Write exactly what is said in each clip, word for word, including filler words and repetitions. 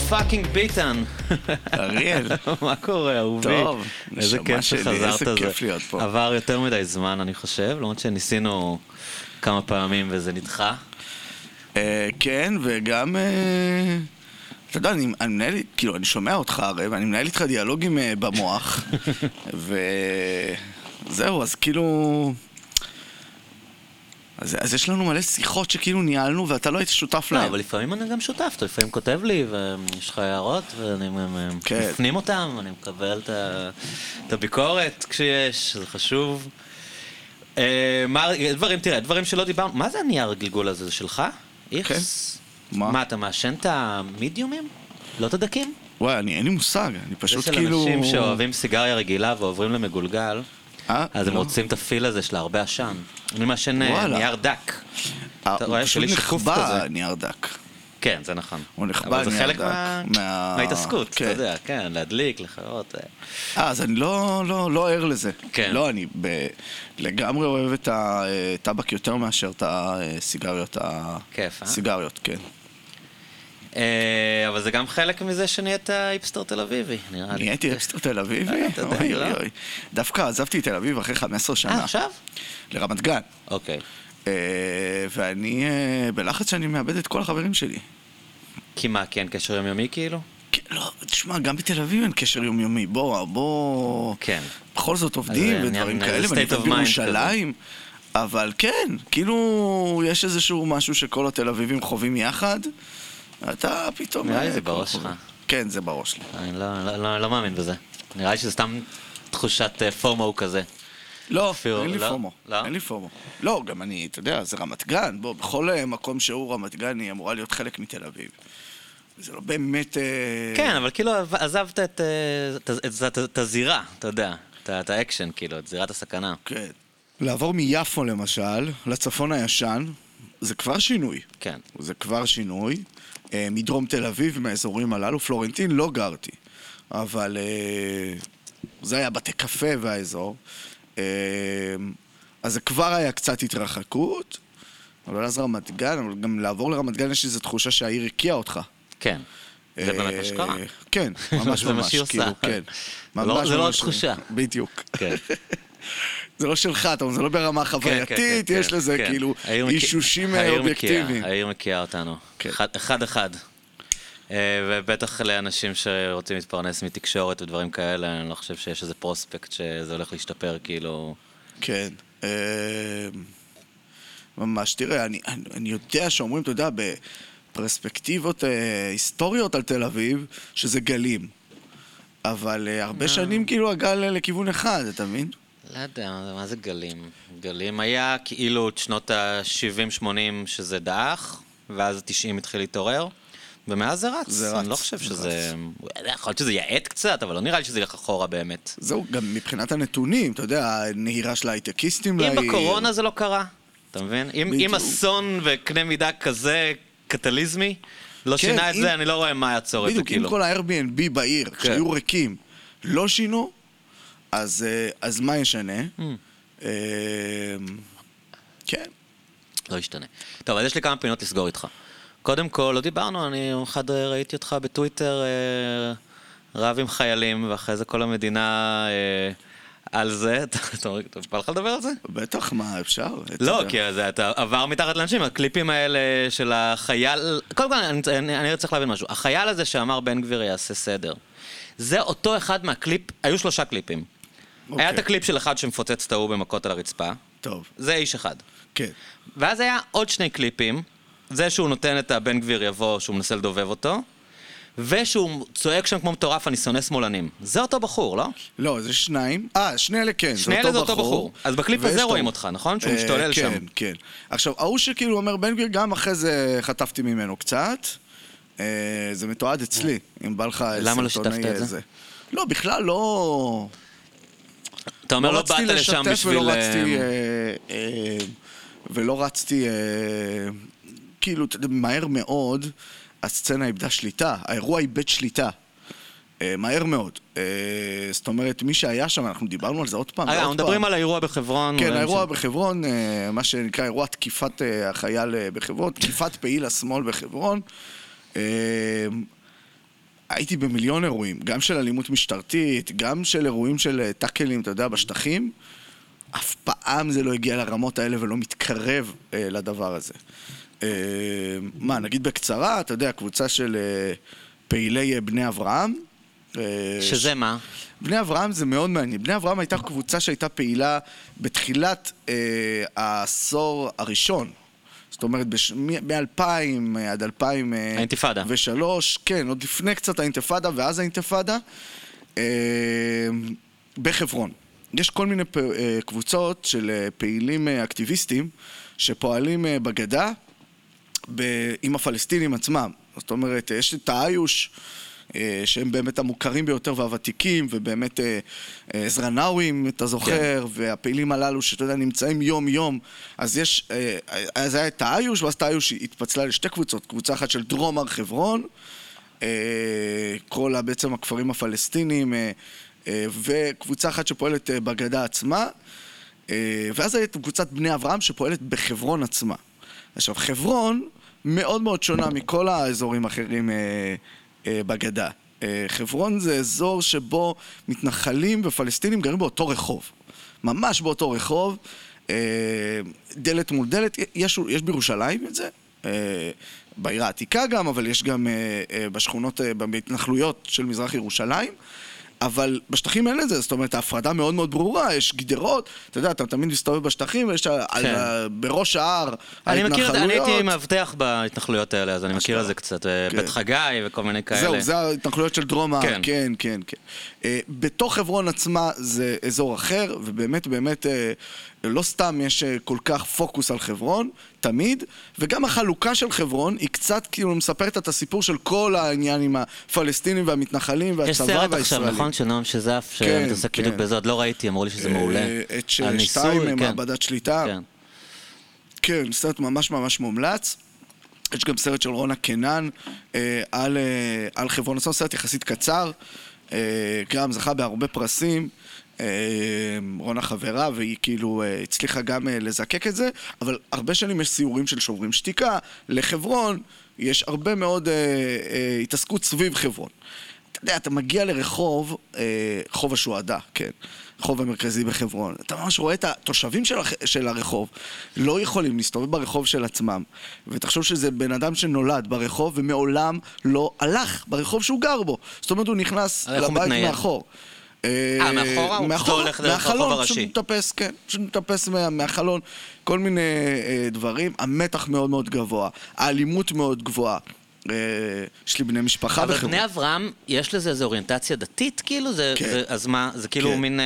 פאקינג ביטן. אריאל. מה קורה, אהובי? טוב, איזה כיף שחזרת. איזה כיף להיות פה. עבר יותר מדי זמן, אני חושב, למרות שניסינו כמה פעמים וזה נדחה. כן, וגם, אתה יודע, אני מנהל, כאילו, אני שומע אותך הרי, ואני מנהל איתך דיאלוגים במוח, וזהו, אז כאילו... אז, אז יש לנו מלא שיחות שכאילו ניהלנו ואתה לא היית שותף להם. לא, אבל לפעמים אני גם שותף, אתה לפעמים כותב לי ויש לך הערות ואני כן. מפנים אותם, אני מקבל את, ה... את הביקורת כשיש, זה חשוב. אה, מה, דברים, תראה, דברים שלא דיברנו, מה זה הנייר הגלגול הזה? זה שלך? איכס? כן. מה? מה, אתה מעשן את המידיומים? לא את הדקים? וואי, אני, אין לי מושג, אני פשוט זה כאילו... זה של אנשים שאוהבים סיגריה רגילה ועוברים למגולגל. אז הם רוצים את הפיל הזה של הרבה עשן. אני מעשן נייר דק. אתה רואה שלי נחבא נייר דק. כן, זה נכון. הוא נחבא נייר דק. אבל זה חלק מההתעסקות, אתה יודע, כן, להדליק, לחרות. אה, אז אני לא ער לזה. לא, אני לגמרי אוהב את הטבק יותר מאשר את הסיגריות. כיף, אה? סיגריות, כן. אבל זה גם חלק מזה שנהיית היפסטר תל אביבי, נראה לי. נהייתי היפסטר תל אביבי? אוי אוי אוי. דווקא עזבתי את תל אביב אחרי חמש עשרה שנה. אה, עכשיו? לרמת גן. אוקיי. ואני בלחץ שאני מאבד את כל החברים שלי. כי מה, כי אין קשר יומיומי כאילו? לא, תשמע, גם בתל אביב אין קשר יומיומי. בוא, בוא... כן. בכל זאת עובדים ודברים כאלה, ואני אתם בירושלים. אבל כן, כאילו יש איזשהו משהו שכל התל אביבים חווים יחד. אתה פתאום... נראה לי זה בראש שלך. כן, זה בראש שלי. אני לא מאמין בזה. נראה לי שזה סתם תחושת פומו כזה. לא, אין לי פומו. אין לי פומו. לא, גם אני, אתה יודע, זה רמת גן. בוא, בכל מקום שהוא רמת גן היא אמורה להיות חלק מתל אביב. זה לא באמת... כן, אבל כאילו עזבת את הזירה, אתה יודע. את האקשן, כאילו, את זירת הסכנה. כן. לעבור מיפו למשל, לצפון הישן, זה כבר שינוי. כן. זה כבר שינוי. מדרום תל אביב, מהאזורים הללו, פלורנטין לא גרתי, אבל זה היה בתי קפה והאזור, אז זה כבר היה קצת התרחקות, אבל אז רמת גן, אבל גם לעבור לרמת גן יש איזו תחושה שהעיר הקיעה אותך. כן, זה באמת מה שקרה. כן, ממש ממש, כאילו, כן. זה לא תחושה. בדיוק. כן. זה לא שלך, זה לא ברמה חווייתית, יש לזה כאילו אישושים אובייקטיביים. העיר מקיאה אותנו, אחד אחד. ובטח לאנשים שרוצים להתפרנס מתקשורת ודברים כאלה, אני לא חושב שיש איזה פרוספקט שזה הולך להשתפר, כאילו... כן. ממש, תראה, אני יודע שאומרים, אתה יודע, בפרספקטיבות היסטוריות על תל אביב, שזה גלים. אבל הרבה שנים כאילו הגל לכיוון אחד, אתה מבין? לא יודע, מה זה גלים? גלים היה כאילו את שנות ה-שבעים שמונים שזה דאח, ואז ה-תשעים התחיל להתעורר, ומאז זה רץ. זה רץ. אני לא חושב שזה... יכול להיות שזה יעט קצת, אבל לא נראה לי שזה ילך אחורה באמת. זהו, גם מבחינת הנתונים, אתה יודע, הנהירה של ההייטקיסטים לעיר... אם בקורונה זה לא קרה, אתה מבין? אם אסון וקנה מידה כזה קטליזמי, לא שינה את זה, אני לא רואה מה יעצור את זה, כאילו. בדיוק, אם כל ה-Airbnb בעיר, כשהיו ריקים, לא שינו, אז, אז מה ישנה? Mm. כן. לא ישתנה. טוב, אז יש לי כמה פינות לסגור איתך. קודם כל, לא דיברנו, אני אחד ראיתי אותך בטוויטר רב עם חיילים, ואחרי זה כל המדינה על זה. אתה בא לך לדבר על זה? בטח, מה, אפשר? לא, כי אתה עבר מתחת לאנשים, הקליפים האלה של החייל... קודם כל, אני צריך להבין משהו. החייל הזה שאמר בן גביר יעשה סדר. זה אותו אחד מהקליפ, היו שלושה קליפים. Okay. היה את הקליפ של אחד שמפוצץ את ההוא במכות על הרצפה. טוב. זה איש אחד. כן. Okay. ואז היה עוד שני קליפים, זה שהוא נותן את הבן גביר יבוא, שהוא מנסה לדובב אותו, ושהוא צועק שם כמו מטורף, אני שונא שמאלנים. זה אותו בחור, לא? לא, זה שניים. אה, שני אלה כן, שני אלה זה אותו בחור. אז בקליפ הזה רואים אותך, נכון? שהוא משתולל שם. כן, כן. עכשיו, ההוא שכאילו אומר בן גביר, גם אחרי זה חטפתי ממנו קצת. זה מתועד אצלי, אם בא לך... למה לא שיתפת את זה? לא, בכלל לא... אתה אומר, לא באת לשם בשביל... ולא רצתי... ולא רצתי... כאילו, מהר מאוד, הסצנה איבדה שליטה, האירוע איבד שליטה. מהר מאוד. זאת אומרת, מי שהיה שם, אנחנו דיברנו על זה עוד פעם. אנחנו מדברים על האירוע בחברון. כן, האירוע בחברון, מה שנקרא אירוע תקיפת החייל בחברון, תקיפת פעיל השמאל בחברון. הייתי במיליון אירועים, גם של אלימות משטרתית, גם של אירועים של טאקלים, אתה יודע, בשטחים. אף פעם זה לא הגיע לרמות האלה ולא מתקרב אה, לדבר הזה. אה, מה, נגיד בקצרה, אתה יודע, קבוצה של אה, פעילי בני אברהם. אה, שזה ש... מה? בני אברהם זה מאוד מעניין. בני אברהם הייתה קבוצה שהייתה פעילה בתחילת אה, העשור הראשון. זאת אומרת, מ-אלפיים עד אלפיים ושלוש, כן, עוד לפני קצת האינתיפאדה ואז האינתיפאדה, אה, בחברון. יש כל מיני קבוצות של פעילים אקטיביסטים שפועלים בגדה עם הפלסטינים עצמם. זאת אומרת, יש את האיוש, שהם באמת המוכרים ביותר והוותיקים, ובאמת זרנאווים, אתה זוכר, כן. והפעילים הללו שאתה יודע, נמצאים יום יום. אז יש, אז היה את האיוש, ואז את האיוש התפצלה לשתי קבוצות. קבוצה אחת של דרום הר חברון, כל בעצם הכפרים הפלסטינים, וקבוצה אחת שפועלת בגדה עצמה, ואז הייתה קבוצת בני אברהם שפועלת בחברון עצמה. עכשיו, חברון מאוד מאוד שונה מכל האזורים האחרים בגדה. חברון זה אזור שבו מתנחלים ופלסטינים גרים באותו רחוב. ממש באותו רחוב, דלת מול דלת. יש, יש בירושלים את זה, בעיר העתיקה גם, אבל יש גם בשכונות, בהתנחלויות של מזרח ירושלים. אבל בשטחים אין לזה, זאת אומרת, ההפרדה מאוד מאוד ברורה, יש גדרות, אתה יודע, אתה תמיד מסתובב בשטחים, ויש בראש ההר ההתנחלויות. אני הייתי מאבטח בהתנחלויות האלה, אז אני מכיר את זה קצת, בית חגי וכל מיני כאלה. זהו, זה ההתנחלויות של דרום ההר, כן, כן, כן. בתוך חברון עצמה זה אזור אחר, ובאמת, באמת, לא סתם יש כל כך פוקוס על חברון, תמיד, וגם החלוקה של חברון היא קצת כאילו מספרת את הסיפור של כל העניין עם הפלסטינים והמתנחלים והצבא והישראלים. יש סרט עכשיו, נכון? של נועם שזף, שמתעסק בדיוק בזה, עוד לא ראיתי, אמרו לי שזה מעולה. את שתיים, מעבדת שליטה. כן, סרט ממש ממש מומלץ. יש גם סרט של רונה קנן על חברון עצמו, סרט יחסית קצר, גם זכה בהרבה פרסים. רונה חברה, והיא כאילו הצליחה גם לזקק את זה, אבל הרבה שנים יש סיורים של שוברים שתיקה לחברון, יש הרבה מאוד התעסקות סביב חברון. אתה יודע, אתה מגיע לרחוב, חוב השועדה, כן, חוב המרכזי בחברון, אתה ממש רואה את התושבים של, של הרחוב, לא יכולים להסתובב ברחוב של עצמם, ותחשוב שזה בן אדם שנולד ברחוב ומעולם לא הלך ברחוב שהוא גר בו, זאת אומרת הוא נכנס לבית מאחור. אה, מאחורה? הוא פשוט הולך דרך הרחוב הראשי. פשוט מטפס, כן, פשוט מטפס מהחלון, כל מיני דברים, המתח מאוד מאוד גבוה, האלימות מאוד גבוהה. יש לי בני משפחה בחברון. אבל בני אברהם, יש לזה איזו אוריינטציה דתית, כאילו? אז מה, זה כאילו מין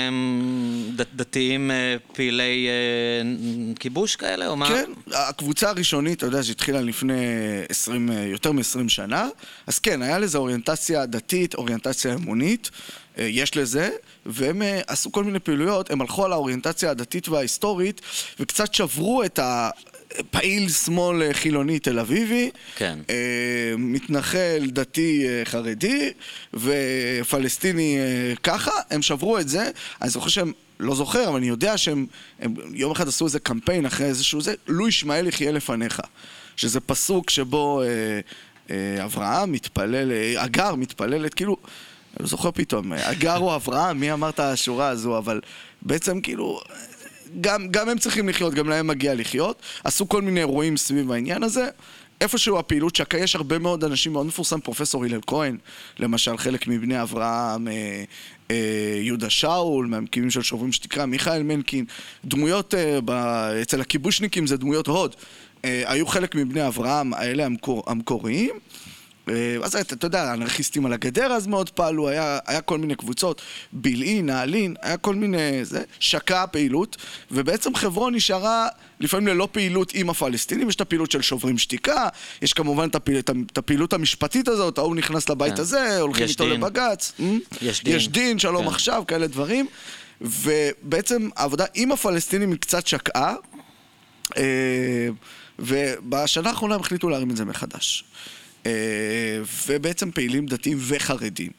דתיים פעילי כיבוש כאלה, או מה? כן, הקבוצה הראשונית, אתה יודע, שהתחילה לפני יותר מ-עשרים שנה, אז כן, היה לזה אוריינטציה דתית, אוריינטציה אמונית, יש לזה, והם עשו כל מיני פעילויות, הם הלכו על האוריינטציה הדתית וההיסטורית, וקצת שברו את ה... פעיל שמאל חילוני תל אביבי, כן. מתנחל דתי חרדי ופלסטיני ככה, הם שברו את זה, אני זוכר שהם, לא זוכר, אבל אני יודע שהם הם, יום אחד עשו איזה קמפיין אחרי איזשהו זה, לו ישמעאל יחיה לפניך, שזה פסוק שבו אה, אה, אברהם מתפלל, אה, אגר מתפללת, כאילו, אני לא זוכר פתאום, אגר או אברהם, מי אמר את השורה הזו, אבל בעצם כאילו... גם, גם הם צריכים לחיות, גם להם מגיע לחיות. עשו כל מיני אירועים סביב העניין הזה. איפשהו הפעילות שקה, יש הרבה מאוד אנשים מאוד מפורסם, פרופסור הלל כהן, למשל חלק מבני אברהם, אה, אה, יהודה שאול, מהמקימים של שוברים שתקרא, מיכאל מנקין, דמויות אה, ב, אצל הכיבושניקים זה דמויות הוד. אה, היו חלק מבני אברהם, האלה המקור, המקוריים. אז אתה, אתה יודע, האנרכיסטים על הגדר אז מאוד פעלו, היה, היה כל מיני קבוצות, בילעין, נעלין, היה כל מיני, זה, שקעה פעילות, ובעצם חברון נשארה לפעמים ללא פעילות עם הפלסטינים, יש את הפעילות של שוברים שתיקה, יש כמובן את, הפעיל, את הפעילות המשפטית הזאת, ההוא נכנס לבית כן. הזה, הולכים איתו דין. לבגץ, יש דין, יש דין שלום כן. עכשיו, כאלה דברים, ובעצם העבודה עם הפלסטינים היא קצת שקעה, ובשנה האחרונה הם החליטו להרים את זה מחדש. ובעצם פעילים דתיים וחרדים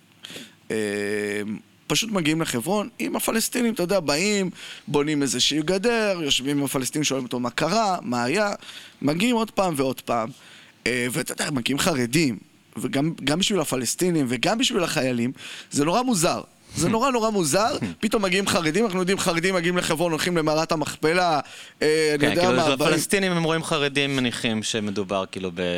פשוט מגיעים לחברון עם הפלסטינים, אתה יודע, באים, בונים איזושהי גדר, יושבים עם הפלסטינים, שואלים אותו מה קרה, מה היה, מגיעים עוד פעם ועוד פעם, ואתה יודע, מגיעים חרדים, וגם גם בשביל הפלסטינים וגם בשביל החיילים, זה נורא מוזר. זה נורא נורא מוזר, פתאום מגיעים חרדים, אנחנו יודעים חרדים מגיעים לחברון, הולכים למערת המכפלה, אני יודע מה... הפלסטינים הם רואים חרדים מניחים שמדובר כאילו ב...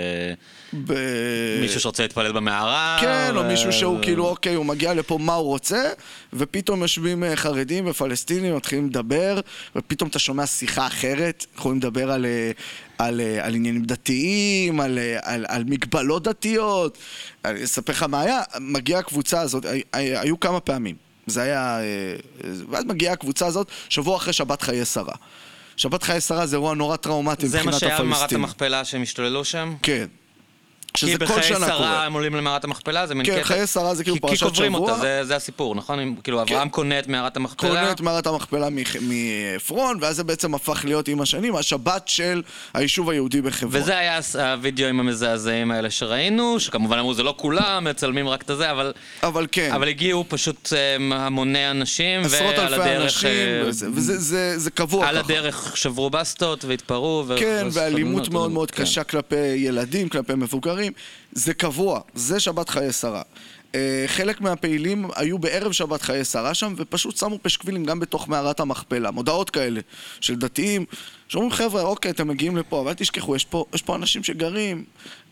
מישהו שרוצה להתפלל במערה. כן, או מישהו שהוא כאילו, אוקיי, הוא מגיע לפה מה הוא רוצה, ופתאום יושבים חרדים ופלסטינים, מתחילים לדבר, ופתאום אתה שומע שיחה אחרת, יכולים לדבר על... על, על עניינים דתיים, על, על, על מגבלות דתיות. אני אספר לך מה היה, מגיעה הקבוצה הזאת, היו כמה פעמים. זה היה, ואז מגיעה הקבוצה הזאת, שבוע אחרי שבת חיי שרה. שבת חיי שרה זה אירוע נורא טראומטי מבחינת הפלסטינים. זה מה שהיה מערת המכפלה שהם השתוללו שם? כן. כי בחיי שרה הם עולים למערת המכפלה, זה מין קטע. כן, חיי שרה זה כאילו פרשת שבוע. כי קוברים אותה, זה הסיפור, נכון? כאילו אברהם קונה את מערת המכפלה. קונה את מערת המכפלה מעפרון, ואז זה בעצם הפך להיות עם השנים, השבת של היישוב היהודי בחברון. וזה היה הווידאוים המזעזעים האלה שראינו, שכמובן אמרו, זה לא כולם, מצלמים רק את זה, אבל... אבל כן. אבל הגיעו פשוט המוני אנשים, עשרות אלפי אנשים, וזה קבוע. על הדרך שברו בסטות והתפרעו. כן, ואלימות מאוד מאוד קשה כלפי ילדים, כלפי מבוגרים. זה קבוע, זה שבת חיי שרה. חלק מהפעילים היו בערב שבת חיי שרה שם, ופשוט שמו פשקווילים גם בתוך מערת המכפלה. מודעות כאלה של דתיים, שאומרים חבר'ה, אוקיי, אתם מגיעים לפה, אבל תשכחו, יש פה, יש פה אנשים שגרים,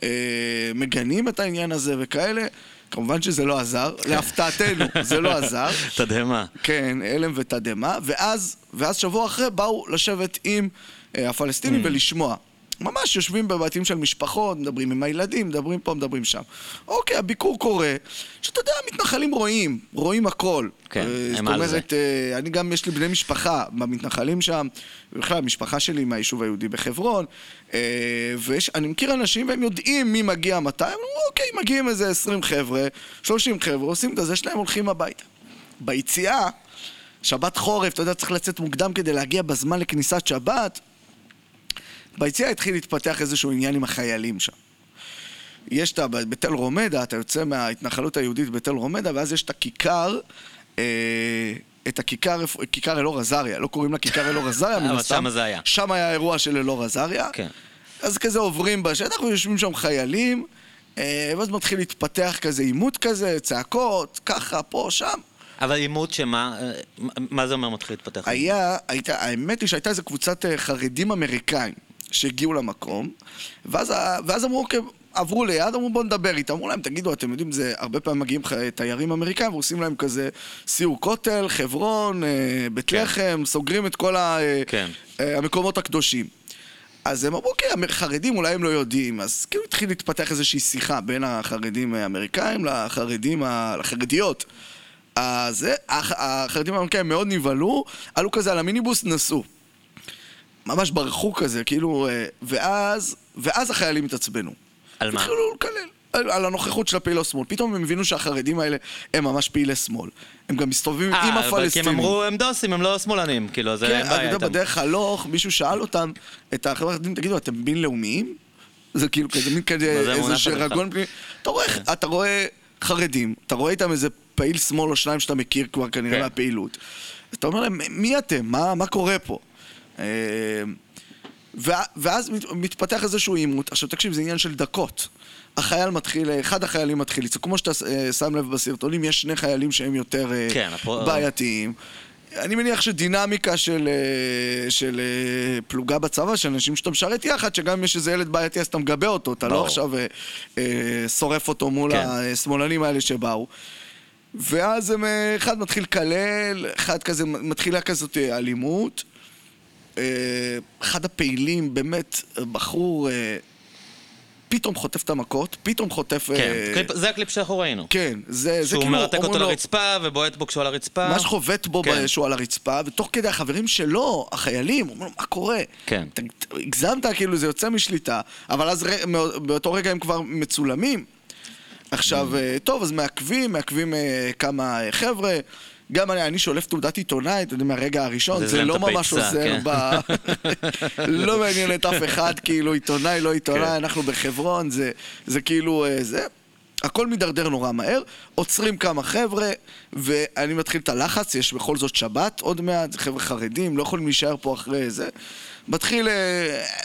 מגנים את העניין הזה וכאלה. כמובן שזה לא עזר, להפתעתנו, זה לא עזר. תדהמה. כן, אלם ותדהמה, ואז, ואז שבוע אחרי באו לשבת עם הפלסטינים ולשמוע. ממש יושבים בבתים של משפחות, מדברים עם הילדים, מדברים פה, מדברים שם. אוקיי, הביקור קורה, שאתה יודע, מתנחלים רואים, רואים הכל. כן, הם על זה. זאת אומרת, אני גם, יש לי בני משפחה במתנחלים שם, בכלל, המשפחה שלי מהיישוב היהודי בחברון, ואני מכיר אנשים והם יודעים מי מגיע מתי, הם אומרים, אוקיי, מגיעים איזה עשרים חבר'ה, שלושים חבר'ה, עושים את זה שלהם, הולכים הביתה. ביציאה, שבת חורף, אתה יודע, צריך לצאת מוקדם כדי להגיע בזמן לכניסת שבת, ביציאה התחיל להתפתח איזשהו עניין עם החיילים שם. יש את, בתל רומדה, אתה יוצא מההתנחלות היהודית בתל רומדה, ואז יש את הכיכר, אה, את הכיכר, כיכר אלאור עזריה, לא קוראים לה כיכר אלאור עזריה, אבל שם זה היה. שם היה האירוע של אלאור עזריה. כן. אז כזה עוברים בשטח, ויושבים שם חיילים, אה, ואז מתחיל להתפתח כזה עימות כזה, צעקות, ככה, פה, שם. אבל עימות שמה, מה זה אומר מתחיל להתפתח? היה, הייתה, האמת היא שהייתה איזו קבוצת חרדים אמריקאים, שהגיעו למקום, ואז, ואז אמרו, אוקיי, עברו ליד, אמרו בוא נדבר איתם, אמרו להם, תגידו, אתם יודעים, זה הרבה פעמים מגיעים תיירים אמריקאים, ועושים להם כזה סיור כותל, חברון, בית לחם, סוגרים את כל ה, כן. המקומות הקדושים. אז הם אמרו, אוקיי, החרדים אולי הם לא יודעים, אז כאילו התחיל להתפתח איזושהי שיחה בין החרדים האמריקאים לחרדים, לחרדיות. אז החרדים האמריקאים מאוד נבהלו, עלו כזה על המיניבוס, נסעו. ממש ברחו כזה, כאילו, ואז, ואז החיילים התעצבנו. על מה? התחילו לקלל, על, על הנוכחות של הפעילי שמאל. פתאום הם הבינו שהחרדים האלה הם ממש פעילי שמאל. הם גם מסתובבים עם הפלסטינים. כי הם אמרו, הם דוסים, הם לא שמאלנים, כאילו, זה אין בעיה איתם. כן, בדרך הלוך, מישהו שאל אותם, את החבר'ה החרדים, תגידו, אתם בינלאומיים? זה כאילו כזה, מין כזה, איזה שרגון פנימי. אתה רואה, אתה רואה חרדים, אתה רואה איתם איזה פעיל שמאל או שניים שאתה מכיר כבר כנראה מהפעילות. אתה אומר להם, מי אתם? מה, מה קורה פה? ואז מתפתח איזשהו עימות. עכשיו תקשיב, זה עניין של דקות. החייל מתחיל, אחד החיילים מתחיל לצעוק. כמו שאתה שם לב בסרטונים, יש שני חיילים שהם יותר בעייתיים. אני מניח שדינמיקה של, של פלוגה בצבא, של אנשים שאתה משרת יחד, שגם יש איזה ילד בעייתי, אז אתה מגבה אותו, אתה לא עכשיו שורף אותו מול השמאלנים האלה שבאו. ואז אחד מתחיל כלל, אחד כזה, מתחילה כזאת אלימות. אחד הפעילים, באמת, בחור, פתאום חוטף את המכות, פתאום חוטף... כן, זה הקליפ שאנחנו ראינו. כן, זה כאילו... שהוא מרתק אותו לרצפה ובועט בו כשהוא על הרצפה. ממש חובט בו כשהוא על הרצפה, ותוך כדי החברים שלו, החיילים, אומרים, מה קורה? כן. הגזמת, כאילו, זה יוצא משליטה, אבל אז באותו רגע הם כבר מצולמים. עכשיו, טוב, אז מעכבים, מעכבים כמה חבר'ה, גם אני, אני שולף תעודת עיתונאי, אתה יודע, מהרגע הראשון, זה לא ממש עוזר ב... לא מעניין את אף אחד, כאילו עיתונאי, לא עיתונאי, אנחנו בחברון, זה כאילו, זה... הכל מדרדר נורא מהר, עוצרים כמה חבר'ה, ואני מתחיל את הלחץ, יש בכל זאת שבת, עוד מעט, חבר'ה חרדים, לא יכולים להישאר פה אחרי זה. מתחיל...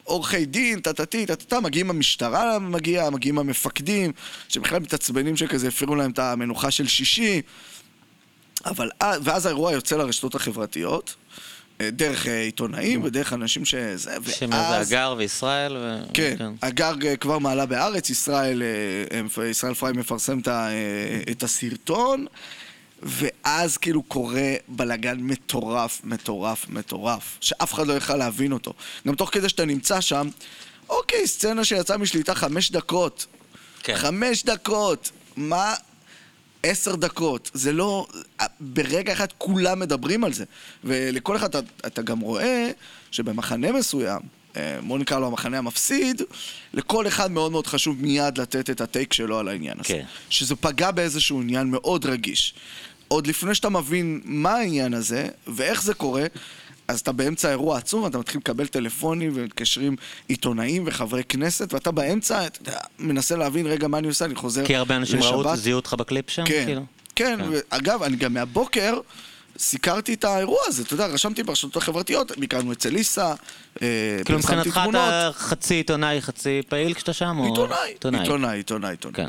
עורכי דין, טטטי, טטטה, מגיעים המשטרה, מגיע, מגיעים המפקדים, שבכלל מתעצבנים שכזה הפרו להם את המנוחה של שישי, אבל, ואז האירוע יוצא לרשתות החברתיות, דרך עיתונאים ודרך אנשים שזה, שזה אגר וישראל. ו... כן, כן, אגר כבר מעלה בארץ, ישראל, ישראל פריי מפרסם את הסרטון, ואז כאילו קורה בלגן מטורף, מטורף, מטורף, שאף אחד לא יוכל להבין אותו. גם תוך כדי שאתה נמצא שם, אוקיי, סצנה שיצאה משליטה חמש דקות. כן. חמש דקות. מה? עשר דקות. זה לא... ברגע אחד כולם מדברים על זה. ולכל אחד אתה, אתה גם רואה שבמחנה מסוים, בוא נקרא לו המחנה המפסיד, לכל אחד מאוד מאוד חשוב מיד לתת את הטייק שלו על העניין הזה. כן. שזה פגע באיזשהו עניין מאוד רגיש. עוד לפני שאתה מבין מה העניין הזה, ואיך זה קורה, אז אתה באמצע האירוע עצום, ואתה מתחיל לקבל טלפונים, ומתקשרים עיתונאים וחברי כנסת, ואתה באמצע, אתה יודע, מנסה להבין, רגע, מה אני עושה, אני חוזר לשבת. כי הרבה אנשים ראו, זיהו אותך בקליפ שם? כן, כאילו? כן, כן. ואגב, אני גם מהבוקר, סיקרתי את האירוע הזה, אתה יודע, רשמתי ברשתות החברתיות, ביקרנו אצל ליסה, כאילו מבחינתך אתה חצי עיתונאי, חצי פעיל כשאתה שם? עיתונאי, עיתונאי, עיתונאי, עיתונאי.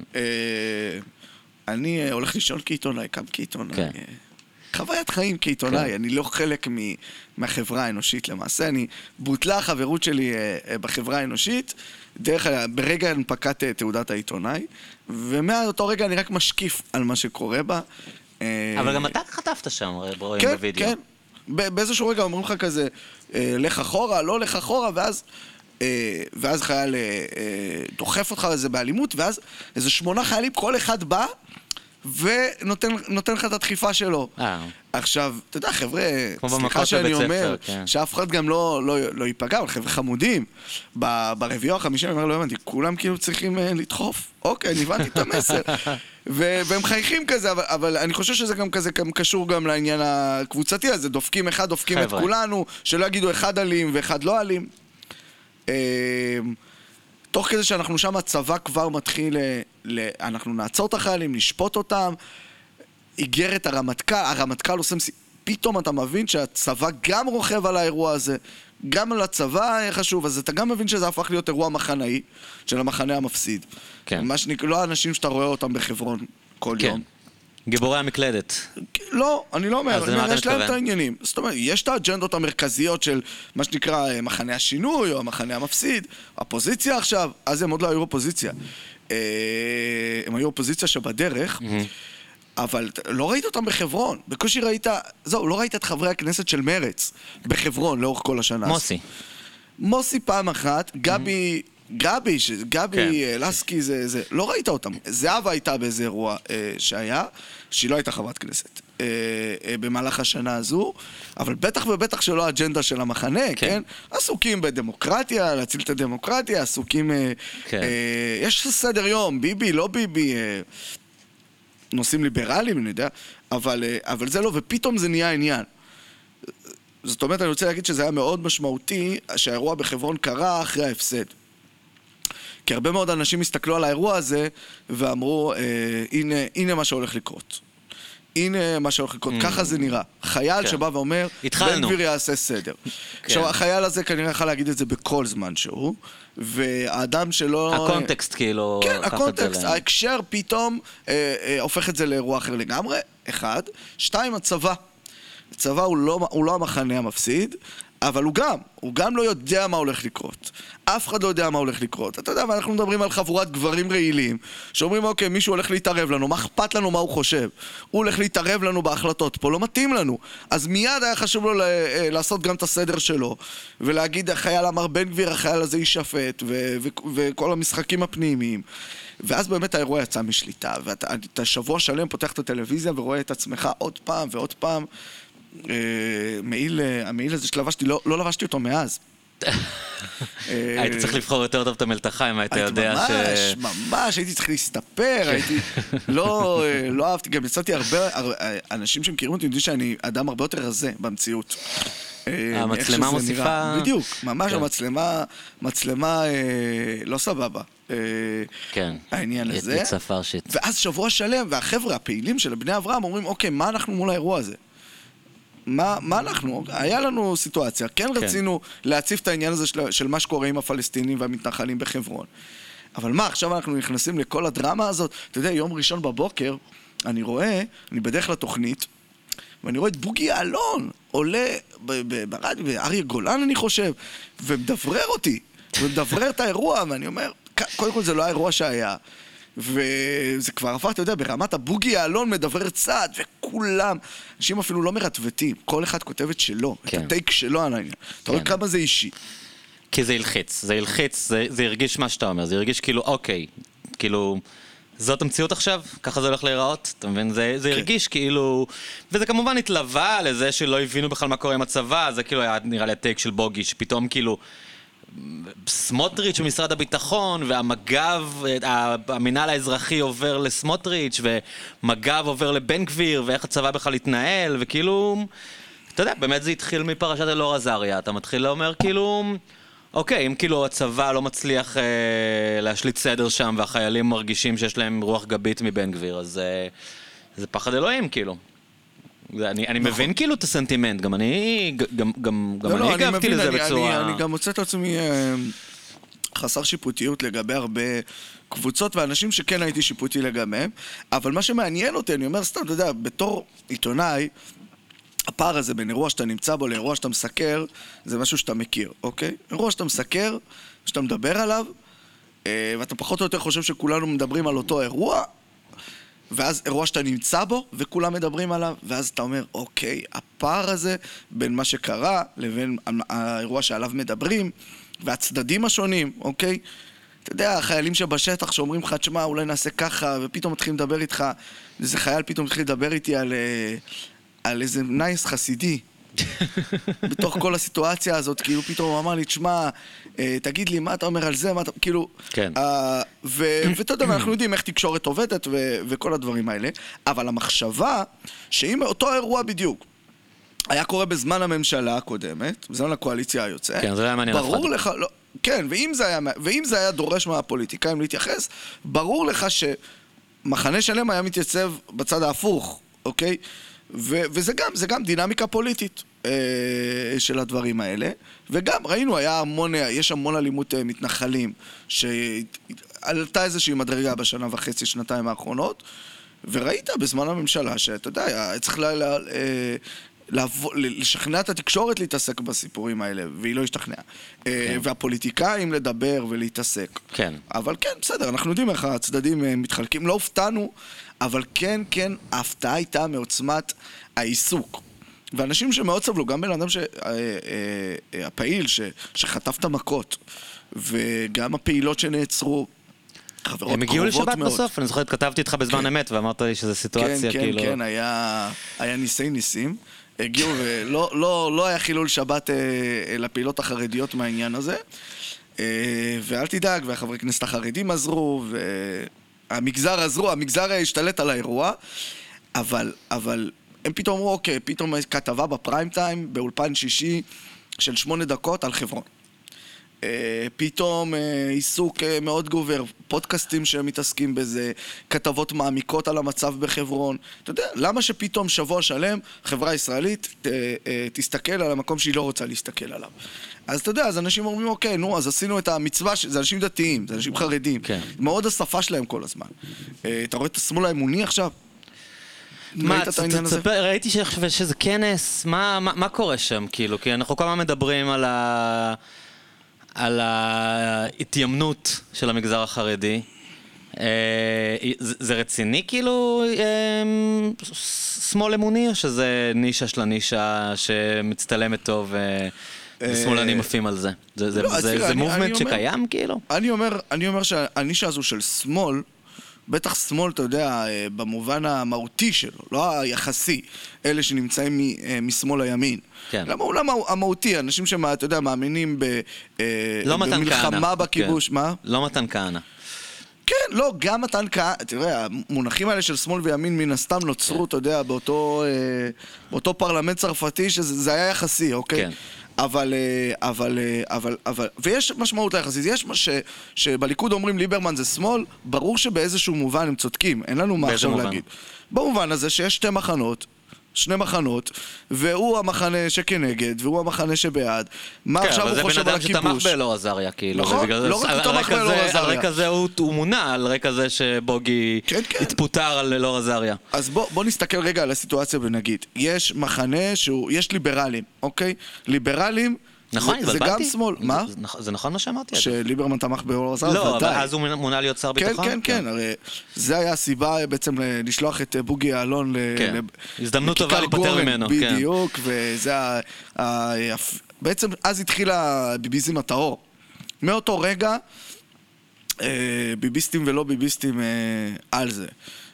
אני הולך לישון כעיתונאי, קם כעיתונאי. חוויית חיים כעיתונאי, אני לא חלק מהחברה האנושית למעשה, אני בוטלה החברות שלי בחברה האנושית, ברגע הנפקת תעודת העיתונאי, ומאותו רגע אני רק משקיף על מה שקורה בה. אבל גם אתה חטפת שם, רואים בווידאו. כן, כן. באיזשהו רגע אומרים לך כזה, לך אחורה, לא לך אחורה, ואז... ואז חייל דוחף אותך לזה באלימות, ואז איזה שמונה חיילים, כל אחד בא ונותן לך את הדחיפה שלו. עכשיו, אתה יודע, חבר'ה, סליחה שאני אומר, שאף אחד גם לא ייפגע, אבל חבר'ה חמודים, ברביעו החמישים, אני אומר, לא הבנתי, כולם כאילו צריכים לדחוף. אוקיי, אני הבנתי את המסר. והם חייכים כזה, אבל אני חושב שזה גם כזה קשור גם לעניין הקבוצתי הזה, דופקים אחד, דופקים את כולנו, שלא יגידו אחד אלים ואחד לא אלים. תוך כדי שאנחנו שם, הצבא כבר מתחיל, אנחנו נעצור את החיילים, נשפוט אותם, איגרת הרמטכ"ל, הרמטכ"ל עושה, פתאום אתה מבין שהצבא גם רוכב על האירוע הזה, גם על הצבא חשוב, אז אתה גם מבין שזה הפך להיות אירוע מחנאי, של המחנה המפסיד. כן. מה שנקרא, לא האנשים שאתה רואה אותם בחברון כל כן. יום. גיבורי המקלדת. לא, אני לא אומר, יש להם את העניינים. זאת אומרת, יש את האג'נדות המרכזיות של מה שנקרא מחנה השינוי, או המחנה המפסיד, הפוזיציה עכשיו, אז הם עוד לא היו אופוזיציה. הם היו אופוזיציה שבדרך, אבל לא ראית אותם בחברון. בקושי ראית, זהו, לא ראית את חברי הכנסת של מרץ בחברון לאורך כל השנה. מוסי. מוסי פעם אחת, גבי... גבי, גבי לסקי, זה, זה, לא ראית אותם. זהבה הייתה באיזה אירוע אה, שהיה, שהיא לא הייתה חברת כנסת אה, אה, במהלך השנה הזו, אבל בטח ובטח שלא האג'נדה של המחנה, כן? כן? עסוקים בדמוקרטיה, להציל את הדמוקרטיה, עסוקים... אה, כן. אה, יש סדר יום, ביבי, לא ביבי, אה, נושאים ליברליים, אני יודע, אבל, אה, אבל זה לא, ופתאום זה נהיה עניין. זאת אומרת, אני רוצה להגיד שזה היה מאוד משמעותי, שהאירוע בחברון קרה אחרי ההפסד. כי הרבה מאוד אנשים הסתכלו על האירוע הזה ואמרו, אה, הנה, הנה מה שהולך לקרות. הנה מה שהולך לקרות. Mm. ככה זה נראה. חייל כן. שבא ואומר, בן גביר יעשה סדר. כן. עכשיו, החייל הזה כנראה יכול להגיד את זה בכל זמן שהוא, והאדם שלא... הקונטקסט כאילו... כן, הקונטקסט, ההקשר פתאום אה, אה, הופך את זה לאירוע אחר לגמרי. אחד. שתיים, הצבא. הצבא הוא לא, הוא לא המחנה המפסיד, אבל הוא גם, הוא גם לא יודע מה הולך לקרות. אף אחד לא יודע מה הולך לקרות. אתה יודע, ואנחנו מדברים על חבורת גברים רעילים, שאומרים, אוקיי, מישהו הולך להתערב לנו, מה אכפת לנו מה הוא חושב? הוא הולך להתערב לנו בהחלטות, פה לא מתאים לנו. אז מיד היה חשוב לו לעשות גם את הסדר שלו, ולהגיד, החייל אמר בן גביר, החייל הזה יישפט, ו- ו- וכל המשחקים הפנימיים. ואז באמת האירוע יצא משליטה, ואתה שבוע שלם פותח את הטלוויזיה ורואה את עצמך עוד פעם ועוד פעם. מעיל, המעיל הזה שלבשתי, לא, לא לבשתי אותו מאז. היית צריך לבחור יותר טוב את המלתחה, אם היית יודע ש... ממש, ממש, הייתי צריך להסתפר, הייתי... לא, לא אהבתי, גם יצאתי הרבה... אנשים שמכירים אותי, יודעים שאני אדם הרבה יותר רזה במציאות. המצלמה מוסיפה... בדיוק, ממש המצלמה, מצלמה לא סבבה. כן. העניין הזה. ואז שבוע שלם, והחבר'ה הפעילים של בני אברהם אומרים, אוקיי, מה אנחנו מול האירוע הזה? מה, מה אנחנו? היה לנו סיטואציה, כן, כן. רצינו להציף את העניין הזה של, של מה שקורה עם הפלסטינים והמתנחלים בחברון. אבל מה, עכשיו אנחנו נכנסים לכל הדרמה הזאת? אתה יודע, יום ראשון בבוקר, אני רואה, אני בדרך לתוכנית, ואני רואה את בוגי אלון, עולה ברדיו, באריה גולן אני חושב, ומדברר אותי, ומדברר את האירוע, ואני אומר, קודם כל זה לא האירוע שהיה, וזה כבר הפך, אתה יודע, ברמת הבוגי אלון מדברר צעד, וכולם, אנשים אפילו לא מרטבטים, כל אחד כותב את שלו, כן. את הטייק שלו על העניין. כן. אתה רואה כמה זה אישי. כי זה ילחיץ, זה ילחיץ, זה, זה הרגיש מה שאתה אומר, זה הרגיש כאילו, אוקיי, כאילו... זאת המציאות עכשיו? ככה זה הולך להיראות? אתה מבין? זה, זה הרגיש כאילו... וזה כמובן התלווה לזה שלא הבינו בכלל מה קורה עם הצבא, זה כאילו היה נראה לי הטייק של בוגי, שפתאום כאילו... סמוטריץ' במשרד הביטחון, והמג"ב, המינהל האזרחי עובר לסמוטריץ', ומג"ב עובר לבן גביר, ואיך הצבא בכלל התנהל, וכאילו... אתה יודע, באמת זה התחיל מפרשת אלאור עזריה, אתה מתחיל לאומר כאילו... אוקיי, אם כאילו הצבא לא מצליח אה, להשליט סדר שם, והחיילים מרגישים שיש להם רוח גבית מבן גביר, אז אה, זה פחד אלוהים, כאילו. זה, אני, אני מבין כאילו את הסנטימנט, גם אני, גם, גם, גם לא, אני לא, הגבתי אני לזה מבין, בצורה... אני, אני גם מוצא את עצמי אה, חסר שיפוטיות לגבי הרבה קבוצות, ואנשים שכן הייתי שיפוטי לגביהם, אבל מה שמעניין אותי, אני אומר סתם, אתה יודע, בתור עיתונאי, הפער הזה בין אירוע שאתה נמצא בו לאירוע שאתה מסקר, זה משהו שאתה מכיר, אוקיי? אירוע שאתה מסקר, שאתה מדבר עליו, ואתה פחות או יותר חושב שכולנו מדברים על אותו אירוע, ואז אירוע שאתה נמצא בו, וכולם מדברים עליו, ואז אתה אומר, אוקיי, הפער הזה בין מה שקרה לבין האירוע שעליו מדברים, והצדדים השונים, אוקיי? אתה יודע, החיילים שבשטח שאומרים לך, תשמע, אולי נעשה ככה, ופתאום מתחילים לדבר איתך, איזה חייל פתאום מתחיל לדבר איתי על... על איזה נייס חסידי, בתוך כל הסיטואציה הזאת, כאילו פתאום הוא אמר לי, תשמע, תגיד לי, מה אתה אומר על זה, מה אתה, כאילו, כן. ואתה יודע, אנחנו יודעים איך תקשורת עובדת וכל הדברים האלה, אבל המחשבה, שאם אותו אירוע בדיוק, היה קורה בזמן הממשלה הקודמת, בזמן הקואליציה היוצאת, כן, זה היה מעניין ברור לך, לא, כן, ואם זה היה, ואם זה היה דורש מהפוליטיקאים להתייחס, ברור לך שמחנה שלם היה מתייצב בצד ההפוך, אוקיי? ו- וזה גם, זה גם דינמיקה פוליטית אה, של הדברים האלה, וגם ראינו, היה המון, יש המון אלימות אה, מתנחלים, שעלתה איזושהי מדרגה בשנה וחצי, שנתיים האחרונות, וראית בזמן הממשלה שאתה יודע, היה צריך לה, לה, אה, לעבור, לשכנע את התקשורת להתעסק בסיפורים האלה, והיא לא השתכנעה. כן. אה, והפוליטיקאים לדבר ולהתעסק. כן. אבל כן, בסדר, אנחנו יודעים איך הצדדים אה, מתחלקים, לא הופתענו, אבל כן, כן, ההפתעה הייתה מעוצמת העיסוק. ואנשים שמאוד סבלו, גם בן אדם שהפעיל שחטף את המכות, וגם הפעילות שנעצרו, חברות קרובות מאוד. הם הגיעו לשבת בסוף, אני זוכרת, כתבתי איתך בזמן אמת, ואמרת לי שזו סיטואציה כאילו... כן, כן, כן, היה ניסי ניסים. הגיעו, ולא היה חילול שבת לפעילות החרדיות מהעניין הזה. ואל תדאג, והחברי כנסת החרדים עזרו, ו... המגזר עזרו, המגזר השתלט על האירוע, אבל, אבל הם פתאום אמרו, אוקיי, פתאום כתבה בפריים טיים, באולפן שישי של שמונה דקות על חברון. פתאום עיסוק מאוד גובר, פודקאסטים שמתעסקים בזה, כתבות מעמיקות על המצב בחברון. אתה יודע, למה שפתאום שבוע שלם חברה ישראלית תסתכל על המקום שהיא לא רוצה להסתכל עליו? אז אתה יודע, אז אנשים אומרים, אוקיי, נו, אז עשינו את המצווה, זה אנשים דתיים, זה אנשים חרדים. כן. מאוד השפה שלהם כל הזמן. אתה רואה את השמאל האמוני עכשיו? מה, תספר, ראיתי שזה כנס, מה קורה שם, כאילו? כי אנחנו כל הזמן מדברים על ה... על ההתיימנות של המגזר החרדי. זה רציני כאילו שמאל אמוני, או שזה נישה של הנישה שמצטלמת טוב ושמאלנים עפים על זה? זה מובמנט שקיים כאילו? אני אומר שהנישה הזו של שמאל, בטח שמאל, אתה יודע, במובן המהותי שלו, לא היחסי, אלה שנמצאים משמאל הימין. כן. למה הוא לא המהותי? אנשים שמה, אתה יודע, מאמינים במלחמה בכיבוש, מה? לא מתן כהנא. כן, לא, גם מתן כהנא, תראה, המונחים האלה של שמאל וימין מן הסתם נוצרו, אתה יודע, באותו פרלמנט צרפתי, שזה היה יחסי, אוקיי? כן. אבל, אבל, אבל, אבל, ויש משמעות ליחסית, יש מה ש, שבליכוד אומרים ליברמן זה שמאל, ברור שבאיזשהו מובן הם צודקים, אין לנו מה עכשיו להגיד. במובן הזה שיש שתי מחנות, שני מחנות, והוא המחנה שכנגד, והוא המחנה שבעד. מה עכשיו הוא חושב על הכיבוש? אבל זה בן אדם שתמך באלאור עזריה, כאילו. נכון, לא רק הוא תמך באלאור עזריה. על רקע זה הוא מונה, על רקע זה שבוגי התפוטר על אלאור עזריה. אז בוא נסתכל רגע על הסיטואציה ונגיד, יש מחנה שהוא, יש ליברלים, אוקיי? ליברלים, נכון, זה גם שמאל. מה? זה נכון מה שאמרתי? שליברמן תמך באלאור עזריה? לא, אבל אז הוא מונה להיות שר ביטחון? כן, כן, כן, הרי זה היה הסיבה בעצם לשלוח את בוגי יעלון הזדמנות טובה להיפטר ממנו. בדיוק, וזה בעצם אז התחיל הביביזם הטהור. מאותו רגע, ביביסטים ולא ביביסטים על זה.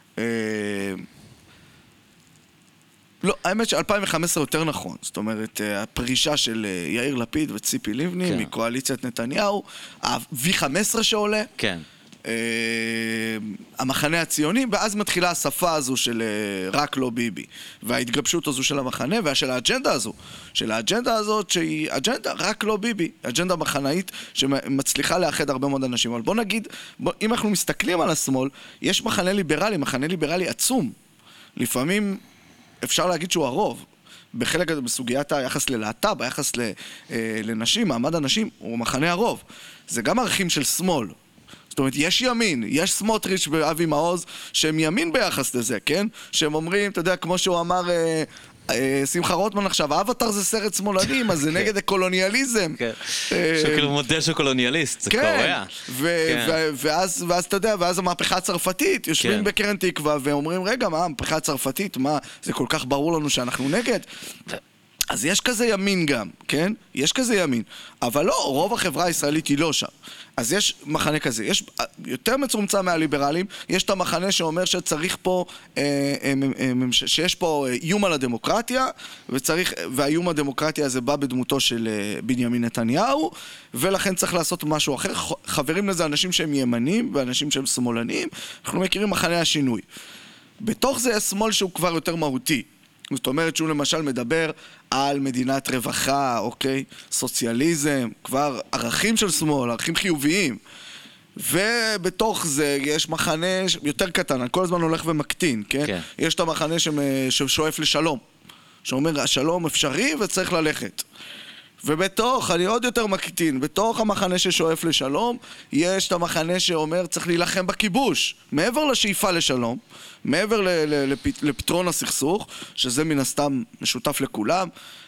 לא, האמת ש-אלפיים וחמש עשרה יותר נכון, זאת אומרת, הפרישה של יאיר לפיד וציפי לבני מקואליציית נתניהו, ה-וי חמש עשרה שעולה, כן. המחנה הציוני, ואז מתחילה השפה הזו של רק לא ביבי, וההתגבשות הזו של המחנה, ושל האג'נדה הזו, של האג'נדה הזאת שהיא אג'נדה רק לא ביבי, אג'נדה מחנאית שמצליחה לאחד הרבה מאוד אנשים. אבל בוא נגיד, בוא, אם אנחנו מסתכלים על השמאל, יש מחנה ליברלי, מחנה ליברלי עצום, לפעמים אפשר להגיד שהוא הרוב. בחלק הזה, בסוגיית היחס ללהט"ב, ביחס לנשים, מעמד הנשים, הוא מחנה הרוב. זה גם ערכים של שמאל. זאת אומרת, יש ימין, יש סמוטריץ' ואבי מעוז שהם ימין ביחס לזה, כן? שהם אומרים, אתה יודע, כמו שהוא אמר שמחה רוטמן עכשיו, האבטר זה סרט שמאלנים, אז זה נגד הקולוניאליזם. שכאילו מודל של קולוניאליסט, זה קורא. ואז אתה יודע, ואז המהפכה הצרפתית, יושבים בקרן תקווה ואומרים, רגע, מה, המהפכה הצרפתית, מה, זה כל כך ברור לנו שאנחנו נגד? אז יש כזה ימין גם, כן? יש כזה ימין. אבל לא, רוב החברה הישראלית היא לא שם. אז יש מחנה כזה. יש יותר מצומצם מהליברלים, יש את המחנה שאומר שצריך פה, שיש פה איום על הדמוקרטיה, וצריך, והאיום הדמוקרטיה הזה בא בדמותו של בנימין נתניהו, ולכן צריך לעשות משהו אחר. חברים לזה אנשים שהם ימנים, ואנשים שהם שמאלנים. אנחנו מכירים מחנה השינוי. בתוך זה יש שמאל שהוא כבר יותר מהותי. זאת אומרת שהוא למשל מדבר על מדינת רווחה, אוקיי? סוציאליזם, כבר ערכים של שמאל, ערכים חיוביים. ובתוך זה יש מחנה יותר קטן, כל הזמן הולך ומקטין, כן? כן. יש את המחנה ששואף לשלום, שאומר השלום אפשרי וצריך ללכת. ובתוך, אני עוד יותר מקטין, בתוך המחנה ששואף לשלום, יש את המחנה שאומר צריך להילחם בכיבוש. מעבר לשאיפה לשלום, מעבר לפתרון הסכסוך, שזה מן הסתם משותף לכולם,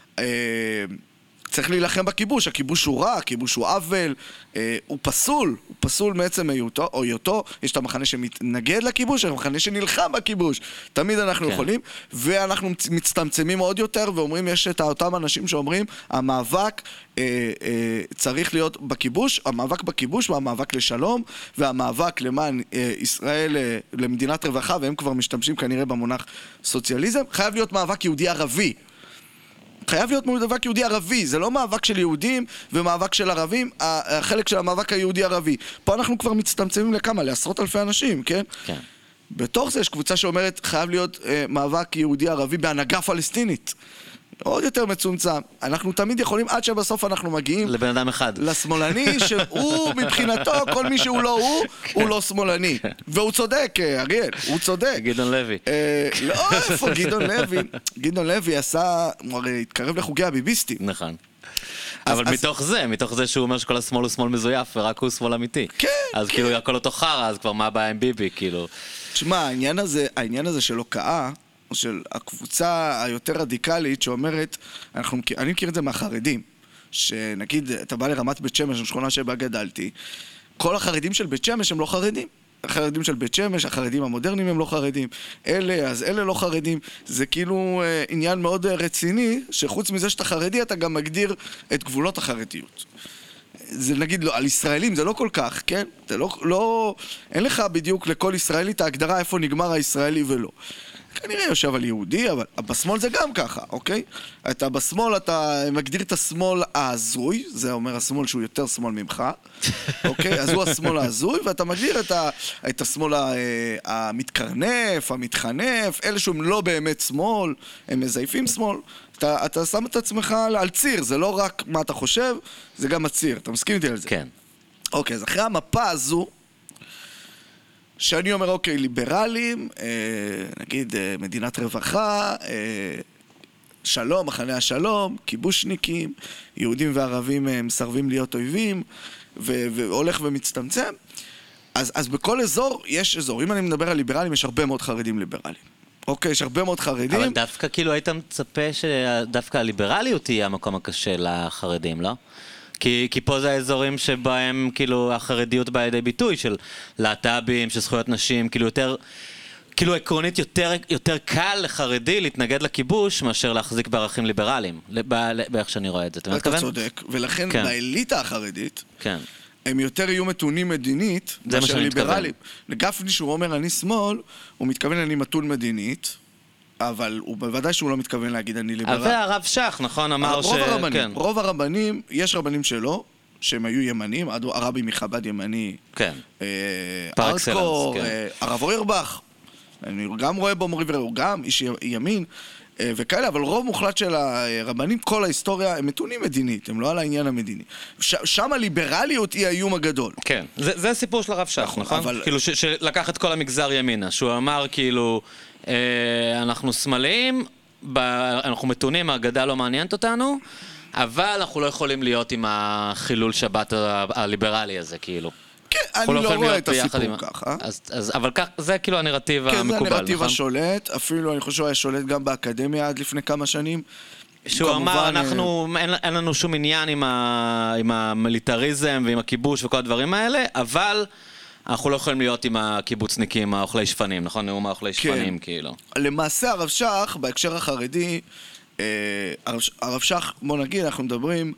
צריך להילחם בכיבוש. הכיבוש הוא רע, הכיבוש הוא עוול, אה, הוא פסול, הוא פסול מעצם היותו, או היותו. יש את המחנה שמתנגד לכיבוש, המחנה שנלחם בכיבוש. תמיד אנחנו כן. יכולים, ואנחנו מצטמצמים עוד יותר, ואומרים, יש את אותם אנשים שאומרים, המאבק אה, אה, צריך להיות בכיבוש, המאבק בכיבוש והמאבק לשלום, והמאבק למען אה, ישראל, אה, למדינת רווחה, והם כבר משתמשים כנראה במונח סוציאליזם, חייב להיות מאבק יהודי ערבי. חייב להיות מאבק יהודי ערבי, זה לא מאבק של יהודים ומאבק של ערבים, החלק של המאבק היהודי ערבי. פה אנחנו כבר מצטמצמים לכמה, לעשרות אלפי אנשים, כן? כן. בתוך זה יש קבוצה שאומרת, חייב להיות אה, מאבק יהודי ערבי בהנהגה פלסטינית. עוד יותר מצומצם. אנחנו תמיד יכולים, עד שבסוף אנחנו מגיעים לבן אדם אחד. לשמאלני, שהוא מבחינתו, כל מי שהוא לא הוא, הוא לא שמאלני. והוא צודק, אריאל, הוא צודק. גדעון לוי. לא, איפה גדעון לוי? גדעון לוי עשה, הוא הרי התקרב לחוגי הביביסטים. נכון. אבל מתוך זה, מתוך זה שהוא אומר שכל השמאל הוא שמאל מזויף, ורק הוא שמאל אמיתי. כן. אז כאילו, הכל אותו חרא, אז כבר מה הבעיה עם ביבי, כאילו. תשמע, העניין הזה, העניין הזה שלא קאה, של הקבוצה היותר רדיקלית שאומרת, אנחנו, אני מכיר את זה מהחרדים, שנגיד, אתה בא לרמת בית שמש, שכונה שבה גדלתי, כל החרדים של בית שמש הם לא חרדים. החרדים של בית שמש, החרדים המודרניים הם לא חרדים, אלה, אז אלה לא חרדים. זה כאילו אה, עניין מאוד רציני, שחוץ מזה שאתה חרדי, אתה גם מגדיר את גבולות החרדיות. זה נגיד, לא, על ישראלים זה לא כל כך, כן? זה לא, לא, אין לך בדיוק לכל ישראלי את ההגדרה איפה נגמר הישראלי ולא. כנראה יושב על יהודי, אבל בשמאל זה גם ככה, אוקיי? אתה בשמאל, אתה מגדיר את השמאל ההזוי, זה אומר השמאל שהוא יותר שמאל ממך, אוקיי? אז הוא השמאל ההזוי, ואתה מגדיר את, ה, את השמאל המתקרנף, המתחנף, אלה שהם לא באמת שמאל, הם מזייפים שמאל. אתה, אתה שם את עצמך על ציר, זה לא רק מה אתה חושב, זה גם הציר. אתה מסכים איתי על זה? כן. אוקיי, אז אחרי המפה הזו, שאני אומר, אוקיי, ליברלים, נגיד מדינת רווחה, שלום, מחנה השלום, כיבושניקים, יהודים וערבים מסרבים להיות אויבים, והולך ומצטמצם. אז, אז בכל אזור יש אזור. אם אני מדבר על ליברלים, יש הרבה מאוד חרדים ליברלים. אוקיי, יש הרבה מאוד חרדים. אבל דווקא כאילו היית מצפה שדווקא הליברליות תהיה המקום הקשה לחרדים, לא? כי, כי פה זה האזורים שבהם כאילו החרדיות באה לידי ביטוי של להט"בים, של זכויות נשים, כאילו יותר, כאילו עקרונית יותר, יותר קל לחרדי להתנגד לכיבוש מאשר להחזיק בערכים ליברליים, באיך שאני רואה את זה. אתה מתכוון? אתה צודק, ולכן כן. באליטה החרדית, כן. הם יותר יהיו מתונים מדינית מאשר ליברליים. לגפני שהוא אומר אני שמאל, הוא מתכוון אני מתון מדינית, אבל הוא בוודאי שהוא לא מתכוון להגיד אני ליברל. והרב שך, נכון, אמר רוב ש... הרבנים, כן. רוב הרבנים, יש רבנים שלו, שהם היו ימנים, הרבי מחב"ד ימני, כן. אה, ארטקור, כן. אה, הרב אוירבך, אני גם רואה בו מורי וראה, הוא גם איש ימין, אה, וכאלה, אבל רוב מוחלט של הרבנים, כל ההיסטוריה, הם מתונים מדינית, הם לא על העניין המדיני. ש... שם הליברליות היא האיום הגדול. כן, זה, זה הסיפור של הרב שך, נכון? נכון? אבל... כאילו ש... שלקח את כל המגזר ימינה, שהוא אמר כאילו... אנחנו שמאליים, אנחנו מתונים, ההגדה לא מעניינת אותנו, אבל אנחנו לא יכולים להיות עם החילול שבת הליברלי הזה, כאילו. כן, אני לא רואה את הסיפור ככה. אבל זה כאילו הנרטיב המקובל, נכון? כן, זה הנרטיב השולט, אפילו אני חושב שהוא היה שולט גם באקדמיה עד לפני כמה שנים. שהוא אמר, אנחנו, אין לנו שום עניין עם המיליטריזם ועם הכיבוש וכל הדברים האלה, אבל... אנחנו לא יכולים להיות עם הקיבוצניקים, האוכלי שפנים, נכון? נאום האוכלי שפנים, כאילו. למעשה הרב שך, בהקשר החרדי, הרב שך, בוא נגיד, אנחנו מדברים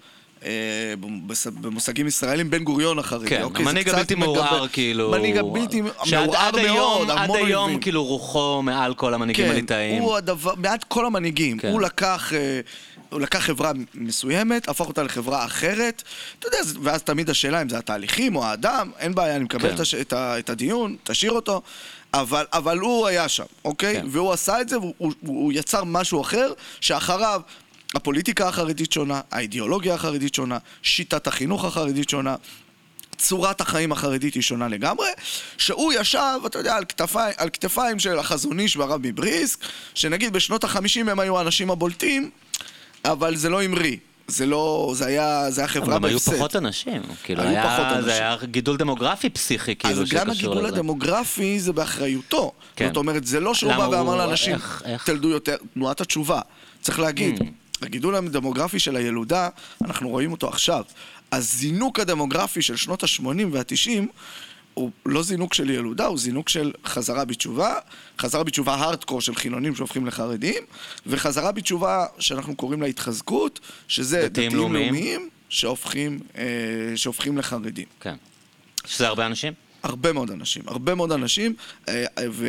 במושגים ישראלים, בן גוריון החרדי. כן, המנהיג הבלתי מעורער, כאילו... מנהיג הבלתי מעורער מאוד, עד היום, כאילו, רוחו מעל כל המנהיגים הליטאיים. כן, הוא הדבר, מעט כל המנהיגים. הוא לקח... הוא לקח חברה מסוימת, הפך אותה לחברה אחרת, אתה יודע, ואז תמיד השאלה אם זה התהליכים או האדם, אין בעיה, אני מקבל כן. את, את הדיון, תשאיר אותו, אבל, אבל הוא היה שם, אוקיי? כן. והוא עשה את זה, והוא הוא, הוא יצר משהו אחר, שאחריו הפוליטיקה החרדית שונה, האידיאולוגיה החרדית שונה, שיטת החינוך החרדית שונה, צורת החיים החרדית היא שונה לגמרי, שהוא ישב, אתה יודע, על כתפיים, על כתפיים של החזון איש והרב מבריסק, שנגיד בשנות החמישים הם היו האנשים הבולטים, אבל זה לא המריא, זה לא, זה היה, זה היה חברה בהפסד. אבל היו פחות אנשים, כאילו היה, זה היה גידול דמוגרפי פסיכי, כאילו שקשור לזה. אז גם הגידול הדמוגרפי זה באחריותו. זאת אומרת, זה לא שהוא בא ואמר לאנשים, תלדו יותר, תנועת התשובה. צריך להגיד, הגידול הדמוגרפי של הילודה, אנחנו רואים אותו עכשיו. הזינוק הדמוגרפי של שנות ה-שמונים וה-תשעים, הוא לא זינוק של ילודה, הוא זינוק של חזרה בתשובה, חזרה בתשובה הארדקור של חילונים שהופכים לחרדים, וחזרה בתשובה שאנחנו קוראים לה התחזקות, שזה דתיים לאומיים שהופכים, אה, שהופכים לחרדים. כן. שזה הרבה אנשים? הרבה מאוד אנשים, הרבה מאוד אנשים, אה,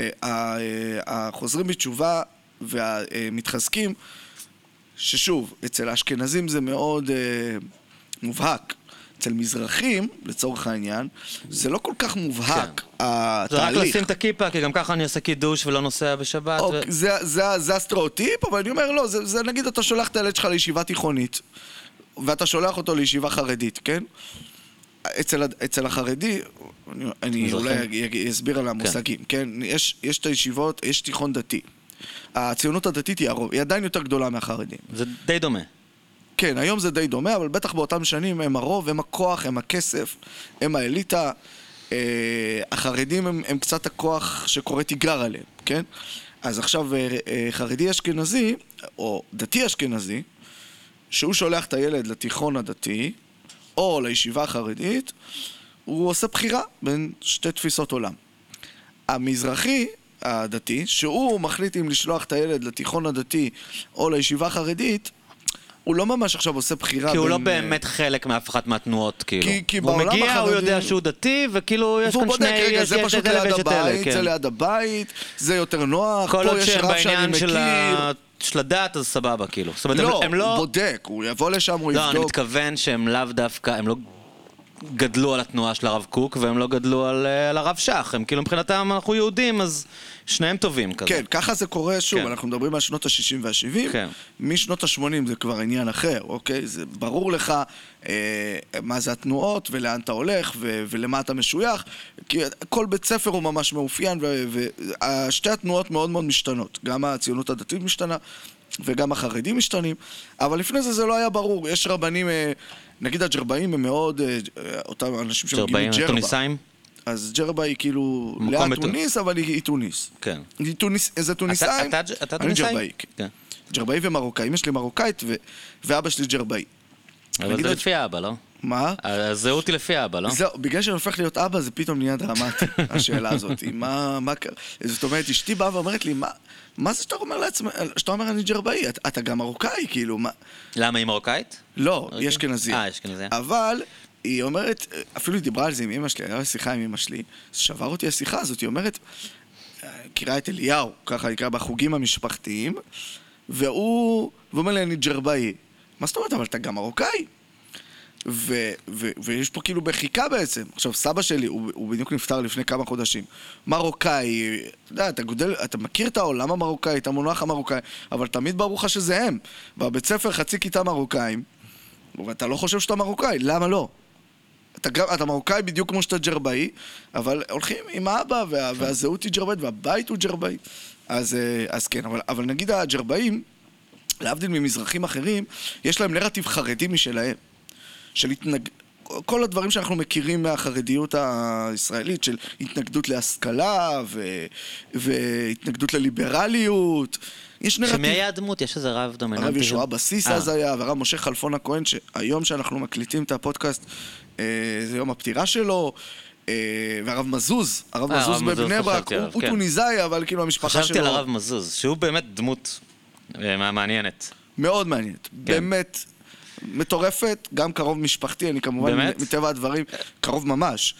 והחוזרים בתשובה והמתחזקים, ששוב, אצל האשכנזים זה מאוד אה, מובהק. אצל מזרחים, לצורך העניין, זה לא כל כך מובהק, התהליך. זה רק לשים את הכיפה, כי גם ככה אני עושה קידוש ולא נוסע בשבת. זה הסטריאוטיפ, אבל אני אומר, לא, זה נגיד אתה שולח את הילד שלך לישיבה תיכונית, ואתה שולח אותו לישיבה חרדית, כן? אצל החרדי, אני אולי אסביר על המושגים, כן? יש את הישיבות, יש תיכון דתי. הציונות הדתית היא הרוב, היא עדיין יותר גדולה מהחרדים. זה די דומה. כן, היום זה די דומה, אבל בטח באותם שנים הם הרוב, הם הכוח, הם הכסף, הם האליטה. אה, החרדים הם, הם קצת הכוח שקורא תיגר עליהם, כן? אז עכשיו אה, אה, חרדי אשכנזי, או דתי אשכנזי, שהוא שולח את הילד לתיכון הדתי, או לישיבה החרדית, הוא עושה בחירה בין שתי תפיסות עולם. המזרחי, הדתי, שהוא מחליט אם לשלוח את הילד לתיכון הדתי או לישיבה החרדית, הוא לא ממש עכשיו עושה בחירה. כי הוא לא באמת חלק מאף אחת מהתנועות, כאילו. הוא מגיע, הוא יודע שהוא דתי, וכאילו יש כאן שני... רגע, זה פשוט ליד הבית, זה ליד הבית, זה יותר נוח, פה יש רב שאני מכיר. של הדת, אז סבבה, כאילו. לא, הוא בודק, הוא יבוא לשם, הוא יבדוק. לא, אני מתכוון שהם לאו דווקא, הם לא... גדלו על התנועה של הרב קוק, והם לא גדלו על, על הרב שח. הם כאילו מבחינתם אנחנו יהודים, אז שניהם טובים כזה. כן, ככה זה קורה שוב, כן. אנחנו מדברים על שנות ה-שישים וה-שבעים, כן. משנות ה-שמונים זה כבר עניין אחר, אוקיי? זה ברור לך אה, מה זה התנועות, ולאן אתה הולך, ו- ולמה אתה משוייך, כי כל בית ספר הוא ממש מאופיין, ושתי התנועות מאוד מאוד משתנות. גם הציונות הדתית משתנה, וגם החרדים משתנים, אבל לפני זה זה לא היה ברור. יש רבנים, אה, נגיד הג'רבאים הם מאוד, אה, אותם אנשים שמגיעים מג'רבה. טוניסאים? אז ג'רבה היא כאילו ליד טוניס, אבל היא טוניס. כן. היא טוניס, איזה טוניסאים? אתה, אתה טוניסאי? אני ג'רבאי, כן. ג'רבאי ומרוקאי. יש לי מרוקאית ואבא שלי ג'רבאי. אבל זה לפי האבא, לא? מה? הזהות היא לפי האבא, לא? זהו, בגלל שאני הופך להיות אבא, זה פתאום נהיה דרמטי, השאלה הזאת. מה, מה, זאת אומרת, אשתי באה ואומרת לי, מה, מה זה שאתה אומר לעצמך, שאתה אומר אני ג'רבאי, אתה, אתה גם מרוקאי, כאילו, מה? למה, היא מרוקאית? לא, היא אשכנזייה. אה, אשכנזייה. אבל היא אומרת, אפילו היא דיברה על זה עם אמא שלי, היה לה שיחה עם אמא שלי, שבר אותי השיחה הזאת, היא אומרת, קראה את אליהו, ככה יקרא בחוגים המשפחתיים, והוא, והוא אומר לי, אני ג'רבאי. מה זאת אומרת, אבל אתה גם מרוקאי? ו- ו- ויש פה כאילו בחיקה בעצם. עכשיו, סבא שלי, הוא, הוא בדיוק נפטר לפני כמה חודשים. מרוקאי, אתה יודע, אתה גודל, אתה מכיר את העולם המרוקאי, את המונח המרוקאי, אבל תמיד ברור לך שזה הם. בבית ספר חצי כיתה מרוקאים, ואתה לא חושב שאתה מרוקאי, למה לא? אתה, אתה מרוקאי בדיוק כמו שאתה ג'רבאי, אבל הולכים עם האבא, וה, והזהות היא ג'רבאית, והבית הוא ג'רבאי. אז, אז כן, אבל, אבל נגיד הג'רבאים, להבדיל ממזרחים אחרים, יש להם נרטיב חרדי משלהם. של התנג... כל הדברים שאנחנו מכירים מהחרדיות הישראלית, של התנגדות להשכלה ו... והתנגדות לליברליות. יש נרטיב... שמי היה הדמות? יש איזה רב דומיננטי? הרב ישועה בסיס אז היה, והרב משה חלפון הכהן, שהיום שאנחנו מקליטים את הפודקאסט, אה, זה יום הפטירה שלו, אה, והרב מזוז, הרב אה, מזוז בבני ברק, הוא, הוא כן. טוניסאי, אבל כאילו המשפחה חשבתי שלו... חשבתי על הרב מזוז, שהוא באמת דמות אה, מעניינת. מאוד מעניינת, כן. באמת... מטורפת, גם קרוב משפחתי, אני כמובן באמת? מטבע הדברים, קרוב ממש.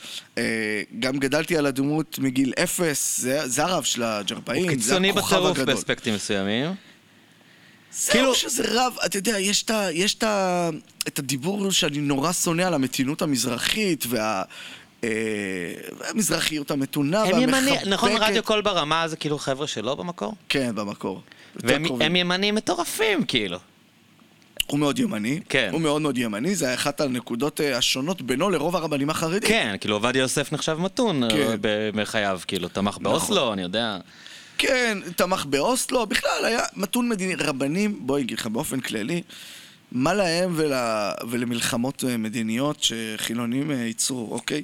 גם גדלתי על הדמות מגיל אפס, זה, זה הרב של הג'רבאים, הוא קיצוני בטירוף באספקטים מסוימים. זהו כאילו... שזה רב, אתה יודע, יש, את, יש את, את הדיבור שאני נורא שונא על המתינות המזרחית, וה... המזרחיות המתונה והמחבקת. נכון, רדיו קול ברמה זה כאילו חבר'ה שלו במקור? כן, במקור. והם ימנים מטורפים, כאילו. הוא מאוד ימני, כן. הוא מאוד מאוד ימני, זה אחת הנקודות השונות בינו לרוב הרבנים החרדים. כן, כאילו עובדיה יוסף נחשב מתון כן. בחייו, כאילו, תמך באוסלו, נכון. אני יודע. כן, תמך באוסלו, בכלל היה מתון מדיני, רבנים, בואי אגיד לך באופן כללי, מה להם ול... ולמלחמות מדיניות שחילונים ייצרו, אוקיי?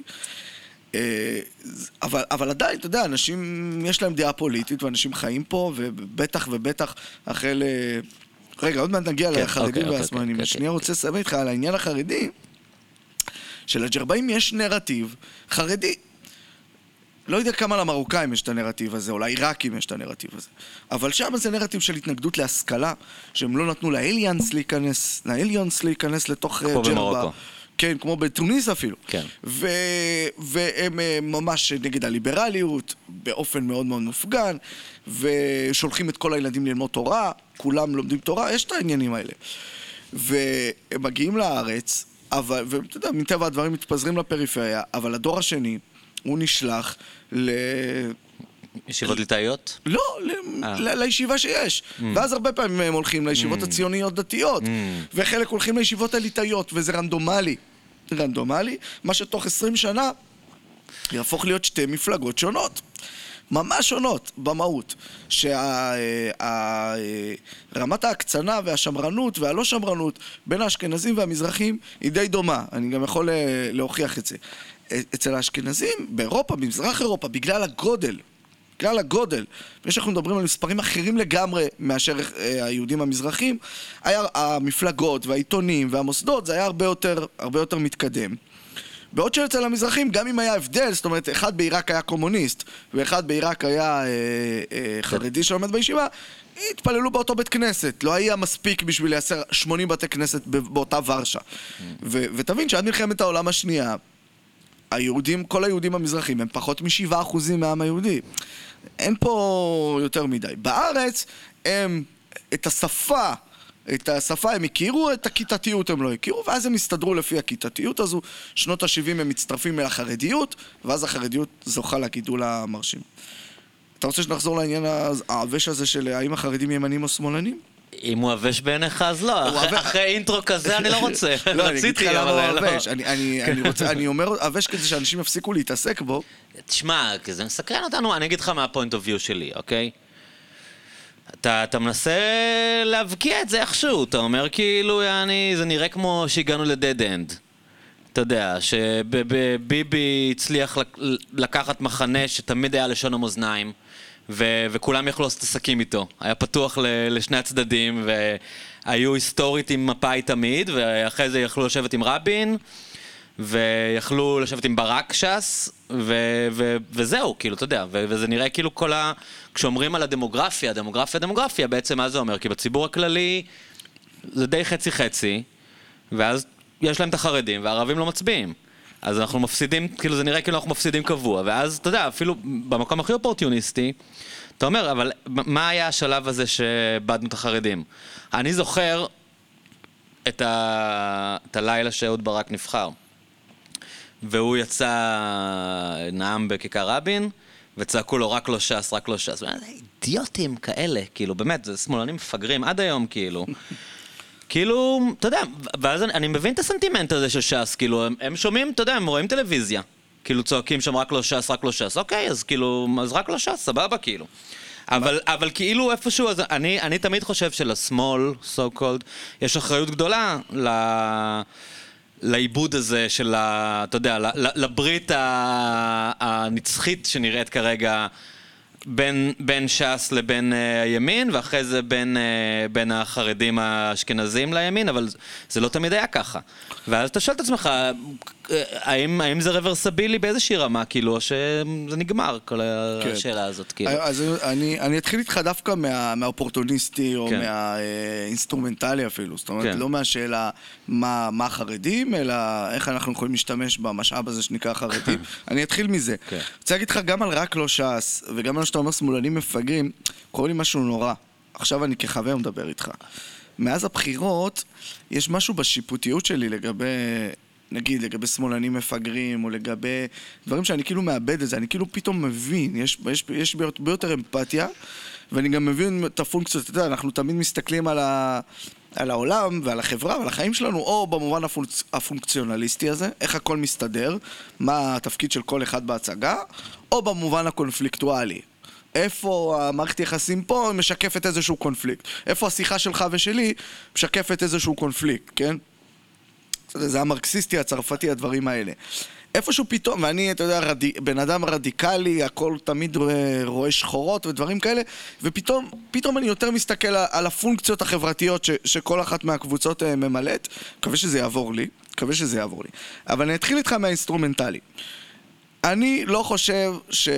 אבל, אבל עדיין, אתה יודע, אנשים, יש להם דעה פוליטית, ואנשים חיים פה, ובטח ובטח אחרי ל... רגע, עוד מעט נגיע לחרדים והשמאלנים. השנייה רוצה לסיים איתך על העניין החרדי, שלג'רבאים יש נרטיב חרדי. לא יודע כמה למרוקאים יש את הנרטיב הזה, או לעיראקים יש את הנרטיב הזה. אבל שם זה נרטיב של התנגדות להשכלה, שהם לא נתנו לאליאנס להיכנס, לאליאנס להיכנס לתוך ג'רבה. כמו במרוקו. כן, כמו בתוניס אפילו. כן. ו... והם ממש נגד הליברליות, באופן מאוד מאוד מופגן, ושולחים את כל הילדים ללמוד תורה, כולם לומדים תורה, יש את העניינים האלה. והם מגיעים לארץ, אבל, ואתה יודע, מטבע הדברים מתפזרים לפריפריה, אבל הדור השני, הוא נשלח ל... ישיבות ליטאיות? לא, לישיבה שיש. ואז הרבה פעמים הם הולכים לישיבות הציוניות דתיות, וחלק הולכים לישיבות הליטאיות, וזה רנדומלי. רנדומלי, מה שתוך עשרים שנה יהפוך להיות שתי מפלגות שונות. ממש שונות במהות. שרמת ההקצנה והשמרנות והלא שמרנות בין האשכנזים והמזרחים היא די דומה. אני גם יכול להוכיח את זה. אצל האשכנזים, באירופה, במזרח אירופה, בגלל הגודל, בגלל הגודל, ושאנחנו מדברים על מספרים אחרים לגמרי מאשר היהודים המזרחים, היה המפלגות והעיתונים והמוסדות, זה היה הרבה יותר, הרבה יותר מתקדם. בעוד שאצל המזרחים, גם אם היה הבדל, זאת אומרת, אחד בעיראק היה קומוניסט, ואחד בעיראק היה אה, אה, חרדי שעומד בישיבה, התפללו באותו בית כנסת. לא היה מספיק בשביל לייצר שמונים בתי כנסת באותה ורשה. ו- ותבין שעד מלחמת העולם השנייה, היהודים, כל היהודים המזרחים הם פחות משבעה אחוזים מהעם היהודי. אין פה יותר מדי. בארץ הם את השפה את השפה הם הכירו, את הכיתתיות הם לא הכירו, ואז הם הסתדרו לפי הכיתתיות הזו. שנות ה-שבעים הם מצטרפים אל החרדיות, ואז החרדיות זוכה לגידול המרשים. אתה רוצה שנחזור לעניין העבש הזה של האם החרדים ימנים או שמאלנים? אם הוא עבש בעיניך, אז לא. אחרי אינטרו כזה אני לא רוצה. לא, אני אגיד לך למה הוא עבש. אני אומר עבש כזה שאנשים יפסיקו להתעסק בו. תשמע, כי זה מסקרן אותנו, אני אגיד לך מה הפוינט אוף ויו שלי, אוקיי? אתה, אתה מנסה להבקיע את זה איכשהו, אתה אומר כאילו, יעני, זה נראה כמו שהגענו לדד אנד. אתה יודע, שביבי הצליח לקחת מחנה שתמיד היה לשון המאזניים, ו- וכולם יכלו לעשות עסקים איתו. היה פתוח ל- לשני הצדדים, והיו היסטורית עם מפאי תמיד, ואחרי זה יכלו לשבת עם רבין, ויכלו לשבת עם ברק שס, ו- ו- וזהו, כאילו, אתה יודע, ו- וזה נראה כאילו כל ה... כשאומרים על הדמוגרפיה, דמוגרפיה, דמוגרפיה, בעצם מה זה אומר? כי בציבור הכללי זה די חצי-חצי, ואז יש להם את החרדים, והערבים לא מצביעים. אז אנחנו מפסידים, כאילו זה נראה כאילו אנחנו מפסידים קבוע, ואז אתה יודע, אפילו במקום הכי אופורטיוניסטי, אתה אומר, אבל מה היה השלב הזה שבדנו את החרדים? אני זוכר את, ה... את הלילה שאהוד ברק נבחר, והוא יצא, נאם בכיכר רבין, וצעקו לו רק לא ש"ס, רק לא ש"ס. אידיוטים כאלה, כאילו, באמת, זה שמאלנים מפגרים עד היום, כאילו. כאילו, אתה יודע, ואז אני, אני מבין את הסנטימנט הזה של ש"ס, כאילו, הם, הם שומעים, אתה יודע, הם רואים טלוויזיה. כאילו, צועקים שם רק לא ש"ס, רק לא ש"ס. אוקיי, אז כאילו, אז רק לא ש"ס, סבבה, כאילו. אבל, אבל כאילו איפשהו, אז אני, אני תמיד חושב שלשמאל, so called, יש אחריות גדולה ל... לאיבוד הזה של, ה, אתה יודע, לברית הנצחית שנראית כרגע בין, בין ש"ס לבין הימין, ואחרי זה בין, בין החרדים האשכנזים לימין, אבל זה לא תמיד היה ככה. ואז אתה שואל את עצמך, האם, האם זה רוורסבילי באיזושהי רמה, כאילו, או שזה נגמר, כל השאלה הזאת, כאילו. אז אני, אני אתחיל איתך דווקא מה, מהאופורטוניסטי, או כן. מהאינסטרומנטלי אפילו, זאת אומרת, כן. לא מהשאלה מה, מה חרדים, אלא איך אנחנו יכולים להשתמש במשאב הזה שנקרא חרדים. אני אתחיל מזה. כן. רוצה להגיד לך גם על רק לא ש"ס, וגם על שאתה אומר שמאלנים מפגרים, קורא לי משהו נורא. עכשיו אני כחבר מדבר איתך. מאז הבחירות, יש משהו בשיפוטיות שלי לגבי, נגיד, לגבי שמאלנים מפגרים, או לגבי דברים שאני כאילו מאבד את זה, אני כאילו פתאום מבין, יש, יש, יש ביותר אמפתיה, ואני גם מבין את הפונקציות, אתה יודע, אנחנו תמיד מסתכלים על, ה, על העולם ועל החברה ועל החיים שלנו, או במובן הפונקצ, הפונקציונליסטי הזה, איך הכל מסתדר, מה התפקיד של כל אחד בהצגה, או במובן הקונפליקטואלי. איפה המערכת יחסים פה משקפת איזשהו קונפליקט. איפה השיחה שלך ושלי משקפת איזשהו קונפליקט, כן? זה המרקסיסטי, הצרפתי, הדברים האלה. איפשהו פתאום, ואני, אתה יודע, רד... בן אדם רדיקלי, הכל תמיד רואה, רואה שחורות ודברים כאלה, ופתאום פתאום אני יותר מסתכל על הפונקציות החברתיות ש... שכל אחת מהקבוצות ממלאת. מקווה שזה יעבור לי, מקווה שזה יעבור לי. אבל אני אתחיל איתך מהאינסטרומנטלי. אני לא חושב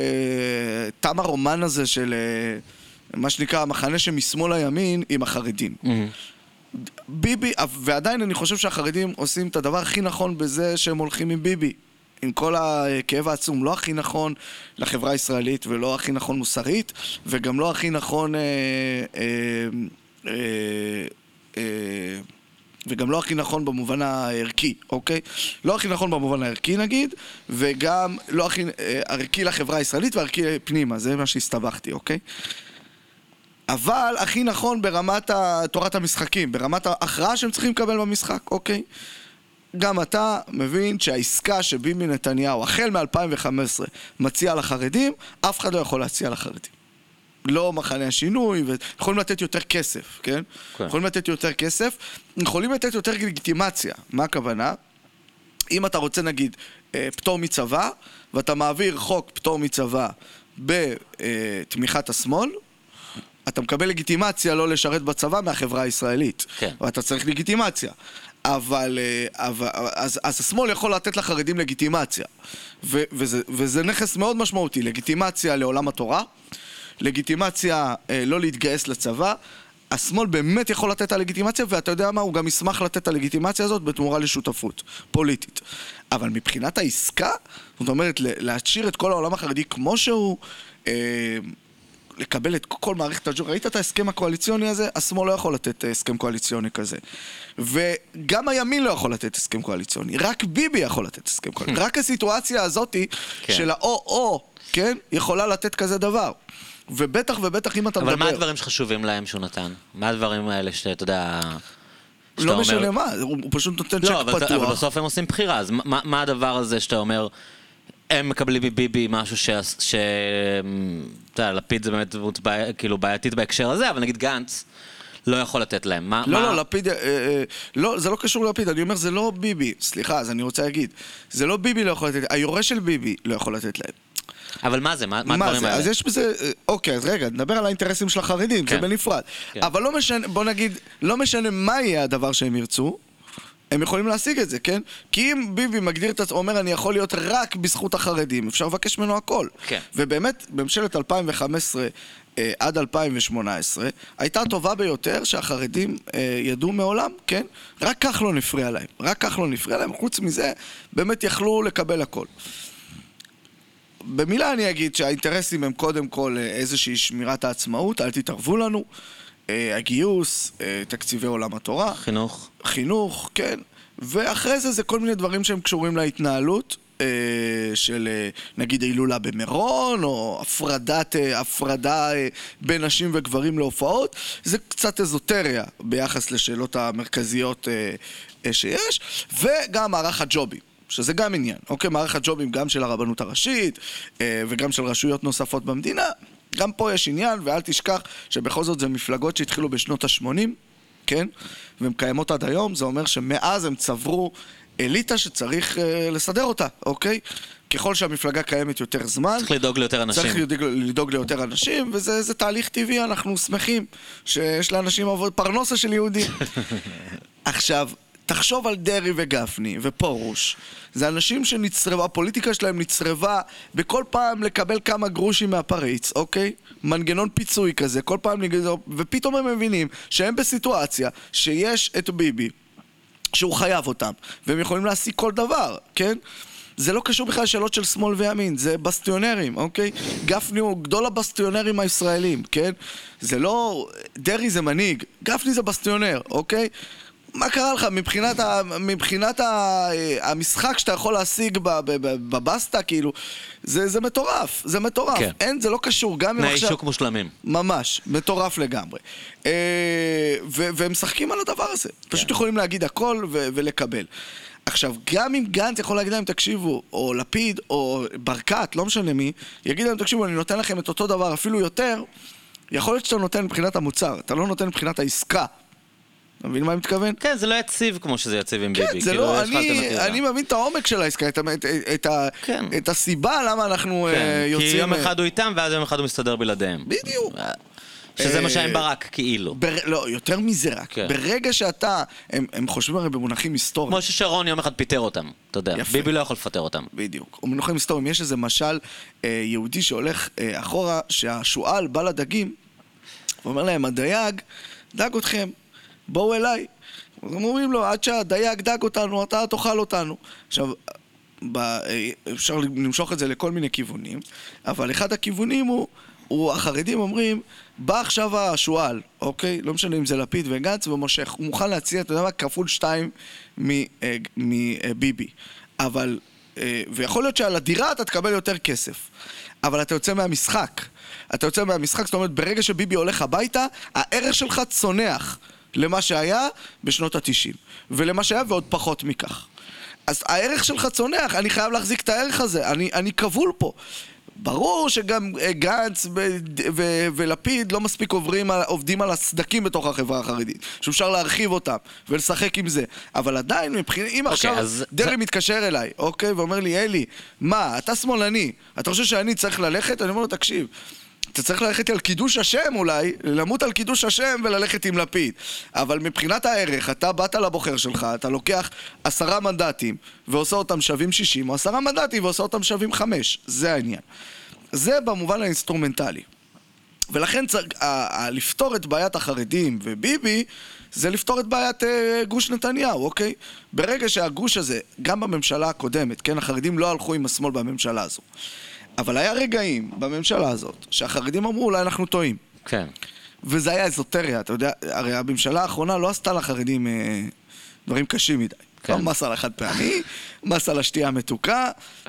שתם הרומן הזה של מה שנקרא המחנה שמשמאל הימין עם החרדים. Mm-hmm. ביבי, ועדיין אני חושב שהחרדים עושים את הדבר הכי נכון בזה שהם הולכים עם ביבי. עם כל הכאב העצום, לא הכי נכון לחברה הישראלית ולא הכי נכון מוסרית, וגם לא הכי נכון... אה, אה, אה, אה, וגם לא הכי נכון במובן הערכי, אוקיי? לא הכי נכון במובן הערכי נגיד, וגם לא הכי ערכי לחברה הישראלית וערכי פנימה, זה מה שהסתבכתי, אוקיי? אבל הכי נכון ברמת תורת המשחקים, ברמת ההכרעה שהם צריכים לקבל במשחק, אוקיי? גם אתה מבין שהעסקה שביבי נתניהו, החל מ-אלפיים וחמש עשרה, מציע לחרדים, אף אחד לא יכול להציע לחרדים. לא מחנה השינוי, ויכולים לתת יותר כסף, כן? כן. יכולים לתת יותר כסף, יכולים לתת יותר לגיטימציה. מה הכוונה? אם אתה רוצה, נגיד, פטור מצבא, ואתה מעביר חוק פטור מצבא בתמיכת השמאל, אתה מקבל לגיטימציה לא לשרת בצבא מהחברה הישראלית. כן. ואתה צריך לגיטימציה. אבל, אבל אז, אז השמאל יכול לתת לחרדים לגיטימציה. ו, וזה, וזה נכס מאוד משמעותי, לגיטימציה לעולם התורה, לגיטימציה אה, לא להתגייס לצבא. השמאל באמת יכול לתת את הלגיטימציה, ואתה יודע מה, הוא גם ישמח לתת את הלגיטימציה הזאת בתמורה לשותפות פוליטית. אבל מבחינת העסקה, זאת אומרת, להשאיר את כל העולם החרדי כמו שהוא, אה, לקבל את כל מערכת הג'וב. ראית את ההסכם הקואליציוני הזה? השמאל לא יכול לתת הסכם קואליציוני כזה. וגם הימין לא יכול לתת הסכם קואליציוני. רק ביבי יכול לתת הסכם קואליציוני. רק הסיטואציה הזאת של האו-או, כן, יכולה לתת כזה דבר. ובטח ובטח אם אתה מדבר... אבל מה הדברים שחשובים להם שהוא נתן? מה הדברים האלה שאתה יודע... לא משנה מה, הוא פשוט נותן צ'ק פתוח. אבל בסוף הם עושים בחירה, אז מה הדבר הזה שאתה אומר... הם מקבלים מביבי משהו ש... ש... אתה יודע, לפיד זה באמת כאילו בעייתית בהקשר הזה, אבל נגיד גנץ לא יכול לתת להם. מה, לא, מה... לא, לפיד... אה, אה, לא, זה לא קשור ללפיד, אני אומר, זה לא ביבי. סליחה, אז אני רוצה להגיד. זה לא ביבי לא יכול לתת, היורש של ביבי לא יכול לתת להם. אבל מה זה? מה, מה, מה זה? האלה? אז יש בזה... אוקיי, אז רגע, נדבר על האינטרסים של החרדים, כן. זה בנפרד. כן. אבל לא משנה, בוא נגיד, לא משנה מה יהיה הדבר שהם ירצו, הם יכולים להשיג את זה, כן? כי אם ביבי מגדיר את עצמו, אומר, אני יכול להיות רק בזכות החרדים, אפשר לבקש ממנו הכל. כן. ובאמת, בממשלת אלפיים וחמש עשרה אה, עד אלפיים ושמונה עשרה, הייתה טובה ביותר שהחרדים אה, ידעו מעולם, כן? רק כך לא נפריע להם. רק כך לא נפריע להם. חוץ מזה, באמת יכלו לקבל הכל. במילה אני אגיד שהאינטרסים הם קודם כל איזושהי שמירת העצמאות, אל תתערבו לנו. הגיוס, תקציבי עולם התורה. חינוך. חינוך, כן. ואחרי זה זה כל מיני דברים שהם קשורים להתנהלות של נגיד הילולה במירון, או הפרדת, הפרדה בין נשים וגברים להופעות. זה קצת אזוטריה ביחס לשאלות המרכזיות שיש. וגם מערך הג'ובים. שזה גם עניין, אוקיי? מערך הג'ובים גם של הרבנות הראשית וגם של רשויות נוספות במדינה. גם פה יש עניין, ואל תשכח שבכל זאת זה מפלגות שהתחילו בשנות ה-שמונים, כן? והן קיימות עד היום, זה אומר שמאז הם צברו אליטה שצריך אה, לסדר אותה, אוקיי? ככל שהמפלגה קיימת יותר זמן, צריך לדאוג ליותר אנשים. צריך לדאוג, לדאוג ליותר אנשים, וזה זה תהליך טבעי, אנחנו שמחים שיש לאנשים עבוד פרנסה של יהודים. עכשיו, תחשוב על דרי וגפני ופורוש. זה אנשים שנצרבה, הפוליטיקה שלהם נצרבה בכל פעם לקבל כמה גרושים מהפריץ, אוקיי? מנגנון פיצוי כזה, כל פעם נגדו, ופתאום הם מבינים שהם בסיטואציה שיש את ביבי, שהוא חייב אותם, והם יכולים להשיג כל דבר, כן? זה לא קשור בכלל לשאלות של שמאל וימין, זה בסטיונרים, אוקיי? גפני הוא גדול הבסטיונרים הישראלים, כן? זה לא... דרי זה מנהיג, גפני זה בסטיונר, אוקיי? מה קרה לך? מבחינת, ה, מבחינת ה, המשחק שאתה יכול להשיג בבסטה, כאילו, זה, זה מטורף, זה מטורף. כן. אין, זה לא קשור, גם אם עכשיו... תנאי שוק מושלמים. ממש, מטורף לגמרי. ו, והם משחקים על הדבר הזה. כן. פשוט יכולים להגיד הכל ו, ולקבל. עכשיו, גם אם גנץ יכול להגיד להם, תקשיבו, או לפיד, או ברקת, לא משנה מי, יגיד להם, תקשיבו, אני נותן לכם את אותו דבר, אפילו יותר, יכול להיות שאתה נותן מבחינת המוצר, אתה לא נותן מבחינת העסקה. אתה מבין מה אני מתכוון? כן, זה לא יציב כמו שזה יציב עם ביבי. כן, זה לא, אני מבין את העומק של העסקה, את הסיבה למה אנחנו יוצאים... כי יום אחד הוא איתם, ואז יום אחד הוא מסתדר בלעדיהם. בדיוק. שזה מה שהם ברק, כאילו. לא, יותר מזה רק. ברגע שאתה, הם חושבים הרי במונחים היסטוריים. כמו ששרון יום אחד פיטר אותם, אתה יודע. ביבי לא יכול לפטר אותם. בדיוק. במונחים היסטוריים, יש איזה משל יהודי שהולך אחורה, שהשואל בא לדגים, ואומר להם, הדייג דג אתכם. בואו אליי. אז הם אומרים לו, עד שהדייג דג אותנו, אתה תאכל אותנו. עכשיו, אפשר למשוך את זה לכל מיני כיוונים, אבל אחד הכיוונים הוא, הוא החרדים אומרים, בא עכשיו השואל, אוקיי? לא משנה אם זה לפיד וגנץ ומושך, הוא מוכן להציע, אתה יודע מה, כפול שתיים מביבי. אבל, ויכול להיות שעל הדירה אתה תקבל יותר כסף, אבל אתה יוצא מהמשחק. אתה יוצא מהמשחק, זאת אומרת, ברגע שביבי הולך הביתה, הערך שלך צונח. למה שהיה בשנות ה-תשעים, ולמה שהיה ועוד פחות מכך. אז הערך שלך צונח, אני חייב להחזיק את הערך הזה, אני, אני כבול פה. ברור שגם גנץ ו- ו- ולפיד לא מספיק עוברים, עובדים על הסדקים בתוך החברה החרדית, שאפשר להרחיב אותם ולשחק עם זה. אבל עדיין, מבחינת, אם okay, עכשיו אז... דרי מתקשר אליי, אוקיי, ואומר לי, אלי, מה, אתה שמאלני, אתה חושב שאני צריך ללכת? אני אומר לו, תקשיב, אתה צריך ללכת על קידוש השם אולי, למות על קידוש השם וללכת עם לפיד. אבל מבחינת הערך, אתה באת לבוחר שלך, אתה לוקח עשרה מנדטים ועושה אותם שווים שישים, או עשרה מנדטים ועושה אותם שווים חמש. זה העניין. זה במובן האינסטרומנטלי. ולכן צריך, ה- ה- לפתור את בעיית החרדים וביבי, זה לפתור את בעיית uh, גוש נתניהו, אוקיי? ברגע שהגוש הזה, גם בממשלה הקודמת, כן, החרדים לא הלכו עם השמאל בממשלה הזו. אבל היה רגעים בממשלה הזאת, שהחרדים אמרו, אולי אנחנו טועים. כן. וזה היה אזוטריה, אתה יודע, הרי הממשלה האחרונה לא עשתה לחרדים אה, דברים קשים מדי. כן. מס על החד פעמי, מס על השתייה המתוקה,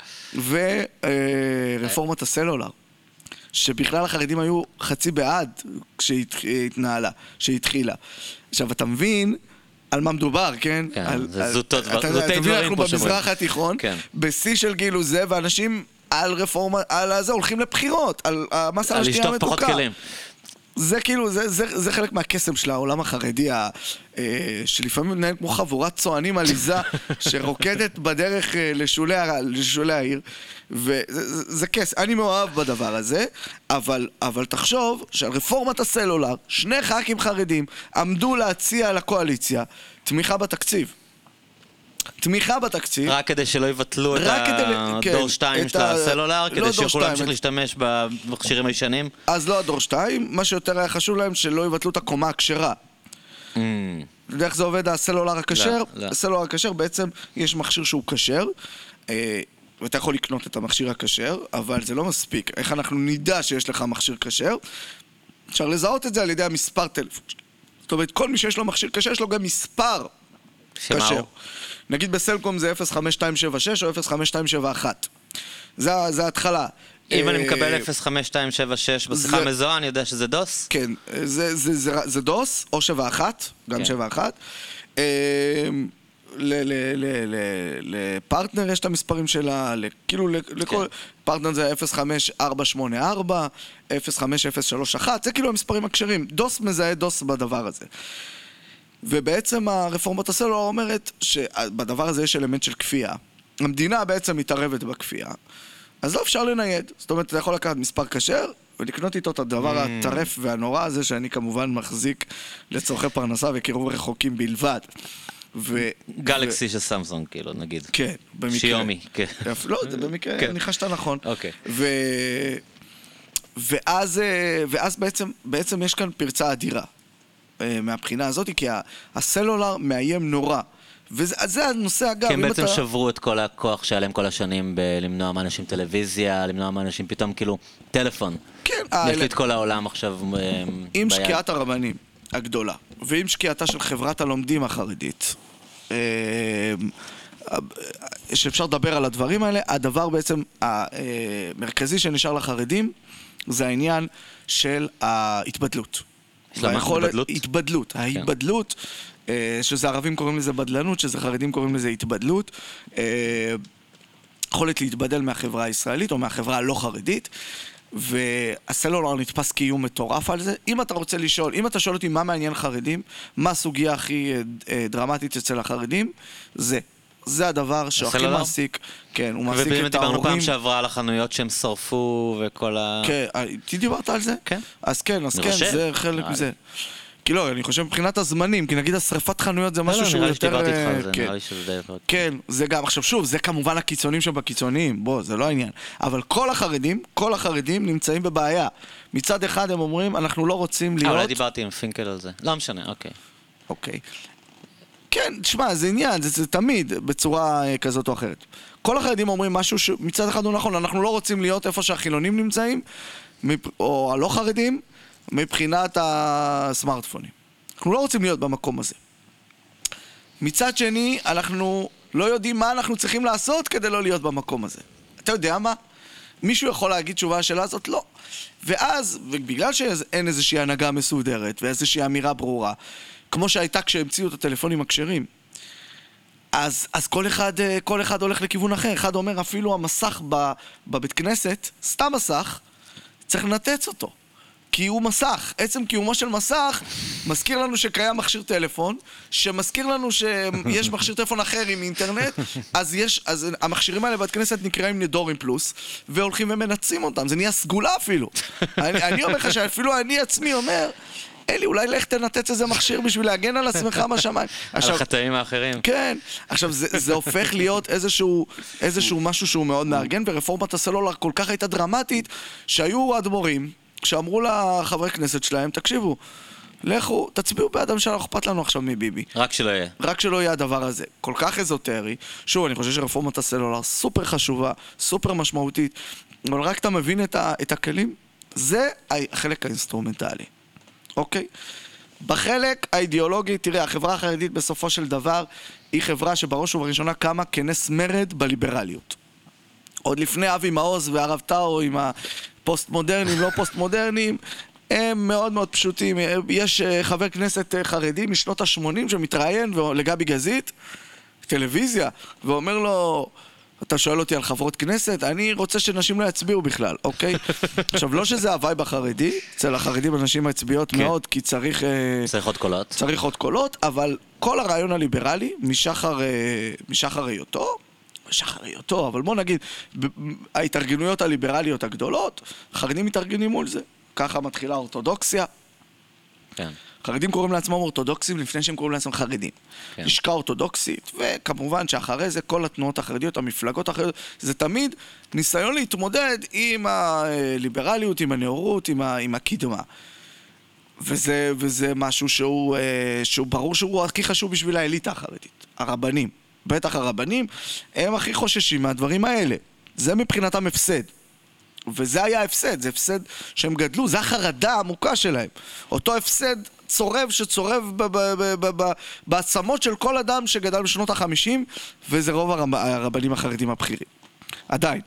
ורפורמת הסלולר. שבכלל החרדים היו חצי בעד כשהתנהלה, שהתחילה. עכשיו, אתה מבין על מה מדובר, כן? כן, על, זה על, זוטות אתה, דבר, אתה, זוטי אתה מבין, אנחנו דברים פה במזרח התיכון, כן. בשיא של גילו זה, ואנשים על רפורמה, על זה הולכים לבחירות, על המס על השתייה המתוקה. לשטוף פחות כלים. זה כאילו, זה, זה, זה חלק מהקסם של העולם החרדי, ה, אה, שלפעמים מנהל כמו חבורת צוענים עליזה, שרוקדת בדרך אה, לשולי, לשולי העיר, וזה זה, זה קסם, אני מאוהב בדבר הזה, אבל, אבל תחשוב שעל רפורמת הסלולר, שני ח"כים חרדים עמדו להציע לקואליציה תמיכה בתקציב. תמיכה בתקציב. רק כדי שלא יבטלו את הדור שתיים של הסלולר, כדי שיוכלו להמשיך להשתמש במכשירים הישנים? אז לא הדור שתיים, מה שיותר היה חשוב להם שלא יבטלו את הקומה הכשרה. אתה יודע איך זה עובד הסלולר הכשר? הסלולר הכשר בעצם יש מכשיר שהוא כשר, ואתה יכול לקנות את המכשיר הכשר, אבל זה לא מספיק. איך אנחנו נדע שיש לך מכשיר כשר? אפשר לזהות את זה על ידי המספר טלפון. זאת אומרת, כל מי שיש לו מכשיר כשר, יש לו גם מספר כשר. נגיד בסלקום זה אפס חמש שתיים שבע שש או אפס חמש שתיים שבע אחת. זה ההתחלה. אם אני מקבל אפס חמש שתיים שבע שש בשיחה מזוהה, אני יודע שזה דוס? כן, זה דוס או שבע אחת, גם שבע אחת. לפרטנר יש את המספרים שלה, כאילו לכל פרטנר זה אפס חמש ארבע שמונה ארבע, אפס חמש אפס שלוש אחת, זה כאילו המספרים הכשרים. דוס מזהה דוס בדבר הזה. ובעצם הרפורמת הסלולר אומרת שבדבר הזה יש אלמנט של כפייה. המדינה בעצם מתערבת בכפייה. אז לא אפשר לנייד. זאת אומרת, אתה יכול לקחת מספר כשר ולקנות איתו את הדבר הטרף והנורא הזה שאני כמובן מחזיק לצורכי פרנסה וקירוב רחוקים בלבד. גלקסי של סמסונג, כאילו, נגיד. כן, במקרה. שיומי, כן. לא, זה במקרה, אני חשת נכון. אוקיי. ואז בעצם יש כאן פרצה אדירה. מהבחינה הזאת, כי הסלולר מאיים נורא. וזה הנושא, אגב, כי הם בעצם שברו את כל הכוח שעליהם כל השנים בלמנוע מאנשים טלוויזיה, למנוע מאנשים פתאום כאילו טלפון. כן. יש לי את כל העולם עכשיו ביד. עם שקיעת הרבנים הגדולה, ועם שקיעתה של חברת הלומדים החרדית, שאפשר לדבר על הדברים האלה, הדבר בעצם המרכזי שנשאר לחרדים, זה העניין של ההתבדלות. התבדלות? התבדלות. ההתבדלות, שזה ערבים קוראים לזה בדלנות, שזה חרדים קוראים לזה התבדלות, יכולת להתבדל מהחברה הישראלית או מהחברה הלא חרדית, והסלולר נתפס כאיום מטורף על זה. אם אתה רוצה לשאול, אם אתה שואל אותי מה מעניין חרדים, מה הסוגיה הכי דרמטית אצל החרדים, זה. זה הדבר שהכי מעסיק, כן, הוא מעסיק את ההורים. ובאמת דיברנו פעם שעברה על החנויות שהם שרפו וכל ה... כן, אתה דיברת על זה? כן. אז כן, אז כן, זה חלק מזה. כי לא, אני חושב מבחינת הזמנים, כי נגיד השרפת חנויות זה משהו שהוא יותר... נראה לי שדיברתי איתך על זה, נראה לי שזה די... כן, זה גם, עכשיו שוב, זה כמובן הקיצונים שבקיצוניים, בוא, זה לא העניין. אבל כל החרדים, כל החרדים נמצאים בבעיה. מצד אחד הם אומרים, אנחנו לא רוצים להיות... אולי דיברתי עם פינקל על זה. לא משנה, אוקיי. אוקיי. כן, תשמע, זה עניין, זה, זה תמיד בצורה כזאת או אחרת. כל החרדים אומרים משהו שמצד אחד הוא נכון, אנחנו לא רוצים להיות איפה שהחילונים נמצאים, או הלא חרדים, מבחינת הסמארטפונים. אנחנו לא רוצים להיות במקום הזה. מצד שני, אנחנו לא יודעים מה אנחנו צריכים לעשות כדי לא להיות במקום הזה. אתה יודע מה? מישהו יכול להגיד תשובה השאלה הזאת? לא. ואז, ובגלל שאין איזושהי הנהגה מסודרת ואיזושהי אמירה ברורה, כמו שהייתה כשהמציאו את הטלפונים הכשרים, אז, אז כל אחד, כל אחד הולך לכיוון אחר. אחד אומר, אפילו המסך בבית כנסת, סתם מסך, צריך לנתץ אותו. כי הוא מסך. עצם קיומו של מסך מזכיר לנו שקיים מכשיר טלפון, שמזכיר לנו שיש מכשיר טלפון אחר עם אינטרנט, אז יש, אז המכשירים האלה בבית כנסת נקראים נדורים פלוס, והולכים ומנצים אותם. זה נהיה סגולה אפילו. אני, אני אומר לך שאפילו אני עצמי אומר, אלי, אולי לך תנתץ איזה מכשיר בשביל להגן על עצמך מהשמיים. על החטאים האחרים. כן. עכשיו, זה, זה הופך להיות איזשהו, איזשהו משהו שהוא מאוד מארגן, ורפורמת הסלולר כל כך הייתה דרמטית, שהיו אדמו"רים, שאמרו לחברי כנסת שלהם, תקשיבו, לכו, תצביעו בעד הממשלה, אכפת לנו עכשיו מביבי. רק שלא יהיה. רק שלא יהיה הדבר הזה. כל כך אזוטרי. שוב, אני חושב שרפורמת הסלולר סופר חשובה, סופר משמעותית, אבל רק אתה מבין את, ה, את הכלים, זה החלק האינסטרומנטלי, אוקיי? בחלק האידיאולוגי, תראה, החברה החרדית בסופו של דבר, היא חברה שבראש ובראשונה קמה כנס מרד בליברליות. עוד לפני אבי מעוז והרב טאו עם הפוסט-מודרנים, לא פוסט-מודרנים, הם מאוד מאוד פשוטים. יש חבר כנסת חרדי משנות ה-שמונים שמתראיין לגבי גזית, טלוויזיה, ואומר לו, אתה שואל אותי על חברות כנסת, אני רוצה שנשים לא יצביעו בכלל, אוקיי? עכשיו, לא שזה הווייב החרדי, אצל החרדים אנשים מצביעות מאוד, כי צריך... צריך עוד קולות. צריך עוד קולות, אבל כל הרעיון הליברלי, משחר, משחר היותו, משחר היותו, אבל בוא נגיד, ההתארגנויות הליברליות הגדולות, חרדים מתארגנים מול זה. ככה מתחילה אורתודוקסיה. כן. חרדים קוראים לעצמם אורתודוקסים לפני שהם קוראים לעצמם חרדים. כן. לשכה אורתודוקסית, וכמובן שאחרי זה כל התנועות החרדיות, המפלגות החרדיות, זה תמיד ניסיון להתמודד עם הליברליות, עם הנאורות, עם, ה, עם הקדמה. וזה, וזה משהו שהוא, שהוא ברור שהוא הכי חשוב בשביל האליטה החרדית. הרבנים. בטח הרבנים, הם הכי חוששים מהדברים האלה. זה מבחינתם הפסד. וזה היה הפסד, זה הפסד שהם גדלו, זה החרדה העמוקה שלהם. אותו הפסד צורב שצורב בעצמות של כל אדם שגדל בשנות החמישים, וזה רוב הרבנים החרדים הבכירים. עדיין.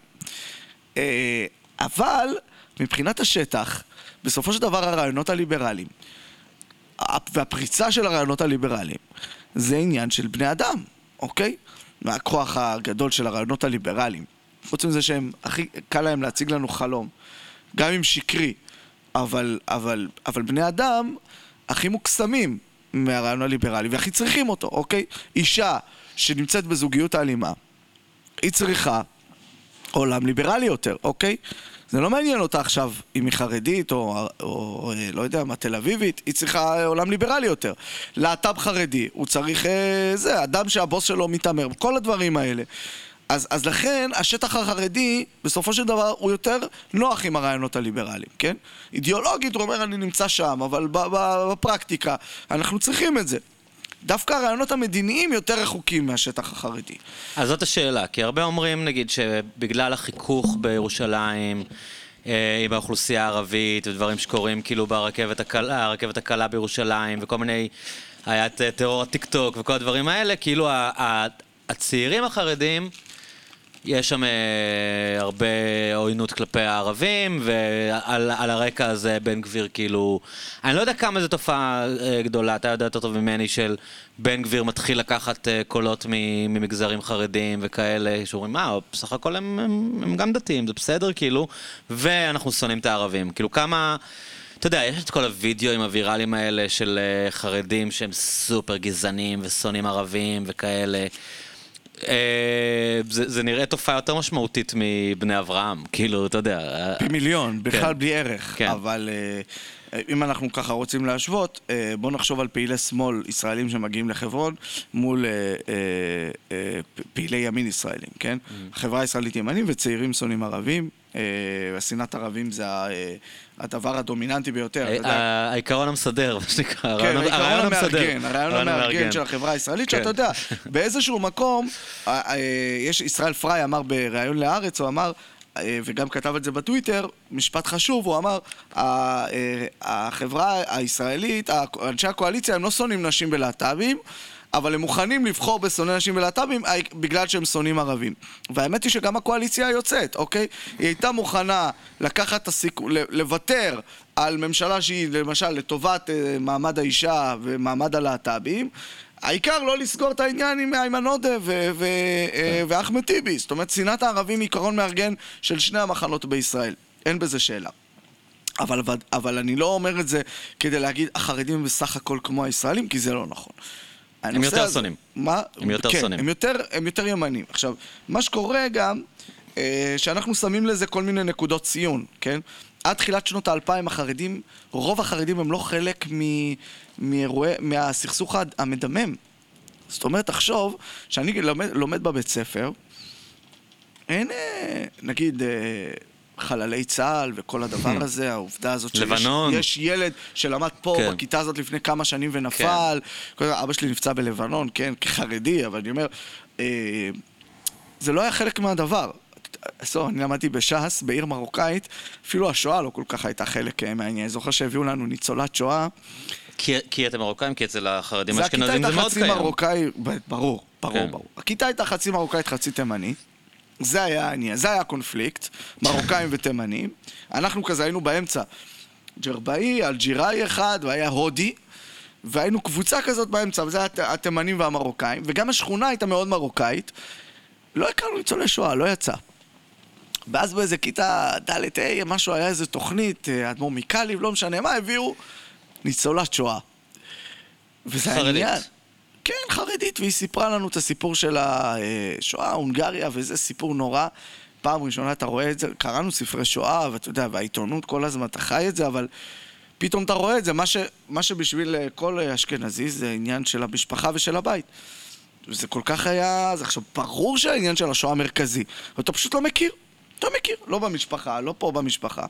אבל מבחינת השטח, בסופו של דבר הרעיונות הליברליים, והפריצה של הרעיונות הליברליים, זה עניין של בני אדם, אוקיי? מהכוח הגדול של הרעיונות הליברליים. חוץ מזה שהם הכי קל להם להציג לנו חלום, גם אם שקרי, אבל, אבל, אבל בני אדם הכי מוקסמים מהרעיון הליברלי, והכי צריכים אותו, אוקיי? אישה שנמצאת בזוגיות האלימה, היא צריכה עולם ליברלי יותר, אוקיי? זה לא מעניין אותה עכשיו אם היא חרדית או, או, או לא יודע מה, תל אביבית, היא צריכה עולם ליברלי יותר. להט"ב חרדי, הוא צריך, זה, אדם שהבוס שלו מתאמר, כל הדברים האלה. אז, אז לכן, השטח החרדי, בסופו של דבר, הוא יותר נוח עם הרעיונות הליברליים, כן? אידיאולוגית, הוא אומר, אני נמצא שם, אבל בפרקטיקה, אנחנו צריכים את זה. דווקא הרעיונות המדיניים יותר רחוקים מהשטח החרדי. אז זאת השאלה, כי הרבה אומרים, נגיד, שבגלל החיכוך בירושלים, עם האוכלוסייה הערבית, ודברים שקורים כאילו ברכבת הקלה, הרכבת הקלה בירושלים, וכל מיני, היה את טרור הטיק-טוק וכל הדברים האלה, כאילו הצעירים החרדים, יש שם אה, הרבה עוינות כלפי הערבים, ועל על הרקע הזה בן גביר כאילו... אני לא יודע כמה זו תופעה אה, גדולה, אתה יודע יותר טוב ממני, של בן גביר מתחיל לקחת אה, קולות ממגזרים חרדים וכאלה, שאומרים, מה, בסך הכל הם, הם, הם גם דתיים, זה בסדר כאילו, ואנחנו שונאים את הערבים. כאילו כמה... אתה יודע, יש את כל הוידאוים הוויראליים האלה של אה, חרדים שהם סופר גזענים ושונאים ערבים וכאלה. זה, זה נראה תופעה יותר משמעותית מבני אברהם, כאילו, אתה יודע. במיליון, בכלל בלי ערך, כן. אבל אם אנחנו ככה רוצים להשוות, בואו נחשוב על פעילי שמאל ישראלים שמגיעים לחברון מול פעילי ימין ישראלים, כן? החברה הישראלית ימנים וצעירים שונאים ערבים, השנאת ערבים זה הדבר הדומיננטי ביותר. העיקרון המסדר, מה שנקרא, הרעיון המארגן, הרעיון המארגן של החברה הישראלית, שאתה יודע, באיזשהו מקום, יש ישראל פריי אמר בראיון לארץ, הוא אמר, וגם כתב את זה בטוויטר, משפט חשוב, הוא אמר, החברה הישראלית, אנשי הקואליציה, הם לא שונאים נשים ולהט"בים, אבל הם מוכנים לבחור בשונאי נשים ולהט"בים בגלל שהם שונאים ערבים. והאמת היא שגם הקואליציה היוצאת, אוקיי? היא הייתה מוכנה לקחת את הסיכון, לוותר על ממשלה שהיא למשל לטובת מעמד האישה ומעמד הלהט"בים, העיקר לא לסגור את העניין עם איימן עודה ואחמד טיבי. זאת אומרת, שנאת הערבים היא עיקרון מארגן של שני המחנות בישראל. אין בזה שאלה. אבל, אבל אני לא אומר את זה כדי להגיד, החרדים הם בסך הכל כמו הישראלים, כי זה לא נכון. הם יותר שונאים. מה? הם יותר כן, שונאים. הם יותר, הם יותר ימנים. עכשיו, מה שקורה גם, אה, שאנחנו שמים לזה כל מיני נקודות ציון, כן? עד תחילת שנות האלפיים החרדים, רוב החרדים הם לא חלק מ, מאירועי, מהסכסוך המדמם. זאת אומרת, תחשוב, שאני לומד, לומד בבית ספר, אין, אה, נגיד, אה, חללי צה"ל וכל הדבר הזה, העובדה הזאת שיש ילד שלמד פה כן. בכיתה הזאת לפני כמה שנים ונפל, כן. אבא שלי נפצע בלבנון, כן, כחרדי, אבל אני אומר, אה, זה לא היה חלק מהדבר. עשור, אני למדתי בש"ס, בעיר מרוקאית, אפילו השואה לא כל כך הייתה חלק מהעניין. אני זוכר שהביאו לנו ניצולת שואה. כי, כי אתם מרוקאים, כי אצל החרדים האשכנזים זה זה מאוד קיים. מרוקאי, ברור, ברור, כן. ברור. הכיתה הייתה חצי מרוקאית, חצי תימנית. זה היה העניין, זה היה הקונפליקט, מרוקאים ותימנים. אנחנו כזה היינו באמצע. ג'רבאי, אלג'יראי אחד, והיה הודי, והיינו קבוצה כזאת באמצע, וזה היה התימנים והמרוקאים, וגם השכונה הייתה מאוד מרוקאית. לא הכרנו ניצולי שואה, לא יצא. ואז באיזה כיתה ד' ה' משהו היה איזה תוכנית, אדמו"ר מקליב, לא משנה מה, הביאו ניצולת שואה. וזה חרדית. העניין. כן, חרדית, והיא סיפרה לנו את הסיפור של השואה, הונגריה, וזה סיפור נורא. פעם ראשונה אתה רואה את זה, קראנו ספרי שואה, ואתה יודע, והעיתונות כל הזמן אתה חי את זה, אבל פתאום אתה רואה את זה, מה, ש, מה שבשביל כל אשכנזי זה עניין של המשפחה ושל הבית. וזה כל כך היה, זה עכשיו ברור שהעניין של השואה המרכזי, אתה פשוט לא מכיר, אתה מכיר, לא במשפחה, לא פה במשפחה.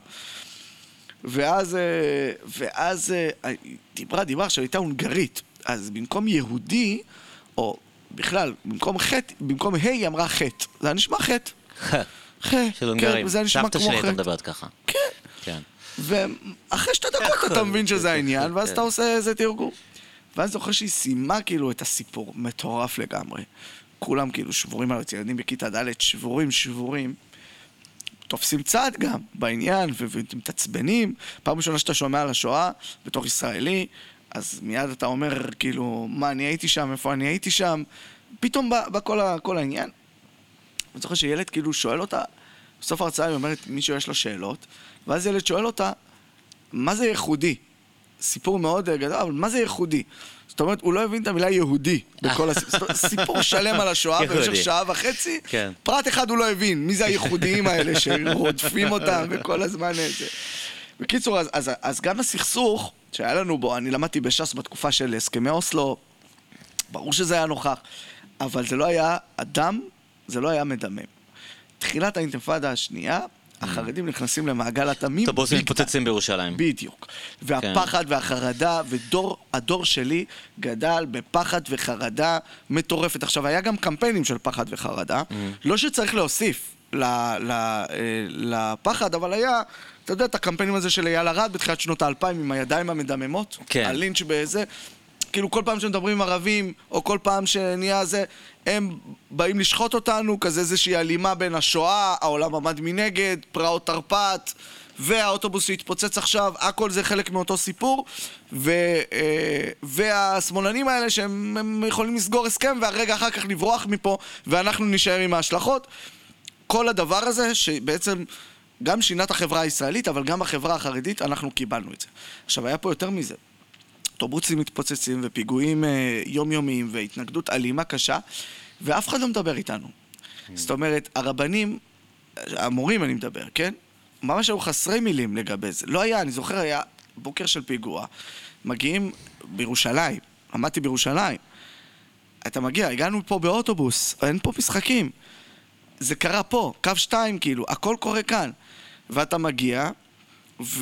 ואז, ואז דיברה, דיברה שהייתה הונגרית, אז במקום יהודי, או בכלל, במקום חטא, במקום ה' היא אמרה חטא, זה היה נשמע חטא. חטא, של הונגרים, סבתא שלי הייתה מדברת ככה. כן. כן. ואחרי שתי דקות אתה מבין שזה העניין, ואז אתה עושה איזה תרגום. ואז זוכר שהיא סיימה כאילו את הסיפור, מטורף לגמרי. כולם כאילו שבורים על ילדים בכיתה ד' שבורים, שבורים. תופסים צעד גם בעניין, ומתעצבנים. פעם ראשונה שאתה שומע על השואה, בתור ישראלי, אז מיד אתה אומר כאילו, מה, אני הייתי שם, איפה אני הייתי שם? פתאום בכל כל העניין. אני זוכר שילד כאילו שואל אותה, בסוף ההרצאה היא אומרת, מישהו יש לו שאלות, ואז ילד שואל אותה, מה זה ייחודי? סיפור מאוד גדול, אבל מה זה ייחודי? זאת אומרת, הוא לא הבין את המילה יהודי בכל הסיפור. סיפור שלם על השואה במשך שעה וחצי. פרט אחד הוא לא הבין, מי זה הייחודיים האלה שרודפים אותם וכל הזמן איזה. בקיצור, אז, אז, אז גם הסכסוך שהיה לנו בו, אני למדתי בש"ס בתקופה של הסכמי אוסלו, ברור שזה היה נוכח, אבל זה לא היה אדם, זה לא היה מדמם. תחילת האינתיפאדה השנייה, החרדים נכנסים למעגל התמים. אוטובוסים מתפוצצים בירושלים. בדיוק. והפחד והחרדה, והדור שלי גדל בפחד וחרדה מטורפת. עכשיו, היה גם קמפיינים של פחד וחרדה, לא שצריך להוסיף לפחד, אבל היה, אתה יודע, את הקמפיינים הזה של אייל ארד בתחילת שנות האלפיים עם הידיים המדממות, הלינץ' באיזה, כאילו כל פעם שמדברים עם ערבים, או כל פעם שנהיה זה, הם באים לשחוט אותנו, כזה איזושהי אלימה בין השואה, העולם עמד מנגד, פרעות תרפ"ט, והאוטובוס שהתפוצץ עכשיו, הכל זה חלק מאותו סיפור, ו, והשמאלנים האלה שהם יכולים לסגור הסכם, והרגע אחר כך לברוח מפה, ואנחנו נשאר עם ההשלכות. כל הדבר הזה שבעצם גם שינת החברה הישראלית, אבל גם החברה החרדית, אנחנו קיבלנו את זה. עכשיו, היה פה יותר מזה. אוטובוסים מתפוצצים ופיגועים אה, יומיומיים והתנגדות אלימה קשה, ואף אחד לא מדבר איתנו. Mm. זאת אומרת, הרבנים, המורים אני מדבר, כן? ממש היו חסרי מילים לגבי זה. לא היה, אני זוכר, היה בוקר של פיגוע, מגיעים בירושלים, עמדתי בירושלים, אתה מגיע, הגענו פה באוטובוס, אין פה משחקים. זה קרה פה, קו שתיים כאילו, הכל קורה כאן. ואתה מגיע, ו...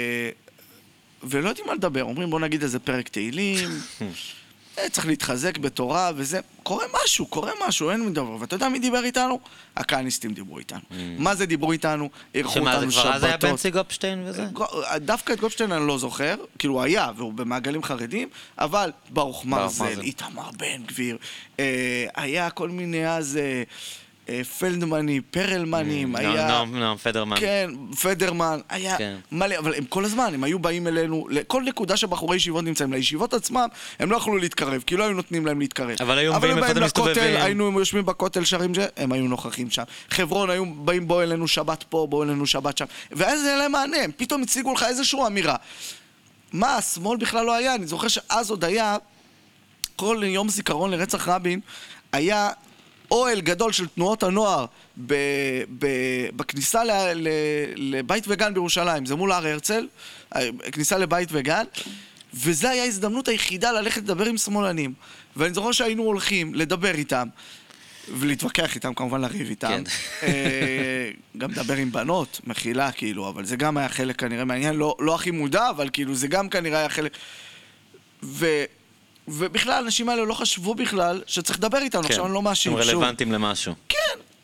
ולא יודעים מה לדבר, אומרים בוא נגיד איזה פרק תהילים, צריך להתחזק בתורה וזה, קורה משהו, קורה משהו, אין מדבר, ואתה יודע מי דיבר איתנו? הכהניסטים דיברו איתנו. מה זה דיברו איתנו? אירחו אותנו שבתות. שמה, זה כבר אז היה בנצי גופשטיין וזה? דווקא את גופשטיין אני לא זוכר, כאילו היה, והוא במעגלים חרדים, אבל ברוך מרזל, איתמר בן גביר, היה כל מיני אז... פלדמני, פרלמנים, היה... נועם פדרמן. כן, פדרמן, היה מלא, אבל הם כל הזמן, הם היו באים אלינו, לכל נקודה שבחורי ישיבות נמצאים, לישיבות עצמם, הם לא יכלו להתקרב, כי לא היו נותנים להם להתקרב. אבל היו באים איפה אתם מסתובבים. היינו יושבים בכותל שרים זה, הם היו נוכחים שם. חברון, היו באים בוא אלינו שבת פה, בוא אלינו שבת שם. ואז זה היה להם מענה, הם פתאום הציגו לך איזושהי אמירה. מה, השמאל בכלל לא היה, אני זוכר שאז עוד היה, כל יום זיכרון לרצח רבין, היה אוהל גדול של תנועות הנוער ב, ב, בכניסה ל, ל, לבית וגן בירושלים, זה מול הר הרצל, כניסה לבית וגן, וזה היה ההזדמנות היחידה ללכת לדבר עם שמאלנים. ואני זוכר שהיינו הולכים לדבר איתם, ולהתווכח איתם, כמובן לריב איתם. כן. גם לדבר עם בנות, מחילה כאילו, אבל זה גם היה חלק כנראה מעניין, לא, לא הכי מודע, אבל כאילו זה גם כנראה היה חלק... ו... ובכלל, האנשים האלה לא חשבו בכלל שצריך לדבר איתנו, עכשיו אני לא מאשים. הם רלוונטיים למשהו. כן,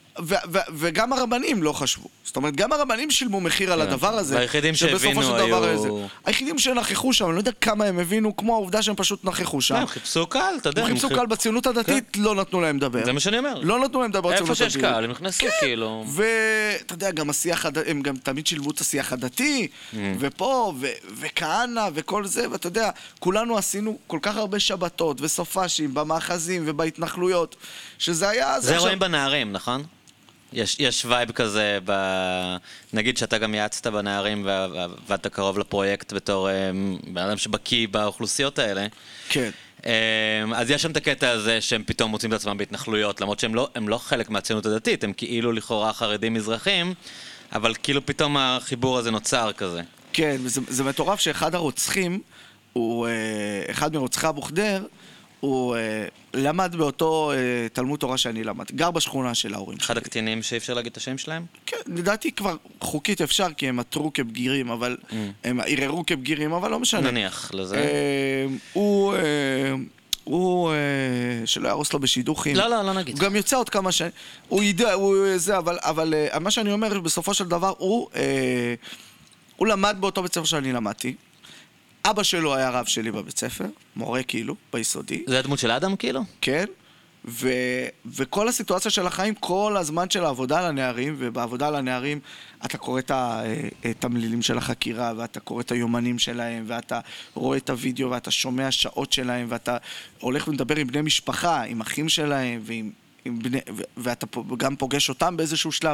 וגם הרבנים לא חשבו. זאת אומרת, גם הרבנים שילמו מחיר על הדבר הזה. והיחידים שהבינו היו... היחידים שנכחו שם, אני לא יודע כמה הם הבינו, כמו העובדה שהם פשוט נכחו שם. הם חיפשו קהל, אתה יודע. הם חיפשו קהל בציונות הדתית, לא נתנו להם לדבר. זה מה שאני אומר. לא נתנו להם לדבר בציונות הדתית. איפה שיש קהל, הם נכנסו כאילו. ואתה יודע, גם השיח, הם גם תמיד שילבו את השיח הדתי, ופה, וכהנה, וכל זה, ואתה יודע, כולנו עשינו כל כך הרבה שבתות וסופשים במאחזים ובהתנחלויות, שזה היה... זה רואים בנערים, נכון? יש, יש וייב כזה, ב... נגיד שאתה גם יעצת בנערים ו... ואתה קרוב לפרויקט בתור בן אדם שבקיא באוכלוסיות האלה. כן. אז יש שם את הקטע הזה שהם פתאום מוצאים את עצמם בהתנחלויות, למרות שהם לא, הם לא חלק מהציונות הדתית, הם כאילו לכאורה חרדים מזרחים, אבל כאילו פתאום החיבור הזה נוצר כזה. כן, וזה, זה מטורף שאחד הרוצחים, הוא, אחד מרוצחי אבו ח'דיר, הוא למד באותו תלמוד תורה שאני למד, גר בשכונה של ההורים שלי. אחד הקטינים שאי אפשר להגיד את השם שלהם? כן, לדעתי כבר חוקית אפשר, כי הם עתרו כבגירים, אבל הם ערערו כבגירים, אבל לא משנה. נניח לזה. הוא, הוא, שלא ירוס לו בשידוכים. לא, לא, לא נגיד. הוא גם יוצא עוד כמה שנים. הוא ידע, הוא זה, אבל, אבל מה שאני אומר, בסופו של דבר, הוא, הוא למד באותו בית ספר שאני למדתי. אבא שלו היה רב שלי בבית ספר, מורה כאילו, ביסודי. זה הדמות של אדם כאילו? כן, ו... וכל הסיטואציה של החיים, כל הזמן של העבודה על הנערים, ובעבודה על הנערים אתה קורא את התמלילים של החקירה, ואתה קורא את היומנים שלהם, ואתה רואה את הוידאו, ואתה שומע שעות שלהם, ואתה הולך ומדבר עם בני משפחה, עם אחים שלהם, ועם... עם בני... ואתה גם פוגש אותם באיזשהו שלב.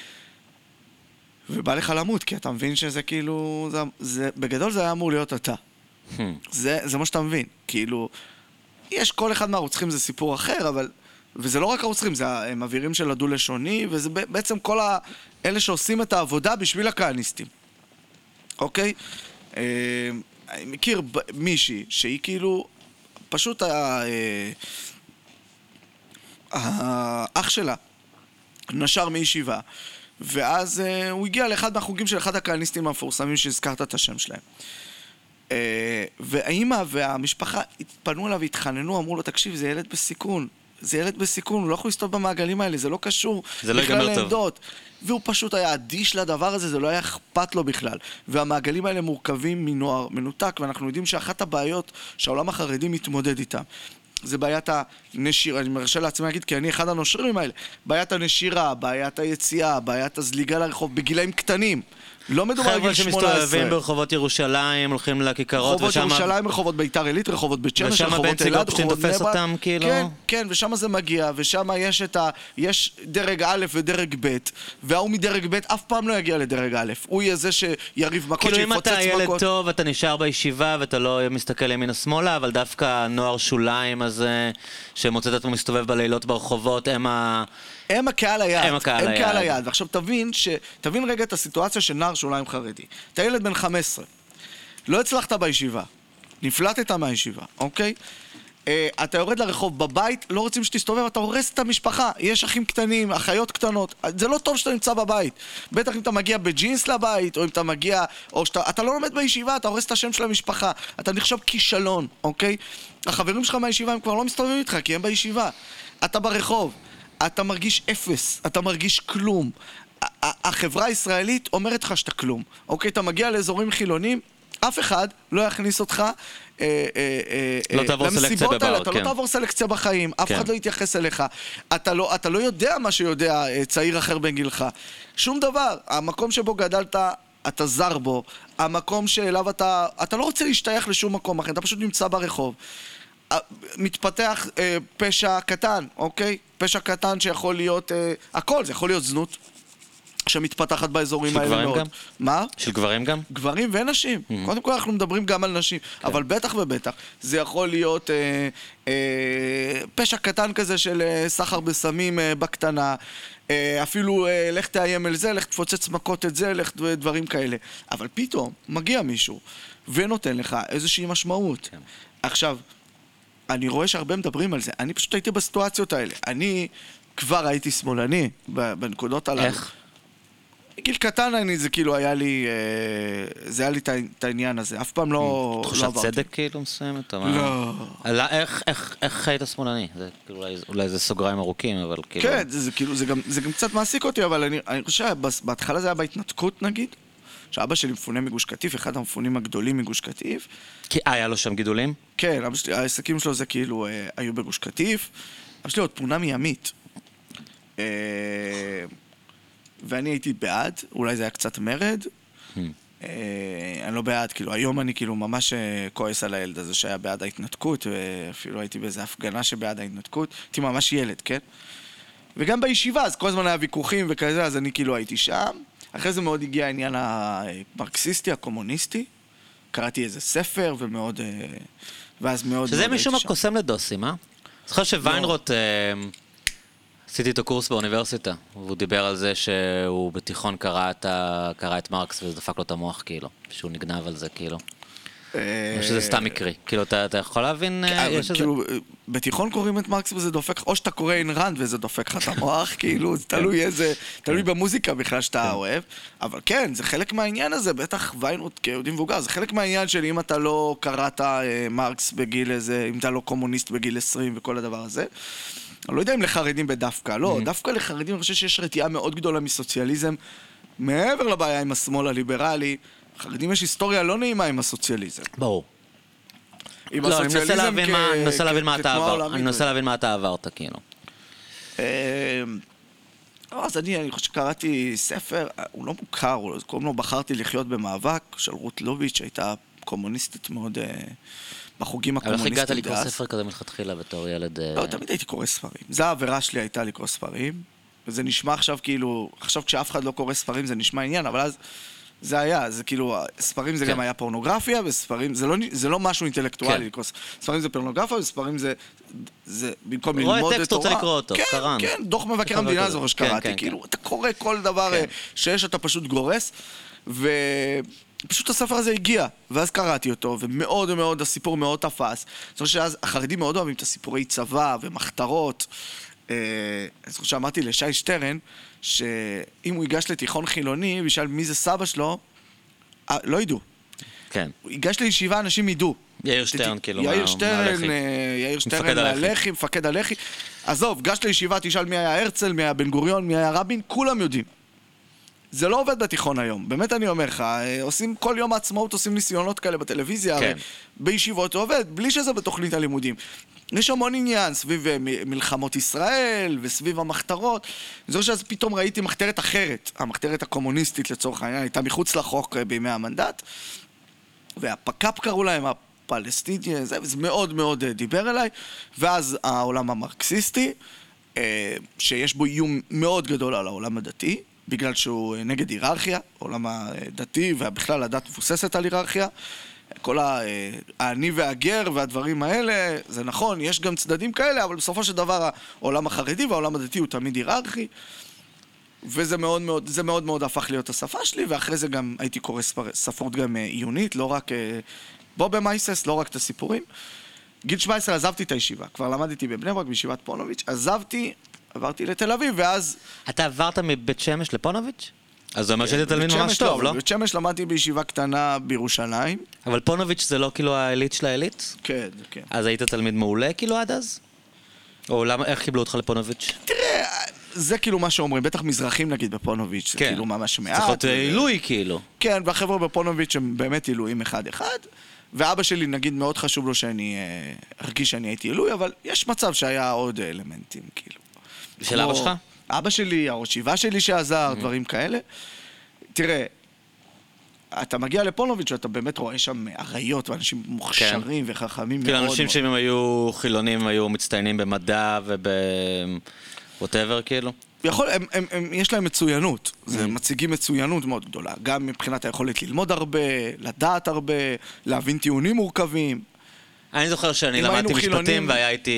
ובא לך למות, כי אתה מבין שזה כאילו, זה, זה, בגדול זה היה אמור להיות אתה. Hmm. זה, זה מה שאתה מבין. כאילו, יש כל אחד מהרוצחים זה סיפור אחר, אבל, וזה לא רק הרוצחים, זה הם אווירים של הדו-לשוני, וזה בעצם כל ה, אלה שעושים את העבודה בשביל הכהניסטים. אוקיי? אה, אני מכיר מישהי שהיא כאילו, פשוט ה, האח שלה נשר מישיבה, ואז uh, הוא הגיע לאחד מהחוגים של אחד הכהניסטים המפורסמים שהזכרת את השם שלהם. Uh, והאמא והמשפחה התפנו אליו והתחננו, אמרו לו, תקשיב, זה ילד בסיכון. זה ילד בסיכון, הוא לא יכול להסתובב במעגלים האלה, זה לא קשור. זה לא ייגמר טוב. והוא פשוט היה אדיש לדבר הזה, זה לא היה אכפת לו בכלל. והמעגלים האלה מורכבים מנוער מנותק, ואנחנו יודעים שאחת הבעיות שהעולם החרדי מתמודד איתם. זה בעיית הנשירה, אני מרשה לעצמי להגיד, כי אני אחד הנושרים האלה. בעיית הנשירה, בעיית היציאה, בעיית הזליגה לרחוב, בגילאים קטנים. לא מדובר על גיל שמונה עשרה. חבר'ה שמסתובבים ברחובות ירושלים, הולכים לכיכרות, רחובות ירושלים, רחובות ביתר עילית, רחובות בית שמש, רחובות אלעד, רחובות בני ברק. כאילו... כן, כן, ושם זה מגיע, ושם יש את ה... יש דרג א' ודרג ב', והוא מדרג ב' אף פעם לא יגיע לדרג א'. הוא יהיה זה שיריב מכות, כאילו שיפוצץ מכות. כאילו אם אתה ילד טוב, אתה נשאר בישיבה, ואתה לא מסתכל ימין או שמאלה, אבל דווקא הנוער שוליים הזה, שמוצא את עצמו מסתובב בלילות ברחובות, הם ה... הם הקהל היעד. הם הקהל היעד. הם קהל היעד. ועכשיו תבין ש... תבין רגע את הסיטואציה של נער שוליים חרדי. אתה ילד בן חמש עשרה. לא הצלחת בישיבה. נפלטת מהישיבה, אוקיי? Uh, אתה יורד לרחוב בבית, לא רוצים שתסתובב, אתה הורס את המשפחה. יש אחים קטנים, אחיות קטנות. זה לא טוב שאתה נמצא בבית. בטח אם אתה מגיע בג'ינס לבית, או אם אתה מגיע... או שאתה... אתה לא לומד בישיבה, אתה הורס את השם של המשפחה. אתה נחשב כישלון, אוקיי? החברים שלך מהישיבה הם כבר לא מסתובבים איתך, כי הם בישיבה. אתה ברחוב. אתה מרגיש אפס, אתה מרגיש כלום. החברה הישראלית אומרת לך שאתה כלום. אוקיי, אתה מגיע לאזורים חילונים, אף אחד לא יכניס אותך לא תעבור סלקציה בבר, אתה לא תעבור סלקציה בחיים, אף אחד לא יתייחס אליך. אתה לא יודע מה שיודע צעיר אחר בן גילך. שום דבר. המקום שבו גדלת, אתה זר בו. המקום שאליו אתה... אתה לא רוצה להשתייך לשום מקום אחר, אתה פשוט נמצא ברחוב. מתפתח אה, פשע קטן, אוקיי? פשע קטן שיכול להיות אה, הכל, זה יכול להיות זנות שמתפתחת באזורים האלה מאוד. של גברים גם? מה? של גברים גם? גברים ונשים. Mm-hmm. קודם כל אנחנו מדברים גם על נשים, כן. אבל בטח ובטח. זה יכול להיות אה, אה, פשע קטן כזה של אה, סחר בסמים אה, בקטנה, אה, אפילו אה, לך תאיים אל זה, לך תפוצץ מכות את זה, לך דברים כאלה. אבל פתאום מגיע מישהו ונותן לך איזושהי משמעות. כן. עכשיו, אני רואה שהרבה מדברים על זה. אני פשוט הייתי בסיטואציות האלה. אני כבר הייתי שמאלני בנקודות הללו. איך? מגיל קטן אני, זה כאילו היה לי, זה היה לי את העניין הזה, אף פעם לא... תחושת צדק כאילו מסוימת? לא. איך היית שמאלני? אולי זה סוגריים ארוכים, אבל כאילו... כן, זה גם קצת מעסיק אותי, אבל אני חושב שבהתחלה זה היה בהתנתקות נגיד, שאבא שלי מפונה מגוש קטיף, אחד המפונים הגדולים מגוש קטיף. כי היה לו שם גידולים? כן, אבא שלי, העסקים שלו זה כאילו היו בגוש קטיף. אבא שלי עוד פונה מימית. ואני הייתי בעד, אולי זה היה קצת מרד. אני לא בעד, כאילו, היום אני כאילו ממש כועס על הילד הזה שהיה בעד ההתנתקות, ואפילו הייתי באיזו הפגנה שבעד ההתנתקות. הייתי ממש ילד, כן? וגם בישיבה, אז כל הזמן היה ויכוחים וכזה, אז אני כאילו הייתי שם. אחרי זה מאוד הגיע העניין המרקסיסטי, הקומוניסטי. קראתי איזה ספר, ומאוד... ואז מאוד... שזה משום הקוסם לדוסים, אה? זוכר שוויינרוט... עשיתי איתו קורס באוניברסיטה, והוא דיבר על זה שהוא בתיכון קרא את מרקס וזה דפק לו את המוח, כאילו. שהוא נגנב על זה, כאילו. או שזה סתם מקרי. כאילו, אתה יכול להבין... כאילו, בתיכון קוראים את מרקס וזה דופק, או שאתה קורא אין רנד וזה דופק לך את המוח, כאילו, זה תלוי איזה, תלוי במוזיקה בכלל שאתה אוהב. אבל כן, זה חלק מהעניין הזה, בטח ויינרוט כיהודי מבוגר, זה חלק מהעניין של אם אתה לא קראת מרקס בגיל איזה, אם אתה לא קומוניסט בגיל עשרים וכל הדבר הזה. אני לא יודע אם לחרדים בדווקא, לא, דווקא לחרדים אני חושב שיש רתיעה מאוד גדולה מסוציאליזם, מעבר לבעיה עם השמאל הליברלי, לחרדים יש היסטוריה לא נעימה עם הסוציאליזם. ברור. לא, אני מנסה להבין מה אתה עברת, אני מנסה להבין מה אתה עברת, כאילו. אז אני, אני חושב שקראתי ספר, הוא לא מוכר, קוראים לו בחרתי לחיות במאבק, של רות לוביץ', שהייתה קומוניסטית מאוד... בחוגים הקומוניסטיים. איך הגעת לקרוא ספר כזה מלכתחילה בתור ילד? לא, תמיד הייתי קורא ספרים. זו העבירה שלי הייתה לקרוא ספרים, וזה נשמע עכשיו כאילו, עכשיו כשאף אחד לא קורא ספרים זה נשמע עניין, אבל אז זה היה, זה כאילו, ספרים זה גם היה פורנוגרפיה, וספרים, זה לא משהו אינטלקטואלי לקרוא ספרים זה פורנוגרפיה, וספרים זה במקום ללמוד את תורה. רואה טקסט רוצה לקרוא אותו, קראן. כן, כן, דוח מבקר המדינה זו שקראתי, כאילו, אתה קורא כל דבר שיש, אתה פשוט גורס, ו... פשוט הספר הזה הגיע, ואז קראתי אותו, ומאוד מאוד, הסיפור מאוד תפס. אני חושב שאז החרדים מאוד אוהבים את הסיפורי צבא ומחתרות. אני חושב שאמרתי לשי שטרן, שאם הוא ייגש לתיכון חילוני, וישאל מי זה סבא שלו, לא ידעו. כן. הוא ייגש לישיבה, אנשים ידעו. יאיר שטרן, כאילו, יאיר שטרן, יאיר שטרן מהלח"י, מפקד הלח"י. עזוב, גש לישיבה, תשאל מי היה הרצל, מי היה בן גוריון, מי היה רבין, כולם יודעים. זה לא עובד בתיכון היום, באמת אני אומר לך, עושים כל יום העצמאות, עושים ניסיונות כאלה בטלוויזיה, כן. בישיבות זה עובד, בלי שזה בתוכנית הלימודים. יש המון עניין סביב מלחמות ישראל וסביב המחתרות. אני זוכר שאז פתאום ראיתי מחתרת אחרת, המחתרת הקומוניסטית לצורך העניין, הייתה מחוץ לחוק בימי המנדט, והפקאפ קראו להם, הפלסטיני, זה, זה מאוד מאוד דיבר אליי, ואז העולם המרקסיסטי, שיש בו איום מאוד גדול על העולם הדתי, בגלל שהוא נגד היררכיה, העולם הדתי, ובכלל הדת מבוססת על היררכיה. כל העני והגר והדברים האלה, זה נכון, יש גם צדדים כאלה, אבל בסופו של דבר העולם החרדי והעולם הדתי הוא תמיד היררכי, וזה מאוד מאוד, זה מאוד מאוד הפך להיות השפה שלי, ואחרי זה גם הייתי קורא ספרות גם עיונית, לא רק בובה מייסס, לא רק את הסיפורים. גיל שבע עשרה עזבתי את הישיבה, כבר למדתי בבני ברק בישיבת פונוביץ', עזבתי, עברתי לתל אביב, ואז... אתה עברת מבית שמש לפונוביץ'? אז זה אומר שהייתי תלמיד ממש טוב, לא? בית שמש למדתי בישיבה קטנה בירושלים. אבל פונוביץ' זה לא כאילו העילית של העילית? כן, כן. אז היית תלמיד מעולה כאילו עד אז? או למה, איך קיבלו אותך לפונוביץ'? תראה, זה כאילו מה שאומרים, בטח מזרחים נגיד בפונוביץ', זה כאילו ממש מעט. צריך להיות עילוי כאילו. כן, והחבר'ה בפונוביץ' הם באמת עילויים אחד-אחד. ואבא שלי, נגיד, מאוד חשוב לו שאני ארגיש שאני הייתי עילוי, אבל יש מצב שהיה עוד אלמנטים, כאילו. של אבא שלך? אבא שלי, הראשיבה שלי שעזר, דברים כאלה. תראה, אתה מגיע לפונוביץ' ואתה באמת רואה שם אריות ואנשים מוכשרים וחכמים מאוד. כאילו, אנשים שאם הם היו חילונים, הם היו מצטיינים במדע וב-whatever, כאילו? יכול, הם, הם, הם, יש להם מצוינות, זה מציגים מצוינות מאוד גדולה, גם מבחינת היכולת ללמוד הרבה, לדעת הרבה, להבין טיעונים מורכבים. אני זוכר שאני למדתי משפטים והיה איתי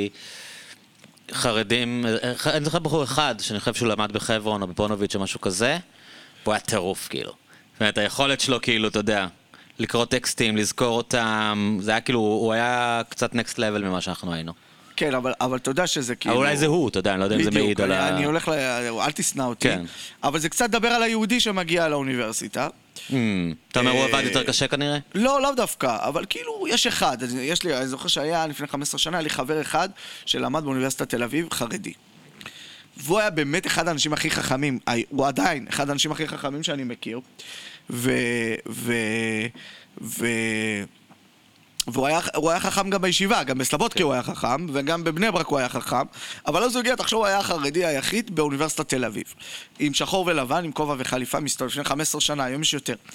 חרדים, אני זוכר בחור אחד שאני חושב שהוא למד בחברון או בפונוביץ' או משהו כזה, הוא היה טירוף כאילו. זאת אומרת, היכולת שלו כאילו, אתה יודע, לקרוא טקסטים, לזכור אותם, זה היה כאילו, הוא היה קצת next level ממה שאנחנו היינו. כן, אבל, אבל אתה יודע שזה כאילו... אולי זה הוא, אתה יודע, אני לא יודע אם זה מעיד על ה... אני הולך ל... אל תסנע אותי. כן. אבל זה קצת דבר על היהודי שמגיע לאוניברסיטה. אתה אומר, הוא עבד יותר קשה כנראה? לא, לא דווקא, אבל כאילו, יש אחד. יש לי, אני זוכר שהיה לפני חמש עשרה שנה, היה לי חבר אחד שלמד באוניברסיטת תל אביב, חרדי. והוא היה באמת אחד האנשים הכי חכמים, הוא עדיין אחד האנשים הכי חכמים שאני מכיר. ו... ו... ו... והוא היה, הוא היה חכם גם בישיבה, גם בסלבודקי הוא היה חכם, וגם בבני ברק הוא היה חכם, אבל אז הוא הגיע, תחשוב, הוא היה החרדי היחיד באוניברסיטת תל אביב, עם שחור ולבן, עם כובע וחליפה, מסתובב לפני חמש עשרה שנה, היום יש יותר.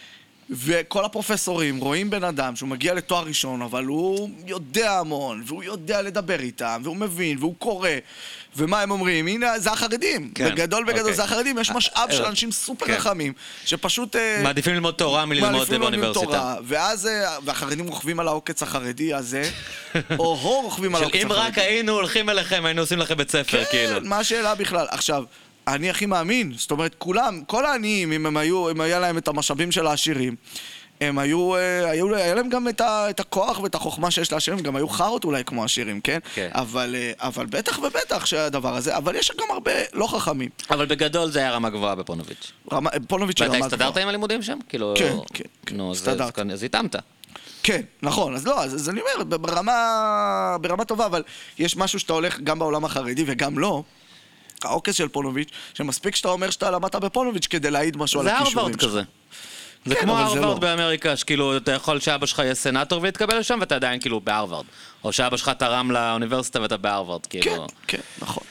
וכל הפרופסורים רואים בן אדם שהוא מגיע לתואר ראשון, אבל הוא יודע המון, והוא יודע לדבר איתם, והוא מבין, והוא קורא, ומה הם אומרים? הנה, זה החרדים. כן. בגדול בגדול okay. זה החרדים. יש משאב של אנשים סופר כן. חכמים, שפשוט... מעדיפים ללמוד תורה מללמוד באוניברסיטה. ואז, והחרדים רוכבים על העוקץ החרדי הזה, או הו רוכבים על העוקץ החרדי. אם רק היינו הולכים אליכם, היינו עושים לכם בית ספר, כאילו. כן, מה השאלה בכלל? עכשיו, אני הכי מאמין, זאת אומרת, כולם, כל העניים, אם הם היו, אם היה להם את המשאבים של העשירים, הם היו, היו, היה להם גם את, ה, את הכוח ואת החוכמה שיש לעשירים, גם היו חרות אולי כמו עשירים, כן? כן. אבל, אבל בטח ובטח שהדבר הזה, אבל יש גם הרבה לא חכמים. אבל בגדול זה היה רמה גבוהה בפונוביץ'. רמה, פונוביץ' היא רמה גבוהה. ואתה הסתדרת עם הלימודים שם? כאילו... כן, כן, כן. נו, הסתדרת. אז, אז התאמת. כן, נכון, אז לא, אז, אז אני אומר, ברמה, ברמה טובה, אבל יש משהו שאתה הולך גם בעולם החרדי וגם לא, העוקס של פונוביץ', שמספיק שאתה אומר שאתה למדת בפונוביץ' כדי להעיד משהו על הכישורים. זה הרווארד כזה. זה כמו הרווארד באמריקה, שכאילו אתה יכול שאבא שלך יהיה סנאטור ויתקבל לשם ואתה עדיין כאילו בהרווארד. או שאבא שלך תרם לאוניברסיטה ואתה בהרווארד, כאילו. כן, כן, נכון.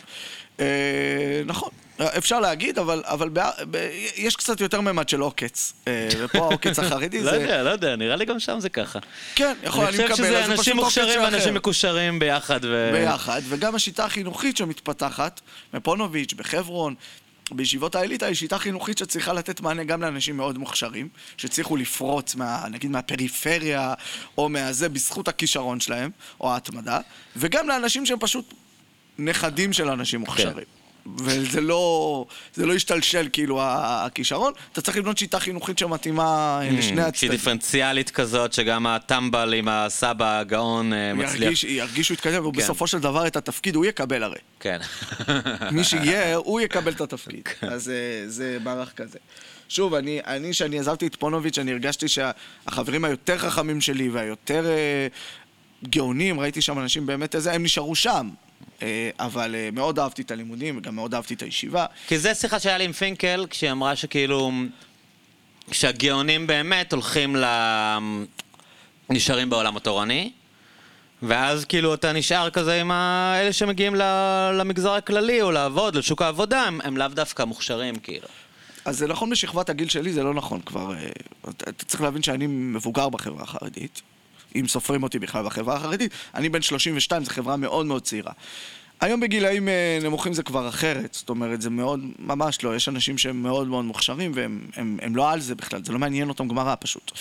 נכון. אפשר להגיד, אבל, אבל ב, ב, יש קצת יותר ממד של עוקץ. ופה העוקץ החרדי זה... לא יודע, לא יודע, נראה לי גם שם זה ככה. כן, יכול, אני מקבל. אני חושב שזה אנשים מוכשרים ואנשים מקושרים ביחד. ו... ביחד, וגם השיטה החינוכית שמתפתחת, מפונוביץ', בחברון, בישיבות האליטה, היא שיטה חינוכית שצריכה לתת מענה גם לאנשים מאוד מוכשרים, שצריכו לפרוץ, מה, נגיד, מהפריפריה, או מהזה, בזכות הכישרון שלהם, או ההתמדה, וגם לאנשים שהם פשוט נכדים של אנשים מוכשרים. כן. וזה לא, זה לא ישתלשל כאילו הכישרון, אתה צריך לבנות שיטה חינוכית שמתאימה לשני הצדדים. שהיא דיפרנציאלית כזאת, שגם הטמבל עם הסבא הגאון מצליח. ירגישו יתקדם, ובסופו של דבר את התפקיד הוא יקבל הרי. כן. מי שיהיה, הוא יקבל את התפקיד. אז זה מערך כזה. שוב, אני, אני, שאני עזבתי את פונוביץ', אני הרגשתי שהחברים היותר חכמים שלי והיותר גאונים, ראיתי שם אנשים באמת איזה, הם נשארו שם. אבל מאוד אהבתי את הלימודים וגם מאוד אהבתי את הישיבה. כי זה שיחה שהיה לי עם פינקל, כשהיא אמרה שכאילו, כשהגאונים באמת הולכים ל... נשארים בעולם התורני, ואז כאילו אתה נשאר כזה עם אלה שמגיעים למגזר הכללי או לעבוד, לשוק העבודה, הם, הם לאו דווקא מוכשרים כאילו. אז זה נכון בשכבת הגיל שלי, זה לא נכון כבר. אתה צריך להבין שאני מבוגר בחברה החרדית. אם סופרים אותי בכלל בחברה החרדית, אני בן שלושים ושתיים, זו חברה מאוד מאוד צעירה. היום בגילאים נמוכים זה כבר אחרת, זאת אומרת, זה מאוד, ממש לא, יש אנשים שהם מאוד מאוד מוכשרים, והם הם, הם לא על זה בכלל, זה לא מעניין אותם גמרא פשוט.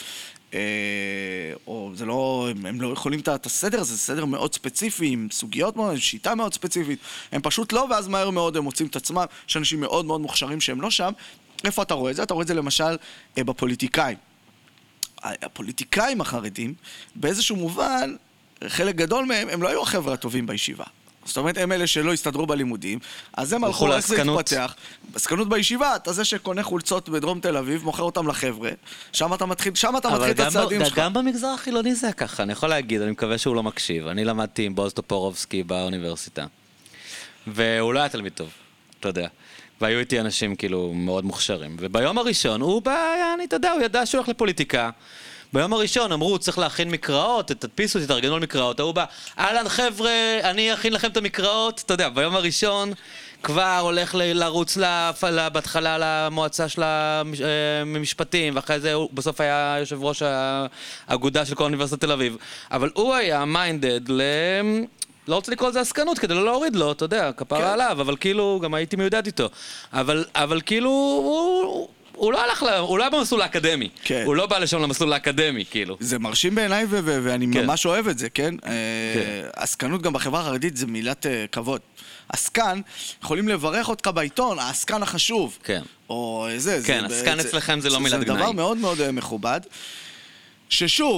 או זה לא, הם, הם לא יכולים את הסדר הזה, זה סדר מאוד ספציפי, עם סוגיות מאוד, שיטה מאוד ספציפית, הם פשוט לא, ואז מהר מאוד הם מוצאים את עצמם, יש אנשים מאוד מאוד מוכשרים שהם לא שם. איפה אתה רואה את זה? אתה רואה את זה למשל בפוליטיקאים. הפוליטיקאים החרדים, באיזשהו מובן, חלק גדול מהם, הם לא היו החבר'ה הטובים בישיבה. זאת אומרת, הם אלה שלא הסתדרו בלימודים, אז הם הלכו, איך זה התפתח. עסקנות בישיבה, אתה זה שקונה חולצות בדרום תל אביב, מוכר אותם לחבר'ה, שם אתה מתחיל, שם אתה מתחיל את הצעדים שלך. אבל גם במגזר החילוני זה ככה, אני יכול להגיד, אני מקווה שהוא לא מקשיב. אני למדתי עם בועז טופורובסקי באוניברסיטה, והוא לא היה תלמיד טוב, אתה יודע. והיו איתי אנשים כאילו מאוד מוכשרים. וביום הראשון הוא בא, אני אתה יודע, הוא ידע שהוא הולך לפוליטיקה. ביום הראשון אמרו, צריך להכין מקראות, תדפיסו, תתארגנו על מקראות. הוא בא, אהלן חבר'ה, אני אכין לכם את המקראות. אתה יודע, ביום הראשון כבר הולך לרוץ בהתחלה למועצה של המשפטים, ואחרי זה הוא בסוף היה יושב ראש האגודה של כל אוניברסיטת תל אביב. אבל הוא היה מיינדד ל... לא רוצה לקרוא לזה עסקנות כדי לא להוריד לו, אתה יודע, כפרה עליו, אבל כאילו, גם הייתי מיודד איתו. אבל, אבל כאילו, הוא, הוא לא הלך, הוא לא היה במסלול האקדמי. כן. הוא לא בא לשם למסלול האקדמי, כאילו. זה מרשים בעיניי, ו- ו- ואני כן. ממש אוהב את זה, כן? כן. עסקנות גם בחברה החרדית זה מילת כבוד. עסקן, יכולים לברך אותך בעיתון, העסקן החשוב. כן. או זה, כן, עסקן אצלכם זה לא מילת גנאי. זה דבר מאוד מאוד מכובד. ששוב,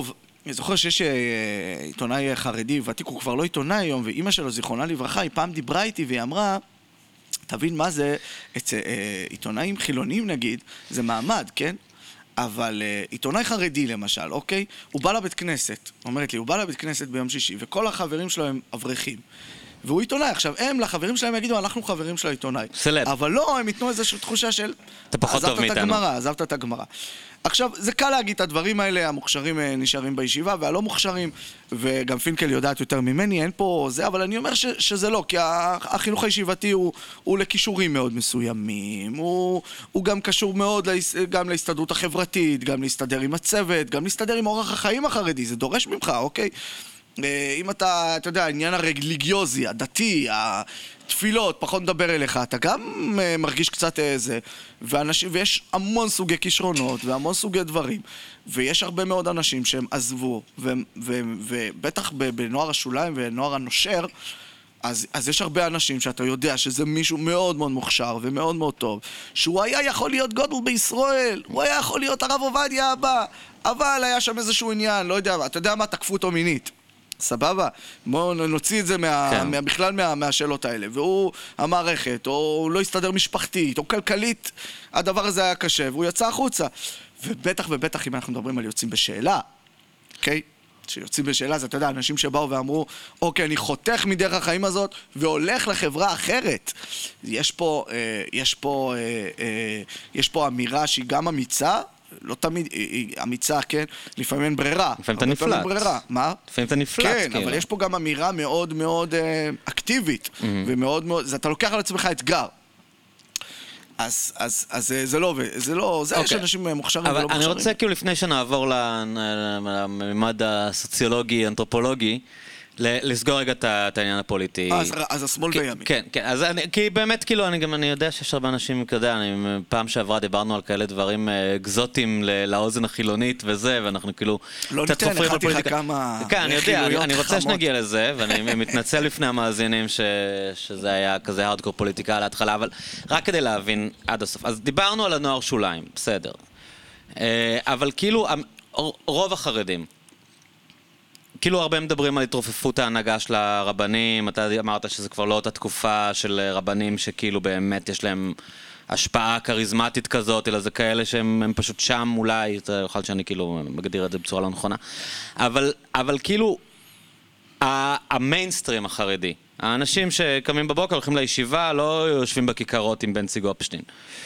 אני זוכר שיש עיתונאי חרדי ותיק, הוא כבר לא עיתונאי היום, ואימא שלו, זיכרונה לברכה, היא פעם דיברה איתי והיא אמרה, תבין מה זה, את, עיתונאים חילונים נגיד, זה מעמד, כן? אבל עיתונאי חרדי למשל, אוקיי? הוא בא לבית כנסת, אומרת לי, הוא בא לבית כנסת ביום שישי, וכל החברים שלו הם אברכים. והוא עיתונאי. עכשיו, הם לחברים שלהם יגידו, אנחנו חברים של העיתונאי. סלב. אבל לא, הם ייתנו איזושהי תחושה של... אתה פחות טוב מאיתנו. עזבת את הגמרא, עזבת את הגמרא. עכשיו, זה קל להגיד את הדברים האלה, המוכשרים נשארים בישיבה, והלא מוכשרים, וגם פינקל יודעת יותר ממני, אין פה זה, אבל אני אומר ש, שזה לא, כי החינוך הישיבתי הוא, הוא לכישורים מאוד מסוימים, הוא, הוא גם קשור מאוד להס, גם להסתדרות החברתית, גם להסתדר עם הצוות, גם להסתדר עם אורח החיים החרדי, זה דורש ממך, אוקיי? אם אתה, אתה יודע, העניין הרליגיוזי, הדתי, התפילות, פחות מדבר אליך, אתה גם מרגיש קצת איזה, ואנשים, ויש המון סוגי כישרונות והמון סוגי דברים, ויש הרבה מאוד אנשים שהם עזבו, ו, ו, ובטח בנוער השוליים ונוער הנושר, אז, אז יש הרבה אנשים שאתה יודע שזה מישהו מאוד מאוד מוכשר ומאוד מאוד טוב, שהוא היה יכול להיות גודל בישראל, הוא היה יכול להיות הרב עובדיה הבא, אבל היה שם איזשהו עניין, לא יודע, אתה יודע מה, תקפו אותו מינית. סבבה? בואו נוציא את זה מה, כן. מה, בכלל מה, מהשאלות האלה. והוא המערכת, או הוא לא הסתדר משפחתית, או כלכלית, הדבר הזה היה קשה, והוא יצא החוצה. ובטח ובטח אם אנחנו מדברים על יוצאים בשאלה, אוקיי? שיוצאים בשאלה, זה אתה יודע, אנשים שבאו ואמרו, אוקיי, אני חותך מדרך החיים הזאת, והולך לחברה אחרת. יש פה, אה, יש פה, אה, אה, יש פה אמירה שהיא גם אמיצה, לא תמיד, היא אמיצה, כן? לפעמים אין ברירה. לפעמים אתה נפלט. מה? לפעמים אתה נפלט, כן, אבל יש פה גם אמירה מאוד מאוד אקטיבית, ומאוד מאוד, אתה לוקח על עצמך אתגר. אז, אז, אז זה לא, זה לא, זה יש אנשים מוכשרים ולא מוכשרים. אבל אני רוצה כאילו לפני שנעבור לממד הסוציולוגי, אנתרופולוגי, לסגור רגע את העניין הפוליטי. אז השמאל וימין. כן, כן, אז כי באמת כאילו אני גם, אני יודע שיש הרבה אנשים כזה, פעם שעברה דיברנו על כאלה דברים אקזוטיים לאוזן החילונית וזה, ואנחנו כאילו... לא ניתן, הכנתי לך כמה כן, אני יודע, אני רוצה שנגיע לזה, ואני מתנצל לפני המאזינים שזה היה כזה הארדקור פוליטיקה על ההתחלה, אבל רק כדי להבין עד הסוף. אז דיברנו על הנוער שוליים, בסדר. אבל כאילו, רוב החרדים, כאילו הרבה מדברים על התרופפות ההנהגה של הרבנים, אתה אמרת שזה כבר לא אותה תקופה של רבנים שכאילו באמת יש להם השפעה קריזמטית כזאת, אלא זה כאלה שהם פשוט שם אולי, זה יכול שאני כאילו מגדיר את זה בצורה לא נכונה, אבל, אבל כאילו המיינסטרים החרדי, האנשים שקמים בבוקר, הולכים לישיבה, לא יושבים בכיכרות עם בנצי גופשטיין.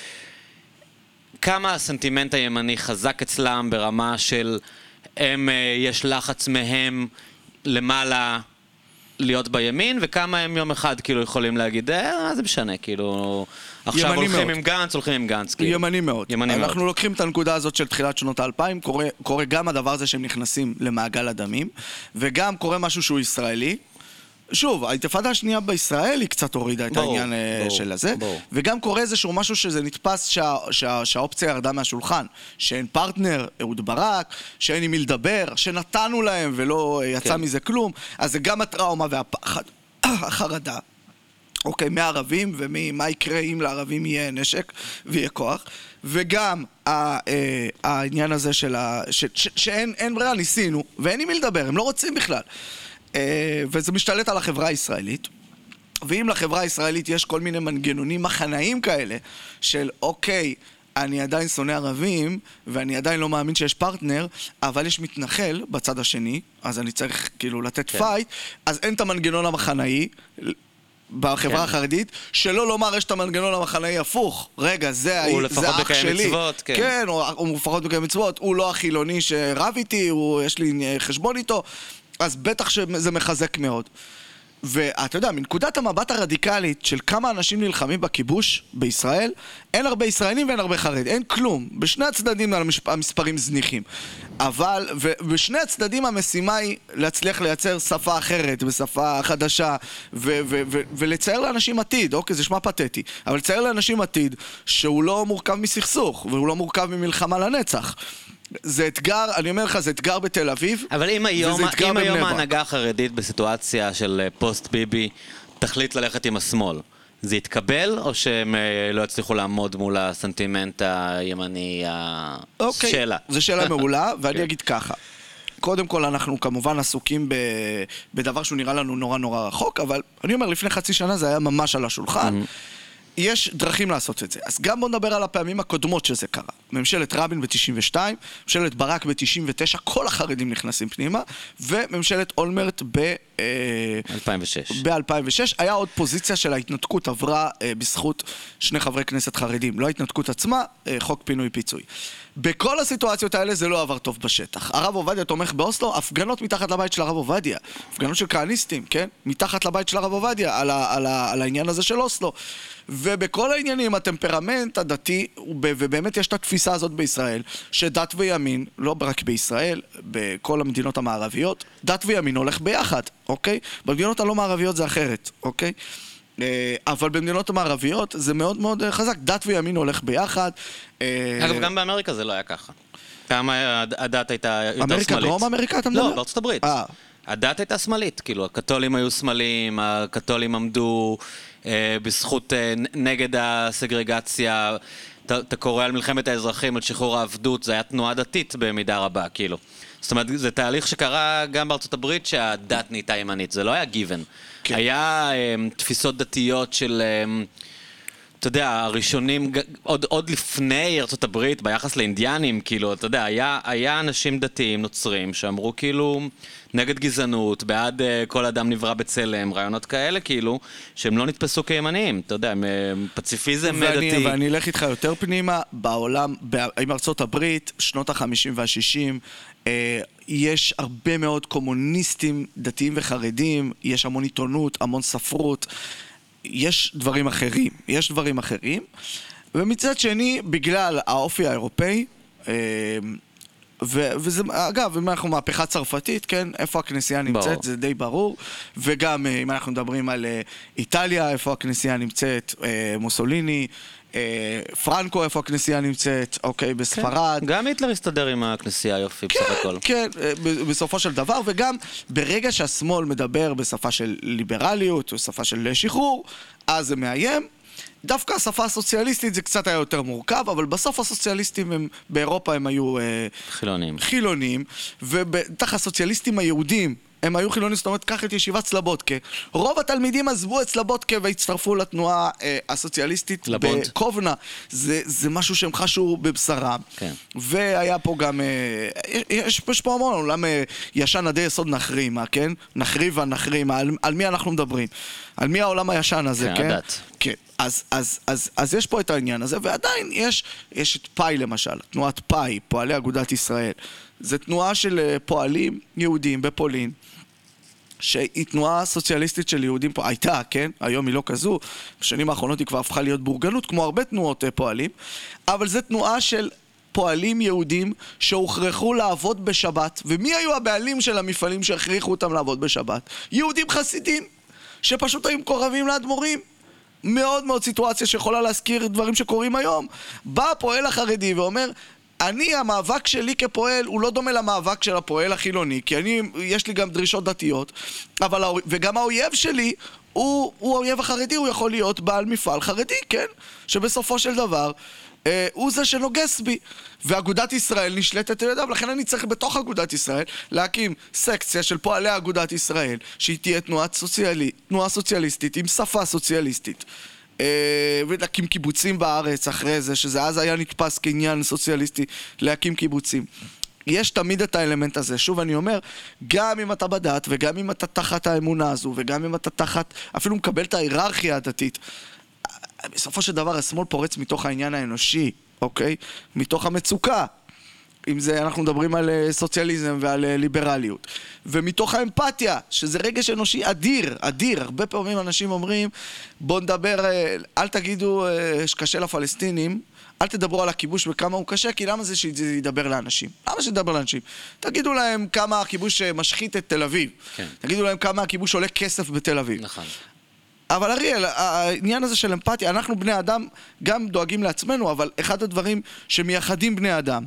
כמה הסנטימנט הימני חזק אצלם ברמה של... הם, יש לחץ מהם למעלה להיות בימין, וכמה הם יום אחד כאילו יכולים להגיד, אה, זה משנה, כאילו, עכשיו הולכים עם גנץ, הולכים עם גנץ, כאילו. ימני מאוד. ימני מאוד. אנחנו לוקחים את הנקודה הזאת של תחילת שנות האלפיים, קורה, קורה גם הדבר הזה שהם נכנסים למעגל הדמים, וגם קורה משהו שהוא ישראלי, שוב, האינתיפאדה השנייה בישראל היא קצת הורידה את העניין של הזה, וגם קורה איזשהו משהו שזה נתפס שהאופציה ירדה מהשולחן, שאין פרטנר, אהוד ברק, שאין עם מי לדבר, שנתנו להם ולא יצא מזה כלום, אז זה גם הטראומה והפחד, החרדה, אוקיי, מהערבים ומה יקרה אם לערבים יהיה נשק ויהיה כוח, וגם העניין הזה שאין ברירה, ניסינו, ואין עם מי לדבר, הם לא רוצים בכלל. וזה משתלט על החברה הישראלית, ואם לחברה הישראלית יש כל מיני מנגנונים מחנאים כאלה של אוקיי, אני עדיין שונא ערבים ואני עדיין לא מאמין שיש פרטנר, אבל יש מתנחל בצד השני, אז אני צריך כאילו לתת כן. פייט, אז אין את המנגנון המחנאי בחברה כן. החרדית, שלא לומר יש את המנגנון המחנאי הפוך, רגע, זה, הוא זה לפחות אח שלי, מצוות, כן, כן הוא, הוא לפחות בקיים מצוות, הוא לא החילוני שרב איתי, הוא, יש לי חשבון איתו, אז בטח שזה מחזק מאוד. ואתה יודע, מנקודת המבט הרדיקלית של כמה אנשים נלחמים בכיבוש בישראל, אין הרבה ישראלים ואין הרבה חרדים, אין כלום. בשני הצדדים המספרים זניחים. אבל, ובשני הצדדים המשימה היא להצליח לייצר שפה אחרת, בשפה חדשה, ו- ו- ו- ולצייר לאנשים עתיד, אוקיי, זה שמה פתטי, אבל לצייר לאנשים עתיד שהוא לא מורכב מסכסוך, והוא לא מורכב ממלחמה לנצח. זה אתגר, אני אומר לך, זה אתגר בתל אביב. אבל אם היום, אם היום ההנהגה החרדית בסיטואציה של פוסט ביבי תחליט ללכת עם השמאל, זה יתקבל או שהם לא יצליחו לעמוד מול הסנטימנט הימני? אוקיי, שאלה. זו שאלה מעולה, ואני אגיד ככה. קודם כל אנחנו כמובן עסוקים ב... בדבר שהוא נראה לנו נורא נורא רחוק, אבל אני אומר, לפני חצי שנה זה היה ממש על השולחן. יש דרכים לעשות את זה. אז גם בוא נדבר על הפעמים הקודמות שזה קרה. ממשלת רבין ב-תשעים ושתיים, ממשלת ברק ב-תשעים ותשע, כל החרדים נכנסים פנימה, וממשלת אולמרט ב... אלפיים ושש. ב-אלפיים ושש. היה עוד פוזיציה של ההתנתקות, עברה בזכות שני חברי כנסת חרדים. לא ההתנתקות עצמה, חוק פינוי פיצוי. בכל הסיטואציות האלה זה לא עבר טוב בשטח. הרב עובדיה תומך באוסלו, הפגנות מתחת לבית של הרב עובדיה. הפגנות של כהניסטים, כן? מתחת לבית של הרב עובדיה, על, ה- על, ה- על העניין הזה של אוסלו. ובכל העניינים, הטמפרמנט הדתי, ובאמת יש את התפיסה הזאת בישראל, שדת וימין, לא רק בישראל, בכל המדינות המערביות, דת וימין הולך ביחד, אוקיי? במדינות הלא מערביות זה אחרת, אוקיי? אבל במדינות המערביות זה מאוד מאוד חזק, דת וימין הולך ביחד. אגב, גם באמריקה זה לא היה ככה. כמה הדת הייתה יותר שמאלית. אמריקה, דרום אמריקה אתה מדבר? לא, בארצות הברית. הדת הייתה שמאלית, כאילו, הקתולים היו שמאלים, הקתולים עמדו אה, בזכות אה, נגד הסגרגציה, אתה, אתה קורא על מלחמת האזרחים, על שחרור העבדות, זה היה תנועה דתית במידה רבה, כאילו. זאת אומרת, זה תהליך שקרה גם בארצות הברית שהדת נהייתה ימנית, זה לא היה גיוון. כן. היה אה, תפיסות דתיות של... אה, אתה יודע, הראשונים, עוד, עוד לפני ארצות הברית, ביחס לאינדיאנים, כאילו, אתה יודע, היה, היה אנשים דתיים נוצרים שאמרו, כאילו, נגד גזענות, בעד uh, כל אדם נברא בצלם, רעיונות כאלה, כאילו, שהם לא נתפסו כימניים, אתה יודע, פציפיזם ואני, דתי. ואני אלך איתך יותר פנימה, בעולם, עם ארצות הברית, שנות החמישים והשישים, אה, יש הרבה מאוד קומוניסטים דתיים וחרדים, יש המון עיתונות, המון ספרות, יש דברים אחרים, יש דברים אחרים, ומצד שני, בגלל האופי האירופאי, ו- וזה, אגב, אם אנחנו מהפכה צרפתית, כן, איפה הכנסייה נמצאת, ברור. זה די ברור, וגם אם אנחנו מדברים על איטליה, איפה הכנסייה נמצאת, מוסוליני, פרנקו, איפה הכנסייה נמצאת, אוקיי, בספרד. כן. גם היטלר הסתדר עם הכנסייה יופי, כן, בסך הכל. כן, בסופו של דבר, וגם ברגע שהשמאל מדבר בשפה של ליברליות, או שפה של שחרור, אז זה מאיים. דווקא השפה הסוציאליסטית זה קצת היה יותר מורכב, אבל בסוף הסוציאליסטים הם, באירופה הם היו חילונים. חילונים, ובטח הסוציאליסטים היהודים, הם היו חילונים, זאת אומרת, קח את ישיבת סלבודקה. רוב התלמידים עזבו את סלבודקה והצטרפו לתנועה אה, הסוציאליסטית לבונד. בקובנה. זה, זה משהו שהם חשו בבשרם. כן. והיה פה גם, אה, יש, יש פה המון, עולם אה, ישן עדי יסוד נחרימה, כן? נחריבה, נחרימה, על, על מי אנחנו מדברים? על מי העולם הישן הזה, כן? כן, הדת. כן. אז, אז, אז, אז יש פה את העניין הזה, ועדיין יש, יש את פאי למשל, תנועת פאי, פועלי אגודת ישראל. זו תנועה של פועלים יהודים בפולין, שהיא תנועה סוציאליסטית של יהודים פה, הייתה, כן? היום היא לא כזו, בשנים האחרונות היא כבר הפכה להיות בורגנות, כמו הרבה תנועות פועלים, אבל זו תנועה של פועלים יהודים שהוכרחו לעבוד בשבת, ומי היו הבעלים של המפעלים שהכריחו אותם לעבוד בשבת? יהודים חסידים, שפשוט היו מקורבים לאדמו"רים. מאוד מאוד סיטואציה שיכולה להזכיר דברים שקורים היום. בא הפועל החרדי ואומר, אני, המאבק שלי כפועל הוא לא דומה למאבק של הפועל החילוני, כי אני, יש לי גם דרישות דתיות, אבל, וגם האויב שלי הוא, הוא האויב החרדי, הוא יכול להיות בעל מפעל חרדי, כן? שבסופו של דבר אה, הוא זה שנוגס בי. ואגודת ישראל נשלטת על ידיו, לכן אני צריך בתוך אגודת ישראל להקים סקציה של פועלי אגודת ישראל, שהיא תהיה תנועה, סוציאלי, תנועה סוציאליסטית עם שפה סוציאליסטית. ולהקים קיבוצים בארץ אחרי זה, שזה אז היה נתפס כעניין סוציאליסטי, להקים קיבוצים. יש תמיד את האלמנט הזה. שוב אני אומר, גם אם אתה בדת, וגם אם אתה תחת האמונה הזו, וגם אם אתה תחת, אפילו מקבל את ההיררכיה הדתית, בסופו של דבר השמאל פורץ מתוך העניין האנושי, אוקיי? מתוך המצוקה. אם זה, אנחנו מדברים על סוציאליזם ועל ליברליות. ומתוך האמפתיה, שזה רגש אנושי אדיר, אדיר. הרבה פעמים אנשים אומרים, בוא נדבר, אל תגידו שקשה לפלסטינים, אל תדברו על הכיבוש וכמה הוא קשה, כי למה זה שידבר לאנשים? למה שידבר לאנשים? תגידו להם כמה הכיבוש משחית את תל אביב. כן. תגידו להם כמה הכיבוש עולה כסף בתל אביב. נכון. אבל אריאל, העניין הזה של אמפתיה, אנחנו בני אדם גם דואגים לעצמנו, אבל אחד הדברים שמייחדים בני אדם,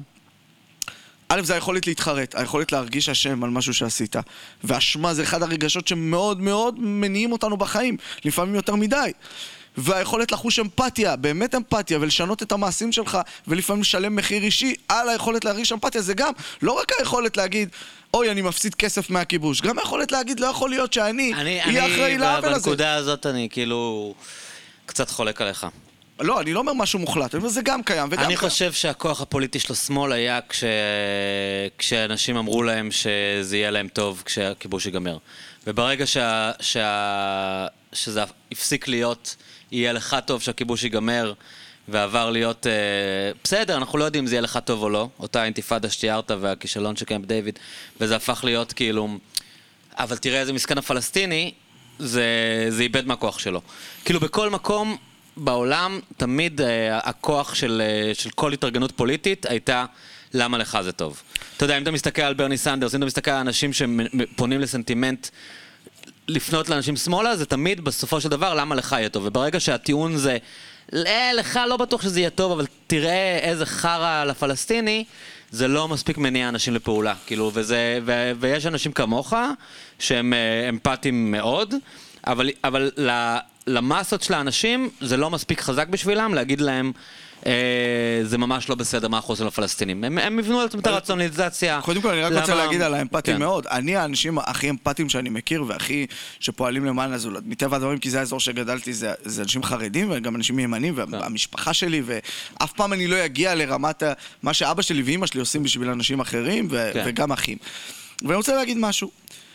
א', זה היכולת להתחרט, היכולת להרגיש אשם על משהו שעשית. ואשמה זה אחד הרגשות שמאוד מאוד מניעים אותנו בחיים, לפעמים יותר מדי. והיכולת לחוש אמפתיה, באמת אמפתיה, ולשנות את המעשים שלך, ולפעמים לשלם מחיר אישי על היכולת להרגיש אמפתיה, זה גם לא רק היכולת להגיד, אוי, אני מפסיד כסף מהכיבוש, גם היכולת להגיד, לא יכול להיות שאני אהיה אחראי לעוול הזה. בנקודה הזאת אני כאילו קצת חולק עליך. לא, אני לא אומר משהו מוחלט, אבל זה גם קיים וגם אני קיים. חושב שהכוח הפוליטי של השמאל היה כש... כשאנשים אמרו להם שזה יהיה להם טוב כשהכיבוש ייגמר. וברגע שה... שה... שזה הפסיק להיות, יהיה לך טוב שהכיבוש ייגמר, ועבר להיות, אה, בסדר, אנחנו לא יודעים אם זה יהיה לך טוב או לא, אותה אינתיפאדה שתיארת והכישלון שקיים בדיוויד, וזה הפך להיות כאילו, אבל תראה איזה מסכן הפלסטיני, זה, זה איבד מהכוח שלו. כאילו בכל מקום בעולם, תמיד אה, הכוח של, אה, של כל התארגנות פוליטית הייתה, למה לך זה טוב. אתה יודע, אם אתה מסתכל על ברני סנדרס, אם אתה מסתכל על אנשים שפונים לסנטימנט, לפנות לאנשים שמאלה, זה תמיד בסופו של דבר, למה לך יהיה טוב. וברגע שהטיעון זה, לך לא בטוח שזה יהיה טוב, אבל תראה איזה חרה לפלסטיני, זה לא מספיק מניע אנשים לפעולה. כאילו, וזה, ו, ויש אנשים כמוך, שהם אמפתיים מאוד, אבל, אבל למסות של האנשים, זה לא מספיק חזק בשבילם, להגיד להם, זה ממש לא בסדר מה אנחנו עושים לפלסטינים. הם, הם הבנו על את הרציונליזציה. קודם כל אני רק רוצה להגיד על האמפתיים מאוד. אני האנשים הכי אמפתיים שאני מכיר והכי שפועלים למען הזולת. מטבע הדברים, כי זה האזור שגדלתי, זה, זה אנשים חרדים וגם אנשים ימנים והמשפחה שלי, ואף פעם אני לא אגיע לרמת מה שאבא שלי ואמא שלי עושים בשביל אנשים אחרים ו, וגם אחים. ואני רוצה להגיד משהו.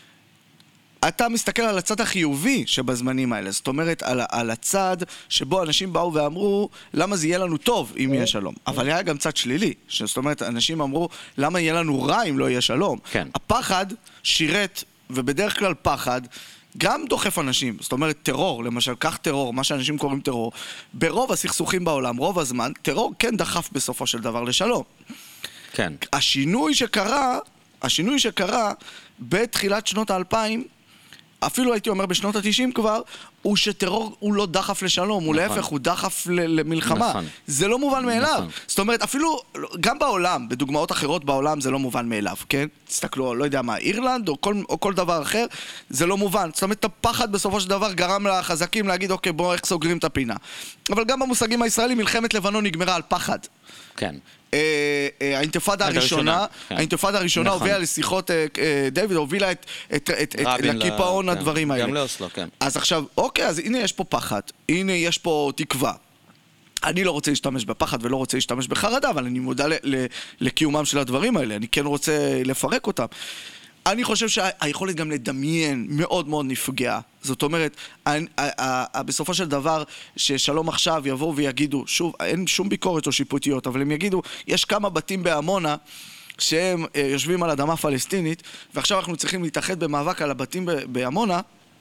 אתה מסתכל על הצד החיובי שבזמנים האלה, זאת אומרת על, על הצד שבו אנשים באו ואמרו למה זה יהיה לנו טוב אם יהיה שלום, אבל היה גם צד שלילי, זאת אומרת אנשים אמרו למה יהיה לנו רע אם לא יהיה שלום. כן. הפחד שירת, ובדרך כלל פחד גם דוחף אנשים, זאת אומרת טרור, למשל כך טרור, מה שאנשים קוראים טרור, ברוב הסכסוכים בעולם, רוב הזמן, טרור כן דחף בסופו של דבר לשלום. כן. השינוי שקרה, השינוי שקרה בתחילת שנות האלפיים, אפילו הייתי אומר בשנות ה-תשעים כבר, הוא שטרור הוא לא דחף לשלום, הוא להפך, הוא דחף למלחמה. זה לא מובן מאליו. זאת אומרת, אפילו, גם בעולם, בדוגמאות אחרות בעולם, זה לא מובן מאליו, כן? תסתכלו, לא יודע מה, אירלנד או כל, או כל דבר אחר, זה לא מובן. זאת אומרת, הפחד בסופו של דבר גרם לחזקים להגיד, אוקיי, בואו איך סוגרים את הפינה. אבל גם במושגים הישראלים, מלחמת לבנון נגמרה על פחד. כן. האינתיפאדה הראשונה, האינתיפאדה הראשונה הובילה לשיחות, דיוויד הובילה לקיפאון הדברים האלה. גם לאוסלו, כן. אז עכשיו, אוקיי, אז הנה יש פה פחד, הנה יש פה תקווה. אני לא רוצה להשתמש בפחד ולא רוצה להשתמש בחרדה, אבל אני מודע לקיומם של הדברים האלה, אני כן רוצה לפרק אותם. אני חושב שהיכולת גם לדמיין מאוד מאוד נפגעה. זאת אומרת, בסופו של דבר, ששלום עכשיו יבואו ויגידו, שוב, אין שום ביקורת או שיפוטיות, אבל הם יגידו, יש כמה בתים בעמונה שהם יושבים על אדמה פלסטינית, ועכשיו אנחנו צריכים להתאחד במאבק על הבתים בעמונה,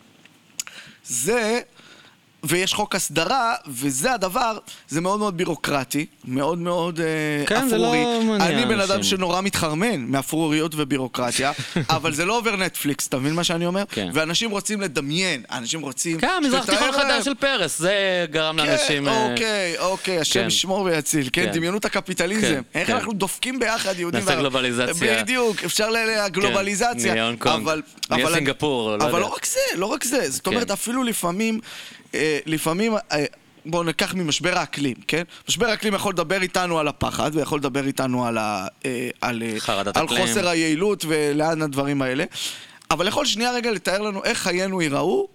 זה... ויש חוק הסדרה, וזה הדבר, זה מאוד מאוד בירוקרטי, מאוד מאוד כן, אפרורי. זה לא מניע אני בן אדם אנשים. שנורא מתחרמן מאפרוריות ובירוקרטיה, אבל זה לא עובר נטפליקס, אתה מבין מה שאני אומר? כן. ואנשים רוצים לדמיין, אנשים רוצים... כן, מזרח תיכון חדש של פרס, זה גרם לאנשים... כן, אוקיי, אוקיי, השם כן. ישמור ויציל, כן, כן. דמיינו את הקפיטליזם. כן, איך כן. אנחנו דופקים ביחד יהודים... נעשה גלובליזציה. בדיוק, אפשר לגלובליזציה. נהיה הונג קונג, נהיה סינגפור, לא אבל יודע. לא רק זה, לא רק זה. זאת אומרת, כן. אפילו לפעמים, לפעמים, בואו ניקח ממשבר האקלים, כן? משבר האקלים יכול לדבר איתנו על הפחד, ויכול לדבר איתנו על, ה, על, על חוסר היעילות ולאן הדברים האלה. אבל יכול שנייה רגע לתאר לנו איך חיינו ייראו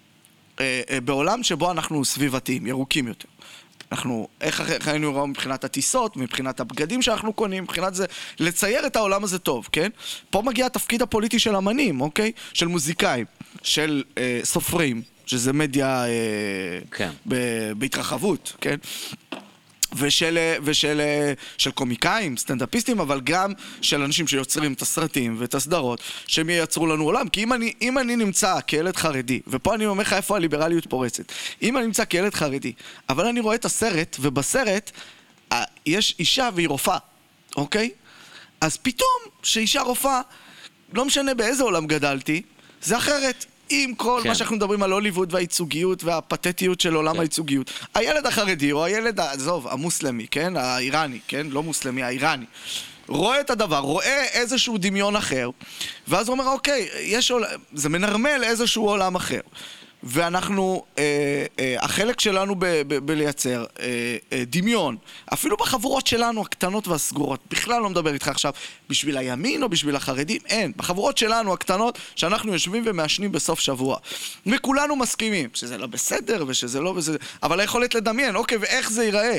בעולם שבו אנחנו סביבתיים, ירוקים יותר. אנחנו, איך חיינו ייראו מבחינת הטיסות, מבחינת הבגדים שאנחנו קונים, מבחינת זה, לצייר את העולם הזה טוב, כן? פה מגיע התפקיד הפוליטי של אמנים, אוקיי? של מוזיקאים, של אה, סופרים, שזה מדיה אה, כן. ב- בהתרחבות, כן? ושל, ושל של קומיקאים, סטנדאפיסטים, אבל גם של אנשים שיוצרים את הסרטים ואת הסדרות, שהם ייצרו לנו עולם. כי אם אני, אם אני נמצא כילד חרדי, ופה אני אומר לך איפה הליברליות פורצת, אם אני נמצא כילד חרדי, אבל אני רואה את הסרט, ובסרט יש אישה והיא רופאה, אוקיי? אז פתאום שאישה רופאה, לא משנה באיזה עולם גדלתי, זה אחרת. עם כל כן. מה שאנחנו מדברים על הוליווד והייצוגיות והפתטיות של עולם כן. הייצוגיות. הילד החרדי או הילד, עזוב, המוסלמי, כן? האיראני, כן? לא מוסלמי, האיראני. רואה את הדבר, רואה איזשהו דמיון אחר, ואז הוא אומר, אוקיי, יש עול... זה מנרמל איזשהו עולם אחר. ואנחנו, אה, אה, החלק שלנו ב- ב- בלייצר אה, אה, דמיון, אפילו בחבורות שלנו הקטנות והסגורות, בכלל לא מדבר איתך עכשיו בשביל הימין או בשביל החרדים, אין, בחבורות שלנו הקטנות שאנחנו יושבים ומעשנים בסוף שבוע, וכולנו מסכימים שזה לא בסדר ושזה לא בסדר, אבל היכולת לדמיין, אוקיי, ואיך זה ייראה?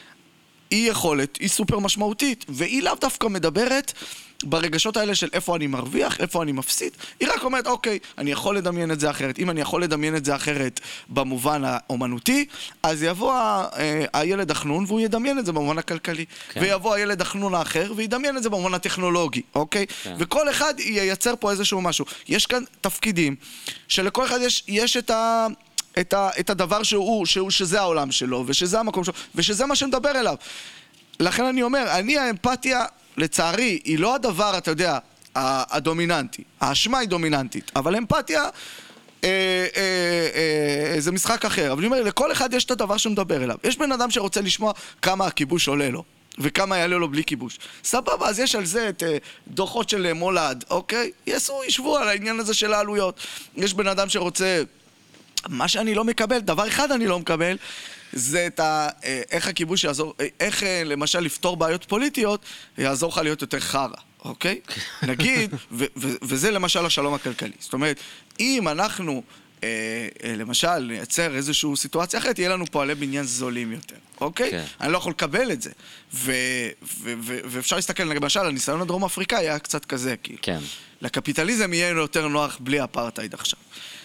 היא יכולת, היא סופר משמעותית, והיא לאו דווקא מדברת ברגשות האלה של איפה אני מרוויח, איפה אני מפסיד. היא רק אומרת, אוקיי, אני יכול לדמיין את זה אחרת. אם אני יכול לדמיין את זה אחרת במובן האומנותי, אז יבוא ה- אה, הילד החנון והוא ידמיין את זה במובן הכלכלי. כן. ויבוא הילד החנון האחר וידמיין את זה במובן הטכנולוגי, אוקיי? כן. וכל אחד ייצר פה איזשהו משהו. יש כאן תפקידים שלכל אחד יש, יש את ה... את, ה, את הדבר שהוא, שהוא, שזה העולם שלו, ושזה המקום שלו, ושזה מה שמדבר אליו. לכן אני אומר, אני האמפתיה, לצערי, היא לא הדבר, אתה יודע, הדומיננטי. האשמה היא דומיננטית, אבל אמפתיה אה, אה, אה, זה משחק אחר. אבל אני אומר, לכל אחד יש את הדבר שמדבר אליו. יש בן אדם שרוצה לשמוע כמה הכיבוש עולה לו, וכמה יעלה לו בלי כיבוש. סבבה, אז יש על זה את אה, דוחות של מולד, אוקיי? יסו, ישבו על העניין הזה של העלויות. יש בן אדם שרוצה... מה שאני לא מקבל, דבר אחד אני לא מקבל, זה את ה... איך הכיבוש יעזור, איך למשל לפתור בעיות פוליטיות, יעזור לך להיות יותר חרה, אוקיי? נגיד, ו- ו- וזה למשל השלום הכלכלי. זאת אומרת, אם אנחנו, אה, אה, למשל, נייצר איזושהי סיטואציה אחרת, יהיה לנו פועלי בניין זולים יותר, אוקיי? כן. אני לא יכול לקבל את זה. ו- ו- ו- ואפשר להסתכל, למשל, הניסיון הדרום אפריקאי היה קצת כזה, כאילו. כן. לקפיטליזם יהיה יותר נוח בלי אפרטהייד עכשיו.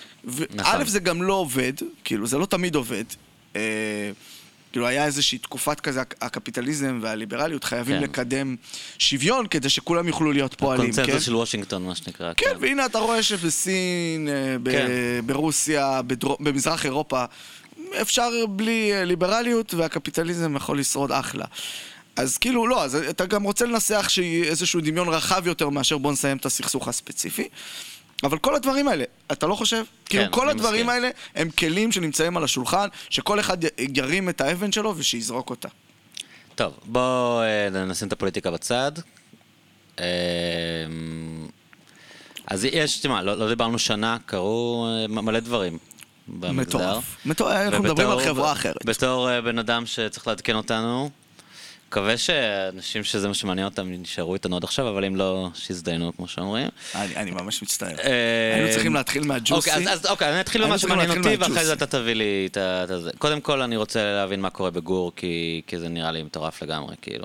נכון. א' זה גם לא עובד, כאילו זה לא תמיד עובד, אה, כאילו היה איזושהי תקופת כזה, הקפיטליזם והליברליות חייבים כן. לקדם שוויון כדי שכולם יוכלו להיות פועלים, כן? הקונצנזוס של וושינגטון, מה שנקרא. כן, והנה אתה רואה שבסין, אה, ב- כן. ברוסיה, בדרו- במזרח אירופה, אפשר בלי אה, ליברליות והקפיטליזם יכול לשרוד אחלה. אז כאילו לא, אז אתה גם רוצה לנסח שיהיה איזשהו דמיון רחב יותר מאשר בוא נסיים את הסכסוך הספציפי. אבל כל הדברים האלה, אתה לא חושב? כאילו כל הדברים מסכים. האלה הם כלים שנמצאים על השולחן, שכל אחד ירים את האבן שלו ושיזרוק אותה. טוב, בואו אה, נשים את הפוליטיקה בצד. אה, אז יש, תשמע, לא, לא דיברנו שנה, קרו אה, מלא דברים במגזר. מטורף. מטורף, אנחנו מדברים על חברה אחרת. בתור אה, בן אדם שצריך לעדכן אותנו, מקווה שאנשים שזה מה שמעניין אותם נשארו איתנו עד עכשיו, אבל אם לא, שיזדיינו, כמו שאומרים. אני, אני ממש מצטער. היינו צריכים להתחיל מהג'וסי. אוקיי, אז, אז אוקיי, אני אתחיל במה שמעניין אותי, ואחרי זה אתה תביא לי את זה. קודם כל, אני רוצה להבין מה קורה בגור, כי, כי זה נראה לי מטורף לגמרי, כאילו.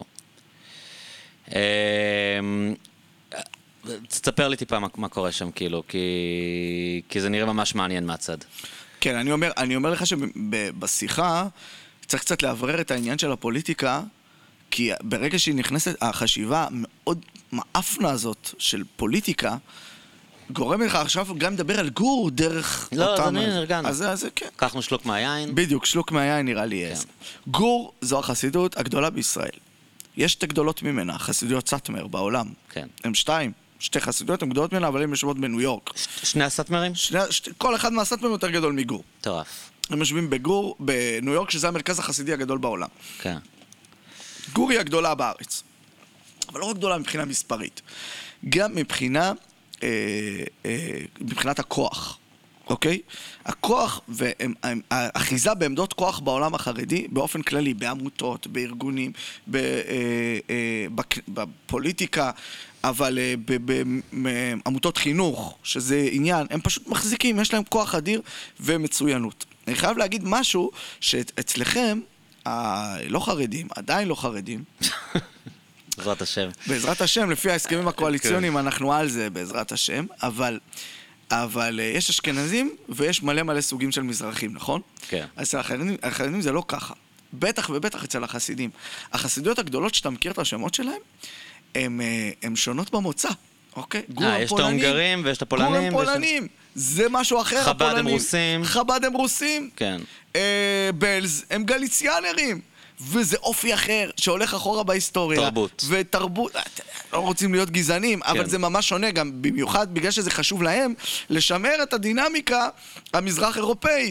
תספר לי טיפה מה, מה קורה שם, כאילו, כי, כי זה נראה ממש מעניין מהצד. כן, אני אומר, אני אומר לך שבשיחה צריך קצת להברר את העניין של הפוליטיקה, כי ברגע שהיא נכנסת, החשיבה מאוד מאפנה הזאת של פוליטיקה, גורם לך עכשיו גם לדבר על גור דרך לא, אותם... אז אני נרגענו. אז זה, כן. קחנו שלוק מהיין. בדיוק, שלוק מהיין נראה לי עז. גור זו החסידות הגדולה בישראל. יש שתי גדולות ממנה, חסידויות סאטמר בעולם. כן. הם שתיים. שתי חסידויות הן גדולות ממנה, אבל הן יושבות בניו יורק. ש- שני הסאטמרים? שני, שתי, כל אחד מהסאטמרים יותר גדול מגור. מטורף. הם יושבים בגור, בניו יורק, שזה המרכז החסידי הגדול בעולם. כן. גור היא הגדולה בארץ. אבל לא רק גדולה מבחינה מספרית. גם מבחינה, אה, אה, מבחינת הכוח. אוקיי? הכוח והאחיזה בעמדות כוח בעולם החרדי, באופן כללי, בעמותות, בארגונים, ב, אה, אה, בק, בפוליטיקה, אבל אה, בעמותות חינוך, שזה עניין, הם פשוט מחזיקים, יש להם כוח אדיר ומצוינות. אני חייב להגיד משהו שאצלכם, הלא חרדים, עדיין לא חרדים, בעזרת השם. בעזרת השם, לפי ההסכמים הקואליציוניים אנחנו על זה, בעזרת השם, אבל... אבל uh, יש אשכנזים ויש מלא מלא סוגים של מזרחים, נכון? כן. אז אצל החרדים, החרדים זה לא ככה. בטח ובטח אצל החסידים. החסידויות הגדולות שאתה מכיר את השמות שלהם, הן שונות במוצא, אוקיי? גור אה, יש את ההונגרים ויש את הפולנים. גור הם פולנים, זה משהו אחר, חב"ד הפולנים. הם רוסים. חב"ד הם רוסים. כן. אה, בלז הם גליציאנרים. וזה אופי אחר שהולך אחורה בהיסטוריה. תרבות. ותרבות, לא רוצים להיות גזענים, כן. אבל זה ממש שונה גם, במיוחד בגלל שזה חשוב להם, לשמר את הדינמיקה המזרח אירופאית,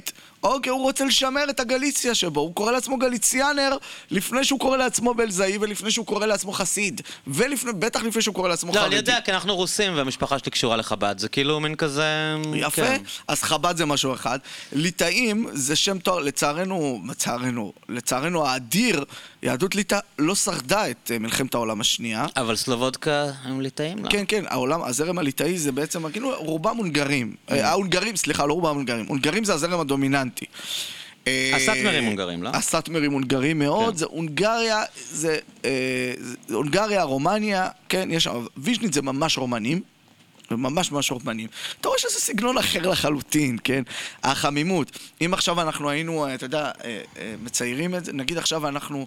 אוקיי, הוא רוצה לשמר את הגליציה שבו, הוא קורא לעצמו גליציאנר לפני שהוא קורא לעצמו בלזאי ולפני שהוא קורא לעצמו חסיד, ובטח לפני שהוא קורא לעצמו חרדי. לא, אני יודע, כי אנחנו רוסים והמשפחה שלי קשורה לחב"ד, זה כאילו מין כזה... יפה, אז חב"ד זה משהו אחד. ליטאים זה שם תואר, לצערנו, לצערנו, לצערנו האדיר, יהדות ליטא לא שרדה את מלחמת העולם השנייה. אבל סלובודקה הם ליטאים, לא? כן, כן, העולם, הזרם הליטאי זה בעצם, כאילו, רובם הונגרים. ההונגרים, סליחה, לא רובם הונגרים. הונגרים זה הזרם הדומיננטי. הסאטמרים הונגרים, לא? הסאטמרים הונגרים מאוד, זה הונגריה, זה הונגריה, רומניה, כן, יש, ויז'ניץ זה ממש רומנים. ממש ממש רומנים. אתה רואה שזה סגנון אחר לחלוטין, כן? החמימות. אם עכשיו אנחנו היינו, אתה יודע, מציירים את זה, נגיד עכשיו אנחנו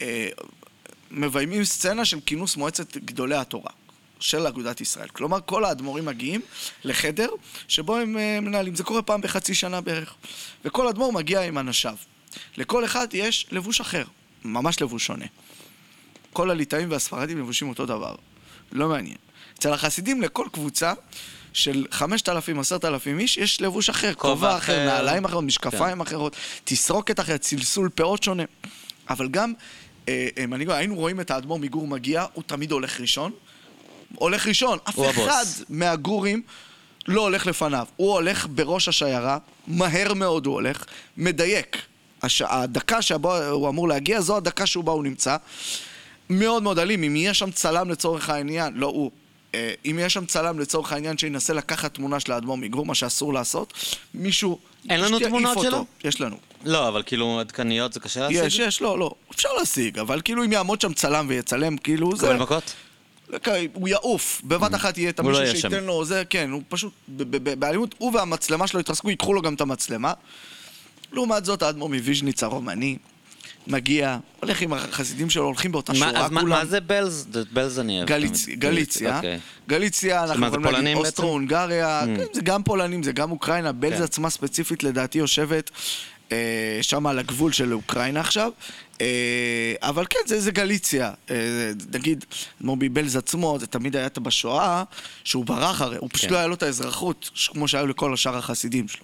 מביימים סצנה של כינוס מועצת גדולי התורה של אגודת ישראל. כלומר, כל האדמו"רים מגיעים לחדר שבו הם מנהלים. זה קורה פעם בחצי שנה בערך. וכל אדמו"ר מגיע עם אנשיו. לכל אחד יש לבוש אחר. ממש לבוש שונה. כל הליטאים והספרדים לבושים אותו דבר. לא מעניין. אצל החסידים לכל קבוצה של חמשת אלפים, עשרת אלפים איש, יש לבוש אחר, כובע אחר, נעליים אחרות, משקפיים אחרות, תסרוקת אחרת, צלסול פאות שונה. אבל גם, מנהיגו, היינו רואים את האדמו"ר מגור מגיע, הוא תמיד הולך ראשון. הולך ראשון, אף אחד מהגורים לא הולך לפניו. הוא הולך בראש השיירה, מהר מאוד הוא הולך, מדייק. הדקה שבה הוא אמור להגיע, זו הדקה שהוא בה הוא נמצא. מאוד מאוד אלים, אם יהיה שם צלם לצורך העניין, לא הוא, אם יש שם צלם לצורך העניין שינסה לקחת תמונה של האדמו"ר מגור, מה שאסור לעשות, מישהו... אין לנו תמונות שלו? יש לנו. לא, אבל כאילו עדכניות זה קשה להשיג? יש, יש, לא, לא. אפשר להשיג, אבל כאילו אם יעמוד שם צלם ויצלם, כאילו זה... קבל מכות? הוא יעוף, בבת אחת יהיה את המישהו שייתן לו, זה, כן, הוא פשוט, באלימות, הוא והמצלמה שלו יתרסקו, ייקחו לו גם את המצלמה. לעומת זאת, האדמו"ר מוויז'ניץ הרומני, מגיע, הולך עם החסידים שלו, הולכים באותה שורה. אז מה זה בלז? בלז אני אוהב. גליציה. גליציה, אנחנו יכולים להגיד אוסטרו-הונגריה, זה גם פולנים, זה גם אוקראינה. בלז עצמה ספציפית לדעתי יושבת שם על הגבול של אוקראינה עכשיו. אבל כן, זה גליציה. נגיד, מובי בלז עצמו, זה תמיד היה בשואה, שהוא ברח הרי, הוא פשוט לא היה לו את האזרחות, כמו שהיה לכל השאר החסידים שלו.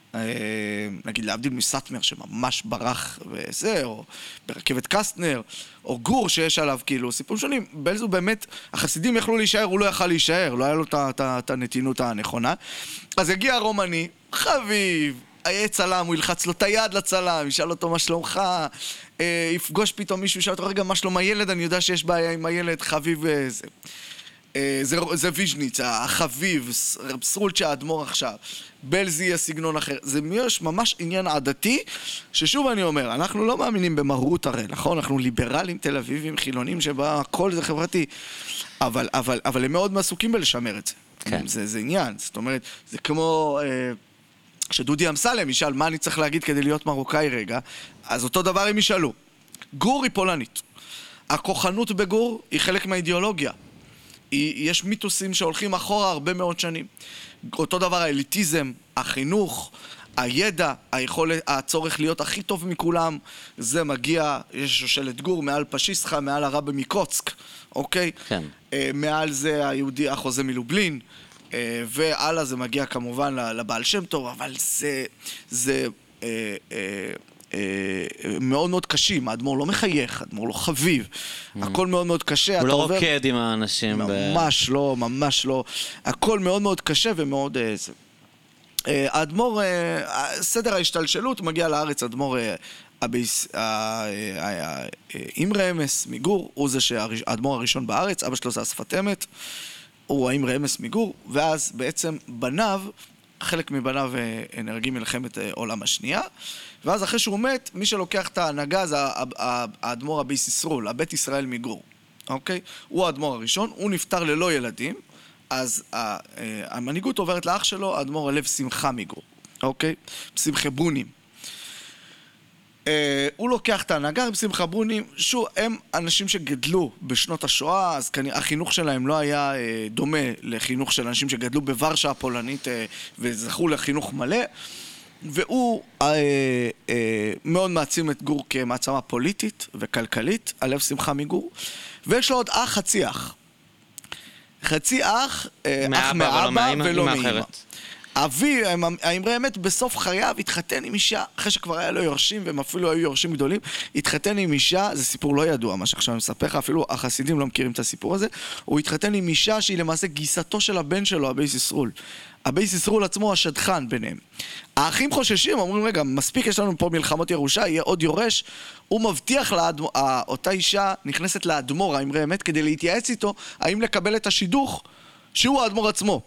נגיד להבדיל מסאטמר שממש ברח וזה, או ברכבת קסטנר, או גור שיש עליו כאילו סיפורים שונים. בלז הוא באמת, החסידים יכלו להישאר, הוא לא יכל להישאר, לא היה לו את הנתינות הנכונה. אז הגיע הרומני, חביב, היה צלם, הוא ילחץ לו את היד לצלם, ישאל אותו מה שלומך, יפגוש פתאום מישהו, ישאל אותו רגע מה שלום הילד, אני יודע שיש בעיה עם הילד, חביב וזה. זה, זה ויז'ניץ, החביב, סרולצ'ה האדמו"ר עכשיו, בלז יהיה סגנון אחר. זה ממש עניין עדתי, ששוב אני אומר, אנחנו לא מאמינים במהות הרי, נכון? אנחנו ליברלים, תל אביבים, חילונים, שבה הכל זה חברתי, אבל, אבל, אבל הם מאוד מעסוקים בלשמר את זה. כן. זה, זה עניין, זאת אומרת, זה כמו... אה, שדודי אמסלם ישאל מה אני צריך להגיד כדי להיות מרוקאי רגע, אז אותו דבר הם ישאלו. גור היא פולנית. הכוחנות בגור היא חלק מהאידיאולוגיה. יש מיתוסים שהולכים אחורה הרבה מאוד שנים. אותו דבר האליטיזם, החינוך, הידע, היכולת, הצורך להיות הכי טוב מכולם, זה מגיע, יש שושלת גור, מעל פשיסחה, מעל הרבי מקוצק, אוקיי? כן. מעל זה היהודי החוזה מלובלין, ועלה זה מגיע כמובן לבעל שם טוב, אבל זה, זה אה, אה, מאוד מאוד קשים, האדמו"ר לא מחייך, האדמו"ר לא חביב, הכל מאוד מאוד קשה. הוא לא רוקד עם האנשים. ממש לא, ממש לא. הכל מאוד מאוד קשה ומאוד... האדמו"ר, סדר ההשתלשלות, מגיע לארץ, האדמו"ר אימרי אמס מגור, הוא זה שהאדמו"ר הראשון בארץ, אבא שלו זה השפת אמת, הוא האימרי אמס מגור, ואז בעצם בניו, חלק מבניו נהרגים מלחמת העולם השנייה, ואז אחרי שהוא מת, מי שלוקח את ההנהגה זה האדמו"ר הבי סיסרול, הבית ישראל מגור, אוקיי? הוא האדמו"ר הראשון, הוא נפטר ללא ילדים, אז המנהיגות עוברת לאח שלו, האדמו"ר הלב שמחה מגור, אוקיי? שמחה בונים. הוא לוקח את ההנהגה עם שמחה בונים, שוב, הם אנשים שגדלו בשנות השואה, אז החינוך שלהם לא היה דומה לחינוך של אנשים שגדלו בוורשה הפולנית וזכו לחינוך מלא, והוא אה, אה, מאוד מעצים את גור כמעצמה פוליטית וכלכלית, הלב שמחה מגור, ויש לו עוד אח חצי אח. חצי אח, אה, אח מאבא ולא מאמא. אבי, האמרי אמת, בסוף חייו התחתן עם אישה, אחרי שכבר היה לו יורשים, והם אפילו היו יורשים גדולים, התחתן עם אישה, זה סיפור לא ידוע, מה שעכשיו אני מספר לך, אפילו החסידים לא מכירים את הסיפור הזה, הוא התחתן עם אישה שהיא למעשה גיסתו של הבן שלו, הבייס ישרול. הבייס ישרול עצמו השדכן ביניהם. האחים חוששים, אומרים, רגע, מספיק יש לנו פה מלחמות ירושה, יהיה עוד יורש, הוא מבטיח לאדמור, אותה אישה נכנסת לאדמור, האמרי אמת, כדי להתייעץ איתו, האם לקבל את השידוך, שהוא האדמור עצמו.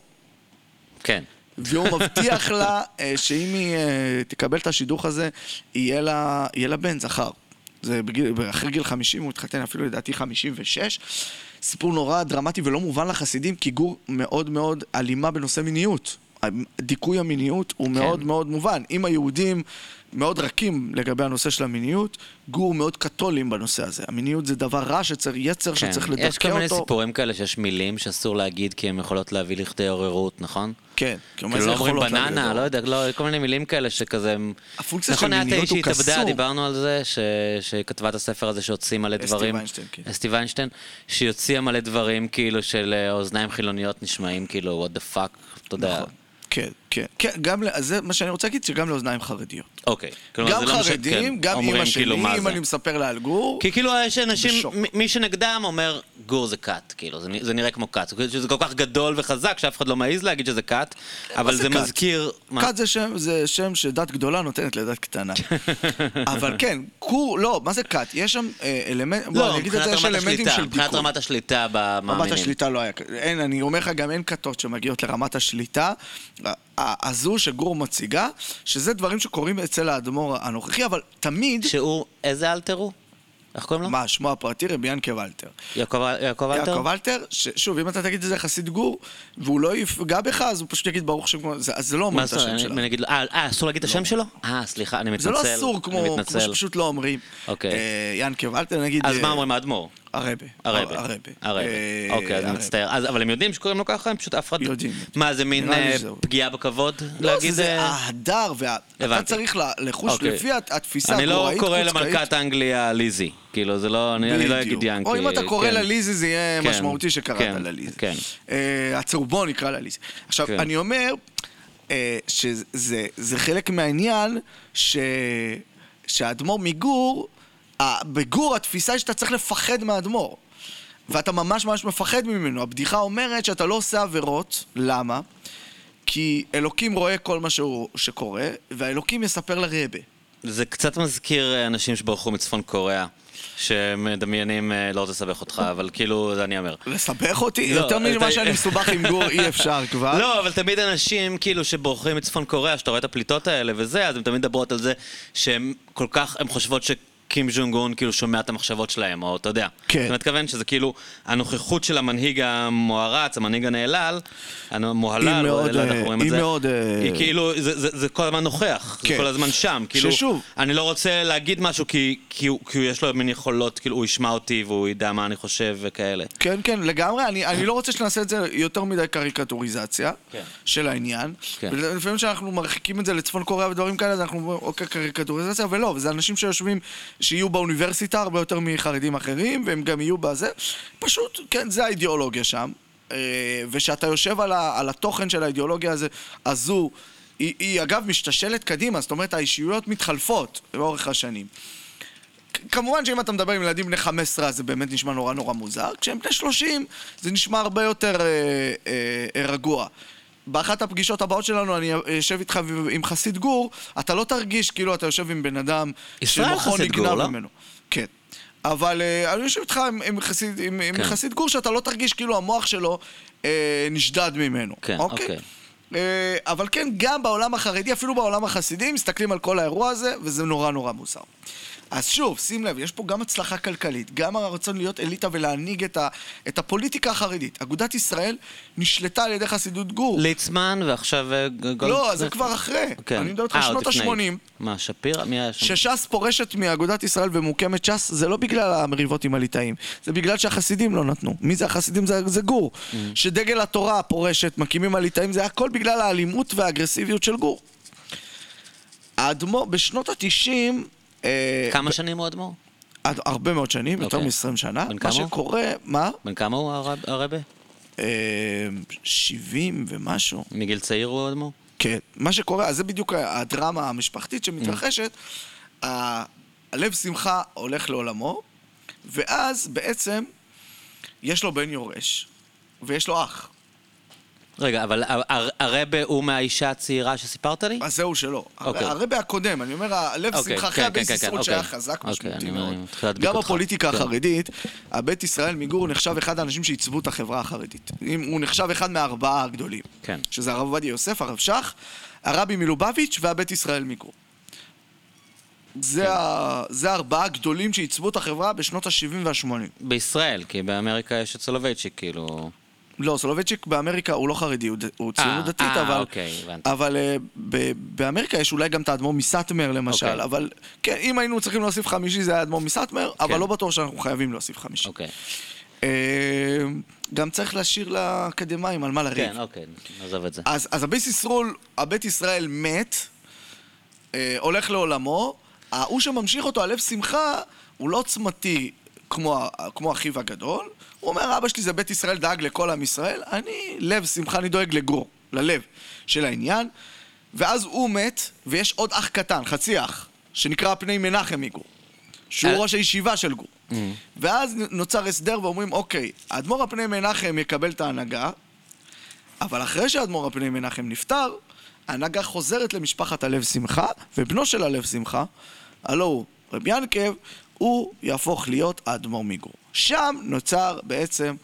כן. והוא מבטיח לה שאם היא תקבל את השידוך הזה, יהיה לה, יהיה לה בן זכר. זה בגיל, אחרי גיל חמישים, הוא התחתן אפילו לדעתי חמישים ושש. סיפור נורא דרמטי ולא מובן לחסידים, כי גור מאוד מאוד אלימה בנושא מיניות. דיכוי המיניות הוא כן. מאוד מאוד מובן. אם היהודים מאוד רכים לגבי הנושא של המיניות, גור מאוד קתולים בנושא הזה. המיניות זה דבר רע שצריך, יצר כן. שצריך לדכא אותו. יש כל מיני סיפורים כאלה שיש מילים שאסור להגיד כי הן יכולות להביא לכדי עוררות, נכון? כן. כאילו לא אומרים בננה, לא יודע, לא, כל מיני מילים כאלה שכזה... הפונקציה של מיניות הוא קסור. התאבדה, דיברנו על זה, ש... שכתבה את הספר הזה שהוציא מלא דברים. אסתי ויינשטיין, כן. אסתי ויינשטיין, שהוציאה מלא דברים כאילו של אוזניים חילוניות נשמעים כאילו, what the fuck, אתה יודע. נכון. כן, כן, כן, גם, זה מה שאני רוצה להגיד, שגם לאוזניים חרדיות. אוקיי. גם חרדים, גם אמא שלי, אם אני מספר לה על גור. כי כאילו יש אנשים, מי שנגדם אומר, גור זה קאט, כאילו, זה נראה כמו קאט. זה כל כך גדול וחזק, שאף אחד לא מעז להגיד שזה קאט, אבל זה מזכיר... קאט זה שם שדת גדולה נותנת לדת קטנה. אבל כן, גור, לא, מה זה קאט? יש שם אלמנט, בוא, אני אגיד את זה, יש אלמנטים של דיכוי. מבחינת רמת השליטה במאמינים. רמת השליטה לא היה, אין, אני אומר לך, גם אין קאטות שמגיעות לרמת השליטה. הזו שגור מציגה, שזה דברים שקורים אצל האדמו"ר הנוכחי, אבל תמיד... שהוא, איזה אלתר הוא? איך קוראים לו? מה, שמו הפרטי? רבי ינקב אלתר. יעקב אלתר? יעקב אלתר, שוב, אם אתה תגיד את זה חסיד גור, והוא לא יפגע בך, אז הוא פשוט יגיד ברוך שם, אז זה לא אומר את השם שלו. אה, אסור להגיד את השם שלו? אה, סליחה, אני מתנצל. זה לא אסור כמו שפשוט לא אומרים. ינקב אלתר, נגיד... אז מה אומרים האדמו"ר? הרבי. הרבי. הרבי. אוקיי, אז אני מצטער. אבל הם יודעים שקוראים לו ככה? הם פשוט אף אחד... יודעים. מה, זה מין פגיעה בכבוד? לא, זה ההדר, ואתה צריך לחוש לפי התפיסה אני לא קורא למלכת אנגליה ליזי. כאילו, זה לא... אני לא אגיד ינקי. או אם אתה קורא לה ליזי, זה יהיה משמעותי שקראת לה ליזי. כן. הצהובון נקרא לה ליזי. עכשיו, אני אומר שזה חלק מהעניין שהאדמו"ר מגור... בגור התפיסה היא שאתה צריך לפחד מהאדמו"ר ואתה ממש ממש מפחד ממנו. הבדיחה אומרת שאתה לא עושה עבירות. למה? כי אלוקים רואה כל מה שהוא, שקורה, והאלוקים יספר לרבה. זה קצת מזכיר אנשים שברחו מצפון קוריאה שמדמיינים, לא רוצה לסבך אותך, אבל כאילו, זה אני אומר. לסבך אותי? יותר ממה שאני מסובך עם גור אי אפשר כבר. לא, אבל תמיד אנשים כאילו שבורחים מצפון קוריאה, שאתה רואה את הפליטות האלה וזה, אז הם תמיד מדברות על זה שהם כל כך, הם חושבות ש... קים ז'ונג און כאילו שומע את המחשבות שלהם, או אתה יודע. כן. אני מתכוון שזה כאילו הנוכחות של המנהיג המוערץ, המנהיג הנעלל, המוהלל, היא מאוד, היא מאוד... היא כאילו, זה, זה, זה כל הזמן נוכח, כן. זה כל הזמן שם. כאילו, ששוב. אני לא רוצה להגיד משהו כי, כי, הוא, כי הוא יש לו מין יכולות, כאילו הוא ישמע אותי והוא ידע מה אני חושב וכאלה. כן, כן, לגמרי. אני, אני לא רוצה שנעשה את זה יותר מדי קריקטוריזציה כן. של העניין. כן. ולפעמים שאנחנו מרחיקים את זה לצפון קוריאה ודברים כאלה, אז אנחנו אומרים, אוקיי, קריקטוריזציה, ולא, וזה אנשים שיושבים שיהיו באוניברסיטה הרבה יותר מחרדים אחרים, והם גם יהיו בזה. פשוט, כן, זה האידיאולוגיה שם. ושאתה יושב על, ה, על התוכן של האידיאולוגיה הזה, הזו, היא, היא אגב משתשלת קדימה, זאת אומרת, האישיויות מתחלפות לאורך השנים. כמובן שאם אתה מדבר עם ילדים בני חמש עשרה, זה באמת נשמע נורא נורא מוזר. כשהם בני שלושים, זה נשמע הרבה יותר אה, אה, רגוע. באחת הפגישות הבאות שלנו, אני יושב איתך עם חסיד גור, אתה לא תרגיש כאילו אתה יושב עם בן אדם שמוחו נגנב לא? ממנו. כן. אבל uh, אני יושב איתך עם, עם, חסיד, עם, כן. עם חסיד גור שאתה לא תרגיש כאילו המוח שלו uh, נשדד ממנו. כן, אוקיי. אוקיי. Uh, אבל כן, גם בעולם החרדי, אפילו בעולם החסידי, מסתכלים על כל האירוע הזה, וזה נורא נורא מוזר. אז שוב, שים לב, יש פה גם הצלחה כלכלית, גם הרצון להיות אליטה ולהנהיג את, ה, את הפוליטיקה החרדית. אגודת ישראל נשלטה על ידי חסידות גור. ליצמן ועכשיו... גול... לא, זה כבר אחרי. כן. אני מדבר אותך שנות ה-שמונים. מה, שפיר? מי היה שם? שש"ס פורשת מאגודת ישראל ומוקמת ש"ס, זה לא בגלל המריבות עם הליטאים, זה בגלל שהחסידים לא נתנו. מי זה החסידים? זה, זה גור. Mm. שדגל התורה פורשת, מקימים הליטאים, זה הכל בגלל האלימות והאגרסיביות של גור. האדמו, בשנות ה-תשעים... כמה שנים הוא אדמו"ר? הרבה מאוד שנים, יותר מ-עשרים שנה. מה שקורה, מה? בן כמה הוא הרבה? שבעים ומשהו. מגיל צעיר הוא אדמו"ר? כן, מה שקורה, אז זה בדיוק הדרמה המשפחתית שמתרחשת, הלב שמחה הולך לעולמו, ואז בעצם יש לו בן יורש, ויש לו אח. רגע, אבל הרבה הוא מהאישה הצעירה שסיפרת לי? אז זהו שלא. הרבה הקודם, אני אומר, הלב שמחה אחרי הבית ישראל שהיה חזק משמעותי מאוד. גם בפוליטיקה החרדית, הבית ישראל מגור נחשב אחד האנשים שעיצבו את החברה החרדית. הוא נחשב אחד מהארבעה הגדולים. שזה הרב עובדיה יוסף, הרב שך, הרבי מלובביץ' והבית ישראל מגור. זה הארבעה הגדולים שעיצבו את החברה בשנות ה-שבעים וה-שמונים. בישראל, כי באמריקה יש את סולובייצ'יק, כאילו... לא, סולובייצ'יק באמריקה הוא לא חרדי, הוא ציונות דתית, אבל באמריקה יש אולי גם את האדמו"ר מסאטמר למשל, אבל כן, אם היינו צריכים להוסיף חמישי זה האדמו"ר מסאטמר, אבל לא בטוח שאנחנו חייבים להוסיף חמישי. גם צריך להשאיר לאקדמיים על מה לריב. כן, אוקיי, נעזוב את זה. אז הבית ישראל מת, הולך לעולמו, הוא שממשיך אותו, הלב שמחה, הוא לא עוצמתי כמו אחיו הגדול, הוא אומר, אבא שלי זה בית ישראל דאג לכל עם ישראל, אני, לב שמחה, אני דואג לגור, ללב של העניין, ואז הוא מת, ויש עוד אח קטן, חצי אח, שנקרא פני מנחם מגור, שהוא ראש הישיבה של גור. ואז נוצר הסדר ואומרים, אוקיי, האדמו"ר הפני מנחם יקבל את ההנהגה, אבל אחרי שהאדמו"ר הפני מנחם נפטר, ההנהגה חוזרת למשפחת הלב שמחה, ובנו של הלב שמחה, הלא הוא רבי ינקב, הוא יהפוך להיות האדמו"ר מגור. שם נוצר בעצם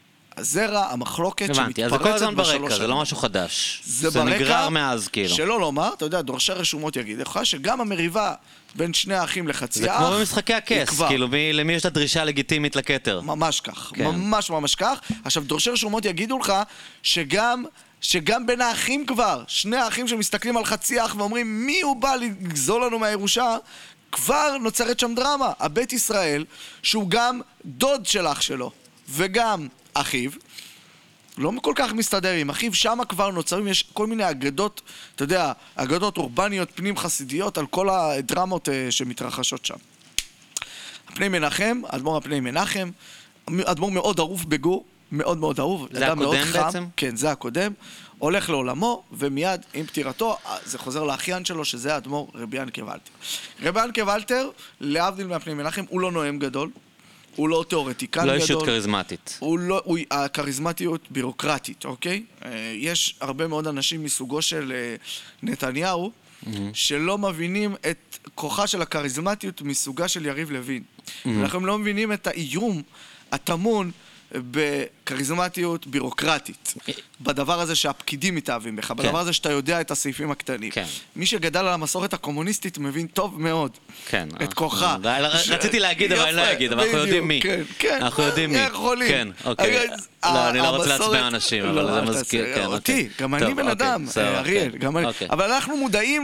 הזרע, המחלוקת שמתפרצת בשלוש שנים. זה כל הזמן ברקע, זה לא משהו חדש. זה נגרר מאז, כאילו. שלא לומר, אתה יודע, דורשי רשומות יגיד לך שגם המריבה בין שני האחים לחצי אח... זה כמו במשחקי הכס, כאילו, למי יש את הדרישה לגיטימית לכתר. ממש כך, ממש ממש כך. עכשיו, דורשי רשומות יגידו לך שגם... שגם בין האחים כבר, שני האחים שמסתכלים על חצי אח ואומרים מי הוא בא לגזול לנו מהירושה, כבר נוצרת שם דרמה. הבית ישראל, שהוא גם דוד של אח שלו, וגם אחיו, לא כל כך מסתדר עם אחיו, שם כבר נוצרים, יש כל מיני אגדות, אתה יודע, אגדות אורבניות פנים חסידיות, על כל הדרמות שמתרחשות שם. הפני מנחם, אדמו"ר הפני מנחם, אדמו"ר מאוד אהוב בגור, מאוד מאוד אהוב. זה הקודם בעצם? כן, זה הקודם. הולך לעולמו, ומיד עם פטירתו, זה חוזר לאחיין שלו, שזה האדמו"ר רבי ינקב אלתר. רבי ינקב אלתר, להבדיל מהפני מנחם, הוא לא נואם גדול, הוא לא תיאורטיקן גדול. לא אישות כריזמטית. הוא לא, הוא, הכריזמטיות בירוקרטית, אוקיי? יש הרבה מאוד אנשים מסוגו של נתניהו, mm-hmm. שלא מבינים את כוחה של הכריזמטיות מסוגה של יריב לוין. Mm-hmm. אנחנו לא מבינים את האיום הטמון בקריזמטיות בירוקרטית, בדבר הזה שהפקידים מתאהבים בך, בדבר הזה שאתה יודע את הסעיפים הקטנים. מי שגדל על המסורת הקומוניסטית מבין טוב מאוד את כוחה. רציתי להגיד, אבל אני לא אגיד, אבל אנחנו יודעים מי. אנחנו יודעים מי. כן, אוקיי. לא, אני לא רוצה להצבע אנשים, אבל זה מזכיר. אותי, גם אני בן אדם, אריאל, גם אני. אבל אנחנו מודעים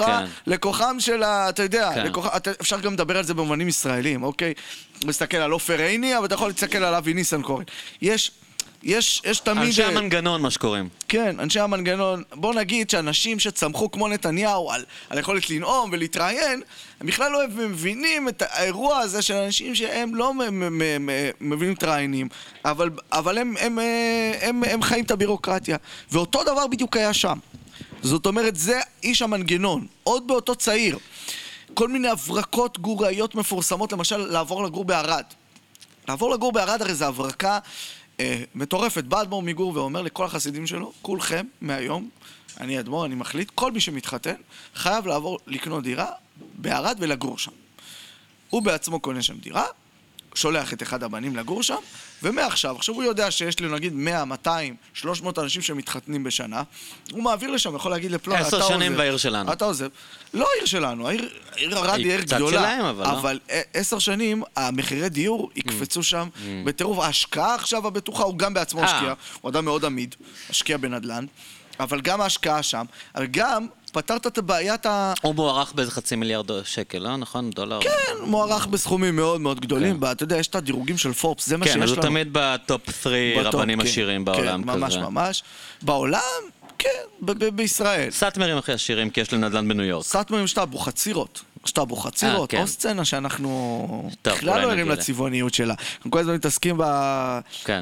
לכוחם של, אתה יודע, אפשר גם לדבר על זה במובנים ישראלים, אוקיי? מסתכל על עופר עיני, אבל אתה יכול להסתכל על אבי ניסנקורן. יש, יש, יש תמיד... אנשי המנגנון, מה שקוראים. כן, אנשי המנגנון. בוא נגיד שאנשים שצמחו כמו נתניהו על, על יכולת לנאום ולהתראיין, הם בכלל לא מבינים את האירוע הזה של אנשים שהם לא מבינים מתראיינים, אבל, אבל הם, הם, הם, הם חיים את הבירוקרטיה. ואותו דבר בדיוק היה שם. זאת אומרת, זה איש המנגנון. עוד באותו צעיר. כל מיני הברקות גוראיות מפורסמות, למשל לעבור לגור בערד. לעבור לגור בערד הרי זה הברקה אה, מטורפת. בא אדמו"ר מגור ואומר לכל החסידים שלו, כולכם מהיום, אני אדמו"ר, אני מחליט, כל מי שמתחתן חייב לעבור לקנות דירה בערד ולגור שם. הוא בעצמו קונה שם דירה, שולח את אחד הבנים לגור שם, ומעכשיו, עכשיו הוא יודע שיש לי נגיד מאה, מאתיים, שלוש מאות אנשים שמתחתנים בשנה, הוא מעביר לשם, יכול להגיד לפלון, עשר שנים בעיר שלנו. אתה עוזב. לא העיר שלנו, העיר ערד היא עיר גדולה. שלהם, אבל, אבל לא. עשר שנים, המחירי דיור יקפצו שם, mm. בטירוף. ההשקעה עכשיו הבטוחה, הוא גם בעצמו השקיע, הוא אדם מאוד עמיד, השקיע בנדלן, אבל גם ההשקעה שם, אבל גם פתרת את הבעיית ה... הוא מוערך באיזה חצי מיליארד שקל, לא? נכון? דולר? כן, מוערך בסכומים מאוד מאוד גדולים. אתה יודע, יש את הדירוגים של פורבס, זה מה שיש לנו. כן, אז הוא תמיד בטופ שלוש רבנים עשירים בעולם כזה. כן, ממש ממש. בעולם, כן, בישראל. סאטמרים הכי עשירים, כי יש להם נדל"ן בניו יורק. סאטמרים שאתה אבו חצירות. שאתה אבו חצירות, או סצנה שאנחנו בכלל לא ערים לצבעוניות שלה. אנחנו כל הזמן מתעסקים ב... כן.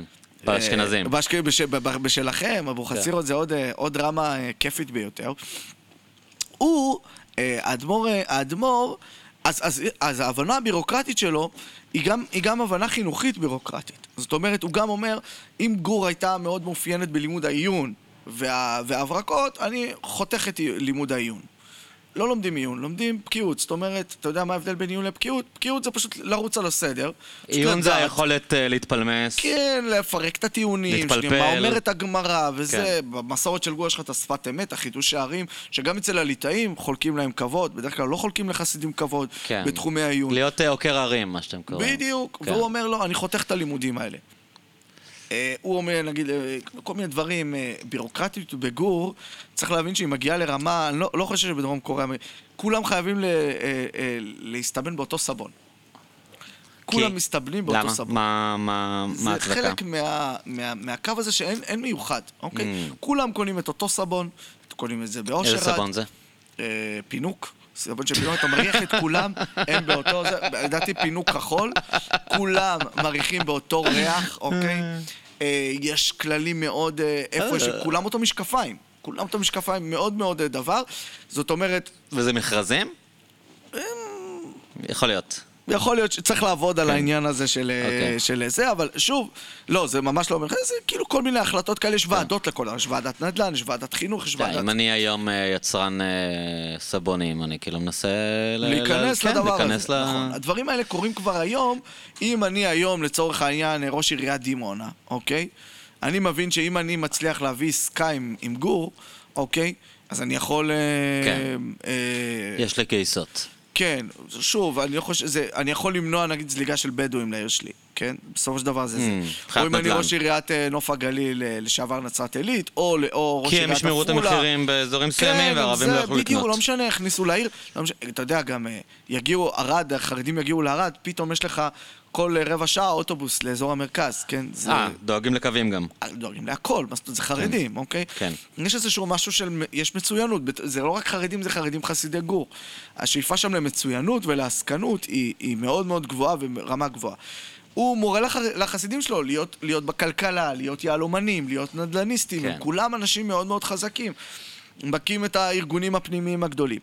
באשכנזים. בשלכם, אבוחצירא זה עוד רמה כיפית ביותר. הוא, האדמו"ר, האדמו"ר, אז, אז, אז ההבנה הבירוקרטית שלו היא גם, היא גם הבנה חינוכית בירוקרטית. זאת אומרת, הוא גם אומר, אם גור הייתה מאוד מאופיינת בלימוד העיון וה, וההברקות, אני חותך את לימוד העיון. לא לומדים עיון, לומדים בקיאות. זאת אומרת, אתה יודע מה ההבדל בין עיון לבקיאות? בקיאות זה פשוט לרוץ על הסדר. עיון זה היכולת להתפלמס. כן, לפרק את הטיעונים. להתפלפל. מה אומרת הגמרא, וזה, במסורת של גור יש לך את השפת אמת, החידוש שערים, שגם אצל הליטאים חולקים להם כבוד, בדרך כלל לא חולקים לחסידים כבוד בתחומי העיון. להיות עוקר ערים, מה שאתם קוראים. בדיוק, והוא אומר לו, אני חותך את הלימודים האלה. הוא אומר, נגיד, כל מיני דברים בירוקרטיות בגור, צריך להבין שהיא מגיעה לרמה, אני לא, לא חושב שבדרום קוריאה, כולם חייבים לה, להסתבן באותו סבון. כולם מסתבנים באותו למה? סבון. מה, מה, מה הצדקה? זה חלק מה, מה, מהקו הזה שאין אין מיוחד, אוקיי? Mm. כולם קונים את אותו סבון, קונים את זה באושר. איזה סבון זה? אה, פינוק. סבון שפינוק, אתה מריח את כולם, הם באותו, זה, לדעתי פינוק כחול, כולם מריחים באותו ריח, אוקיי? אה, יש כללים מאוד, אה, איפה יש, כולם אותו משקפיים, כולם אותו משקפיים, מאוד מאוד דבר, זאת אומרת... וזה מכרזים? יכול להיות. יכול להיות שצריך לעבוד על העניין הזה של זה, אבל שוב, לא, זה ממש לא אומר, זה כאילו כל מיני החלטות כאלה, יש ועדות לכל, יש ועדת נדל"ן, יש ועדת חינוך, יש ועדת... אם אני היום יצרן סבונים, אני כאילו מנסה... להיכנס לדבר הזה, נכון. הדברים האלה קורים כבר היום, אם אני היום, לצורך העניין, ראש עיריית דימונה, אוקיי? אני מבין שאם אני מצליח להביא עסקה עם גור, אוקיי? אז אני יכול... כן, יש לי קייסות. כן, שוב, אני, חושב, זה, אני יכול למנוע נגיד זליגה של בדואים לעיר שלי, כן? בסופו של דבר זה זה. Mm, או אם אני ראש עיריית נוף הגליל לשעבר נצרת עילית, או, או ראש עיריית עפולה. כי הם ישמרו את המחירים באזורים מסוימים, והערבים לא יכולו לקנות. בדיוק, לא משנה, הכניסו לעיר. לא משנה, אתה יודע, גם יגיעו ערד, החרדים יגיעו לערד, פתאום יש לך כל רבע שעה אוטובוס לאזור המרכז, כן? אה, דואגים לקווים גם. דואגים להכל, זה חרדים, אוקיי? כן. יש איזשהו משהו של, יש מצוינות, זה לא רק חרדים, זה חרדים חסידי גור. השאיפה שם למצוינות ולהסכנות היא, היא מאוד מאוד גבוהה ורמה גבוהה. הוא מורה לח, לחסידים שלו להיות, להיות בכלכלה, להיות יהלומנים, להיות נדלניסטים, כן. הם כולם אנשים מאוד מאוד חזקים. מקים את הארגונים הפנימיים הגדולים.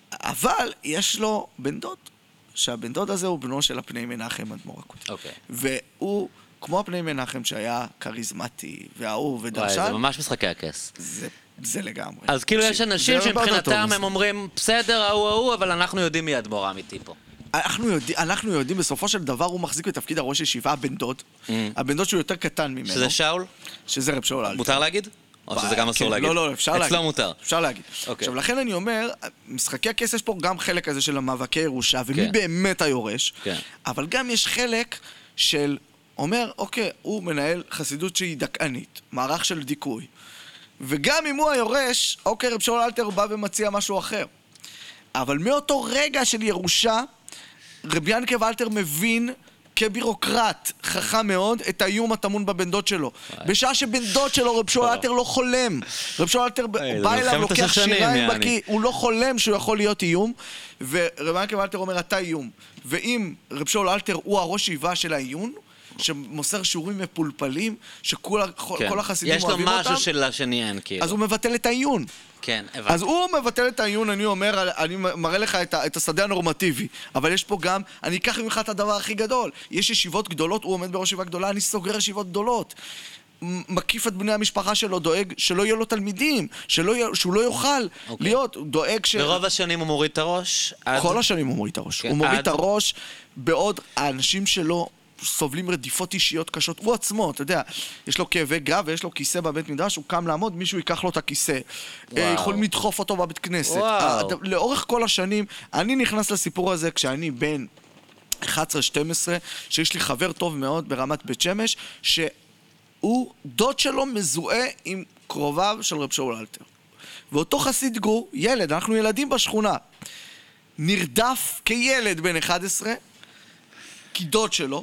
אבל יש לו בן דוד. שהבן דוד הזה הוא בנו של הפני מנחם אדמו"ר הקוטי. אוקיי. והוא, כמו הפני מנחם שהיה כריזמטי והאהוב ודרשן... וואי, זה ממש משחקי הכס. זה, זה לגמרי. אז כאילו יש אנשים שמבחינתם הם אומרים, בסדר, ההוא ההוא, אבל אנחנו יודעים מי אדמו"ר האמיתי פה. אנחנו יודעים, אנחנו יודעים, בסופו של דבר הוא מחזיק בתפקיד הראש ישיבה, הבן דוד. הבן דוד שהוא יותר קטן ממנו. שזה שאול? שזה רב שאול אלתר. מותר להגיד? או שזה גם אסור להגיד? לא, לא, אפשר להגיד. אצלו מותר. אפשר להגיד. עכשיו, לכן אני אומר, משחקי הכס יש פה גם חלק הזה של המאבקי ירושה, ומי באמת היורש, אבל גם יש חלק של, אומר, אוקיי, הוא מנהל חסידות שהיא דכאנית, מערך של דיכוי, וגם אם הוא היורש, אוקיי, רב שאול אלתר בא ומציע משהו אחר. אבל מאותו רגע של ירושה, רבי ינקב אלתר מבין כבירוקרט חכם מאוד את האיום הטמון בבן דוד שלו. בשעה שבן דוד שלו, רב שאול אלתר לא חולם. רב שאול אלתר בא אליו, לוקח שיריים בקי, הוא לא חולם שהוא יכול להיות איום, ורב ינקב אלתר אומר, אתה איום. ואם רב שאול אלתר הוא הראש ישיבה של העיון, שמוסר שיעורים מפולפלים, שכל החסידים אוהבים אותם, יש לו משהו של השני אין, כאילו. אז הוא מבטל את העיון. כן, הבנתי. אז הוא מבטל את העיון, אני אומר, אני מראה לך את, את השדה הנורמטיבי, אבל יש פה גם, אני אקח ממך את הדבר הכי גדול. יש ישיבות גדולות, הוא עומד בראש ישיבה גדולה, אני סוגר ישיבות גדולות. מקיף את בני המשפחה שלו, דואג שלא יהיו לו תלמידים, שלא, שהוא לא יוכל okay. להיות, דואג ש... ברוב השנים הוא מוריד את הראש? עד... כל השנים הוא מוריד את הראש. Okay. הוא מוריד עד... את הראש, בעוד האנשים שלו סובלים רדיפות אישיות קשות. הוא עצמו, אתה יודע, יש לו כאבי גב ויש לו כיסא בבית מדרש, הוא קם לעמוד, מישהו ייקח לו את הכיסא. וואו. יכולים לדחוף אותו בבית כנסת. וואו. לאורך כל השנים, אני נכנס לסיפור הזה כשאני בן אחת עשרה שתים עשרה, שיש לי חבר טוב מאוד ברמת בית שמש, שהוא, דוד שלו מזוהה עם קרוביו של רב שאול אלתר. ואותו חסיד גור, ילד, אנחנו ילדים בשכונה, נרדף כילד בן אחת עשרה, כי דוד שלו,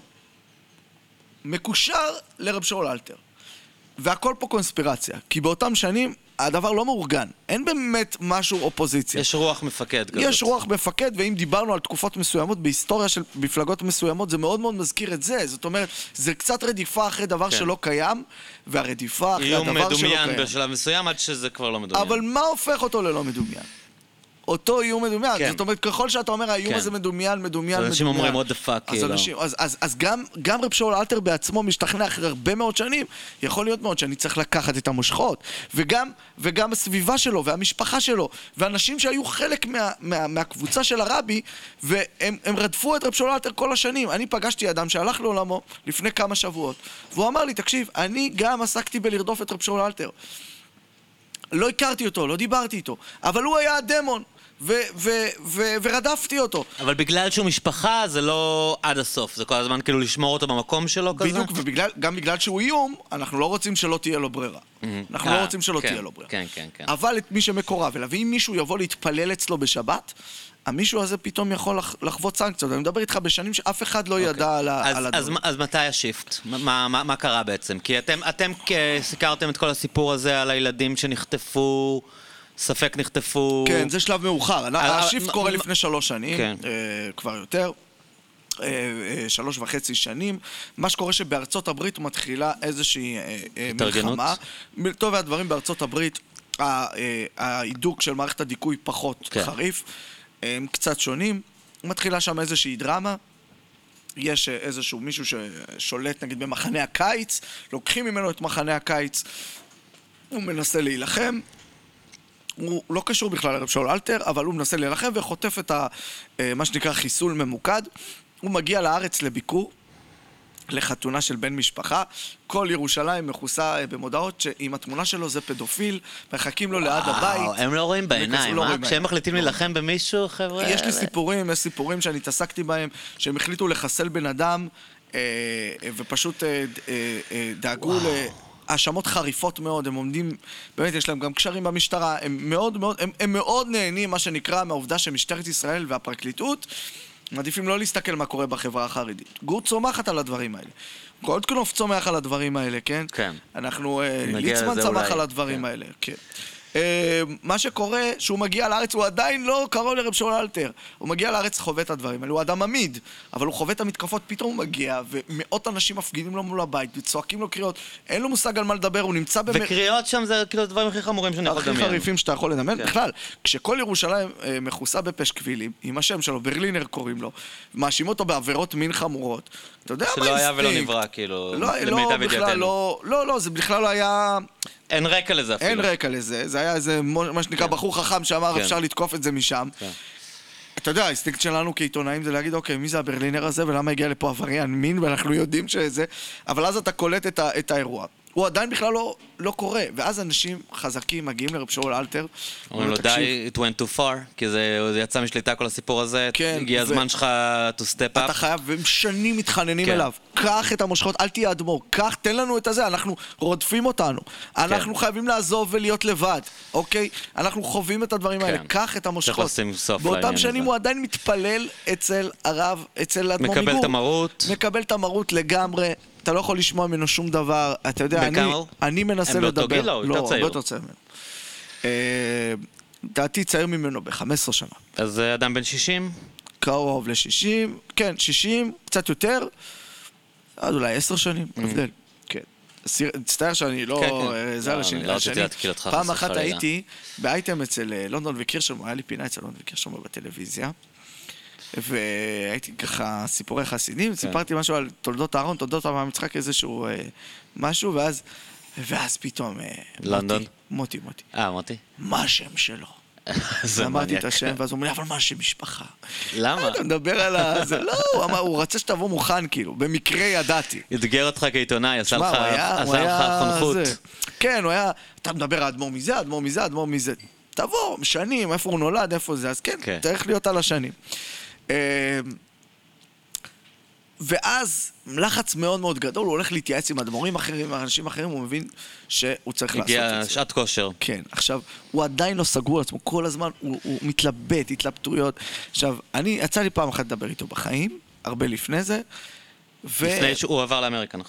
מקושר לרב שאול אלתר. והכל פה קונספירציה, כי באותם שנים הדבר לא מאורגן. אין באמת משהו אופוזיציה. יש רוח מפקד כזאת. יש רוח מפקד, ואם דיברנו על תקופות מסוימות, בהיסטוריה של מפלגות מסוימות, זה מאוד מאוד מזכיר את זה. זאת אומרת, זה קצת רדיפה אחרי דבר כן. שלא קיים, והרדיפה אחרי הדבר שלא קיים. איום מדומיין בשלב מסוים, עד שזה כבר לא מדומיין. אבל מה הופך אותו ללא מדומיין? אותו איום מדומיין. כן. זאת אומרת, ככל שאתה אומר, האיום כן. הזה מדומיין, מדומיין, מדומיין. אנשים אומרים עוד דפק, כאילו. אנשים, אז, אז, אז גם, גם רב שאול אלתר בעצמו משתכנע אחרי הרבה מאוד שנים, יכול להיות מאוד שאני צריך לקחת את המושכות, וגם, וגם הסביבה שלו, והמשפחה שלו, ואנשים שהיו חלק מה, מה, מהקבוצה של הרבי, והם הם רדפו את רב שאול אלתר כל השנים. אני פגשתי אדם שהלך לעולמו לפני כמה שבועות, והוא אמר לי, תקשיב, אני גם עסקתי בלרדוף את רב שאול אלתר. לא הכרתי אותו, לא דיברתי איתו, אבל הוא היה הדמון. ו- ו- ו- ורדפתי אותו. אבל בגלל שהוא משפחה זה לא עד הסוף, זה כל הזמן כאילו לשמור אותו במקום שלו כזה? בדיוק, וגם בגלל שהוא איום, אנחנו לא רוצים שלא תהיה לו ברירה. אנחנו לא רוצים שלא תהיה לו ברירה. כן, כן, כן. אבל את מי שמקורב אליו, ואם מישהו יבוא להתפלל אצלו בשבת, המישהו הזה פתאום יכול לחוות סנקציות. אני מדבר איתך בשנים שאף אחד לא ידע על הדברים. אז מתי השיפט? מה קרה בעצם? כי אתם סיקרתם את כל הסיפור הזה על הילדים שנחטפו, ספק נחטפו... כן, זה שלב מאוחר. השיפט קורה לפני שלוש שנים, כבר יותר, שלוש וחצי שנים. מה שקורה שבארצות הברית מתחילה איזושהי מלחמה. טוב, והדברים בארצות הברית, ההידוק של מערכת הדיכוי פחות חריף, הם קצת שונים. מתחילה שם איזושהי דרמה. יש איזשהו מישהו ששולט נגיד במחנה הקיץ, לוקחים ממנו את מחנה הקיץ, הוא מנסה להילחם, הוא לא קשור בכלל לרב שאול אלתר, אבל הוא מנסה להילחם וחוטף את ה, מה שנקרא חיסול ממוקד. הוא מגיע לארץ לביקור, לחתונה של בן משפחה, כל ירושלים מכוסה במודעות שעם התמונה שלו זה פדופיל, מחכים לו ליד הבית. הם לא רואים בעיניים, אה? כשהם מחליטים להילחם במישהו, חבר'ה... יש לי סיפורים, יש סיפורים שאני התעסקתי בהם, שהם החליטו לחסל בן אדם, ופשוט דאגו להאשמות חריפות מאוד, הם עומדים, באמת יש להם גם קשרים במשטרה, הם מאוד מאוד, הם, הם מאוד נהנים, מה שנקרא, מהעובדה שמשטרת ישראל והפרקליטות מעדיפים לא להסתכל מה קורה בחברה החרדית. גור צומחת על הדברים האלה. גולדקנופ צומח על הדברים האלה, כן? כן. אנחנו, ליצמן צמח על הדברים האלה, כן. מה שקורה, שהוא מגיע לארץ, הוא עדיין לא קרוב לרב שאול אלתר. הוא מגיע לארץ, חווה את הדברים האלה. הוא אדם עמיד, אבל הוא חווה את המתקפות, פתאום הוא מגיע, ומאות אנשים מפגינים לו מול הבית, וצועקים לו קריאות. אין לו מושג על מה לדבר, הוא נמצא במ... וקריאות שם זה כאילו הדברים הכי חמורים שאני יכול לדמיין. הכי חריפים שאתה יכול לדמיין. בכלל, כשכל ירושלים מכוסה בפשקווילים, עם השם שלו, ברלינר קוראים לו, מאשים אותו בעבירות מין חמורות. אתה יודע מה שלא היה ולא נברא, כאילו, למיטב ידיעתנו. לא, לא, זה בכלל לא היה... אין רקע לזה אפילו. אין רקע לזה, זה היה איזה, מה שנקרא, בחור חכם שאמר, אפשר לתקוף את זה משם. אתה יודע, האינסטינקט שלנו כעיתונאים זה להגיד, אוקיי, מי זה הברלינר הזה, ולמה הגיע לפה עבריין מין, ואנחנו יודעים שזה, אבל אז אתה קולט את האירוע. הוא עדיין בכלל לא, לא קורה, ואז אנשים חזקים מגיעים לרב שאול אלתר. אומרים לו, די, it went too far, כי זה, זה יצא משליטה כל הסיפור הזה, כן, הגיע הזמן ו... שלך to step up. אתה חייב, והם שנים מתחננים כן. אליו. קח את המושכות, אל תהיה אדמו"ר, קח, תן לנו את הזה, אנחנו רודפים אותנו. אנחנו כן. חייבים לעזוב ולהיות לבד, אוקיי? אנחנו חווים את הדברים כן. האלה, קח את המושכות. באותם שנים הוא עדיין מתפלל אצל הרב, אצל אדמו"ר מיגור. מקבל תמרות. מקבל תמרות לגמרי. אתה לא יכול לשמוע ממנו שום דבר, אתה יודע, אני, אני מנסה לדבר. הם באותו גיל או יותר צעיר? לא, יותר צעיר ממנו. דעתי צעיר ממנו ב-חמש עשרה שנה. אז אדם בן שישים? קרוב ל-שישים, כן, שישים, קצת יותר, אז אולי עשר שנים, הבדל. כן. תצטער שאני לא... זה על השני. פעם אחת הייתי באייטם אצל לונדון וקירשנבאום, היה לי פינה אצל לונדון וקירשנבאום בטלוויזיה, והייתי ככה סיפורי חסידים, סיפרתי משהו על תולדות אהרון, תולדות אברהם יצחק, איזשהו משהו, ואז ואז פתאום לונדון? מוטי, מוטי. אה, מוטי? מה השם שלו? אמרתי את השם, ואז הוא אומר לי, אבל מה השם משפחה? למה? אתה מדבר על זה, לא, הוא רצה שתבוא מוכן כאילו, במקרה ידעתי. אתגר אותך כעיתונאי, עשה לך חונכות. כן, הוא היה, אתה מדבר על אדמו"ר מזה, אדמו"ר מזה, אדמו"ר מזה. תבוא, שנים, איפה הוא נולד, איפה זה, אז כן, צריך להיות על השנים. ואז לחץ מאוד מאוד גדול, הוא הולך להתייעץ עם אדמו"רים אחרים, עם אנשים אחרים, הוא מבין שהוא צריך לעשות את זה. הגיע שעת כושר. כן, עכשיו, הוא עדיין לא סגור על עצמו, כל הזמן הוא, הוא מתלבט, התלבטויות. עכשיו, אני, יצא לי פעם אחת לדבר איתו בחיים, הרבה לפני זה, ו... לפני שהוא עבר לאמריקה, נכון?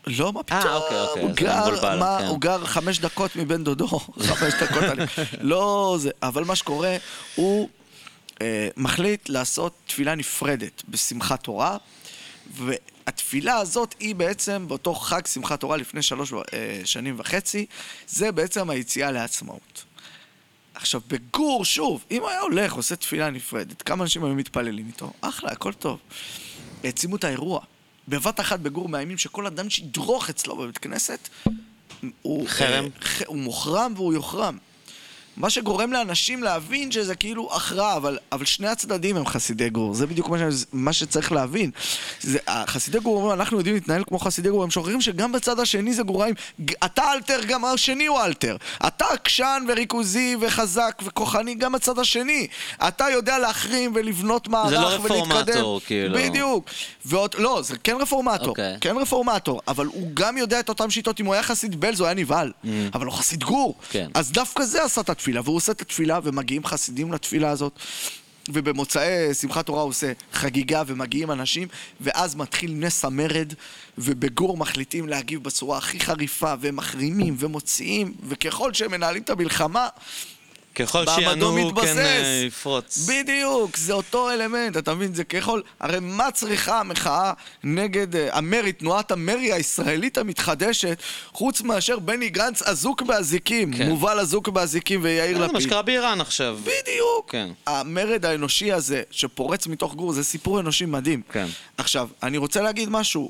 לא, מה פתאום? אה, אוקיי, אוקיי. הוא גר, מה, הוא גר חמש דקות מבן דודו. חמש דקות, לא זה. אבל מה שקורה, הוא מחליט לעשות תפילה נפרדת בשמחת תורה, והתפילה הזאת היא בעצם באותו חג שמחת תורה לפני שלוש שנים וחצי, זה בעצם היציאה לעצמאות. עכשיו, בגור, שוב, אם הוא היה הולך, עושה תפילה נפרדת, כמה אנשים היו מתפללים איתו? אחלה, הכל טוב. העצימו את האירוע. בבת אחת בגור מאיימים שכל אדם שידרוך אצלו בבית כנסת, הוא, חרם. אה, הוא מוחרם והוא יוחרם. מה שגורם לאנשים להבין שזה כאילו הכרעה, אבל, אבל שני הצדדים הם חסידי גור. זה בדיוק מה, ש, מה שצריך להבין. זה, חסידי גור אומרים, אנחנו יודעים להתנהל כמו חסידי גור, הם שוכרים שגם בצד השני זה גוראים, אתה אלתר, גם השני הוא אלתר. אתה עקשן וריכוזי וחזק וכוחני, גם הצד השני. אתה יודע להחרים ולבנות מערך ולהתקדם. זה לא רפורמטור, כאילו. בדיוק. ועוד, לא, זה כן רפורמטור. Okay. כן רפורמטור, אבל הוא גם יודע את אותם שיטות. אם הוא היה חסיד בלז, הוא היה נבהל. Mm. אבל הוא חסיד גור. כן. אז דווקא זה עשה את התפילה, והוא עושה את התפילה, ומגיעים חסידים לתפילה הזאת, ובמוצאי שמחת תורה הוא עושה חגיגה, ומגיעים אנשים, ואז מתחיל נס המרד, ובגור מחליטים להגיב בצורה הכי חריפה, ומחרימים, ומוציאים, וככל שהם מנהלים את המלחמה, ככל שיענו כן יפרוץ. בדיוק, זה אותו אלמנט, אתה מבין? זה ככל, הרי מה צריכה המחאה נגד המרי, תנועת המרי הישראלית המתחדשת, חוץ מאשר בני גנץ אזוק באזיקים, כן. מובל אזוק באזיקים ויאיר לפיד. זה מה שקרה באיראן עכשיו. בדיוק. כן. המרד האנושי הזה שפורץ מתוך גור, זה סיפור אנושי מדהים. כן. עכשיו, אני רוצה להגיד משהו.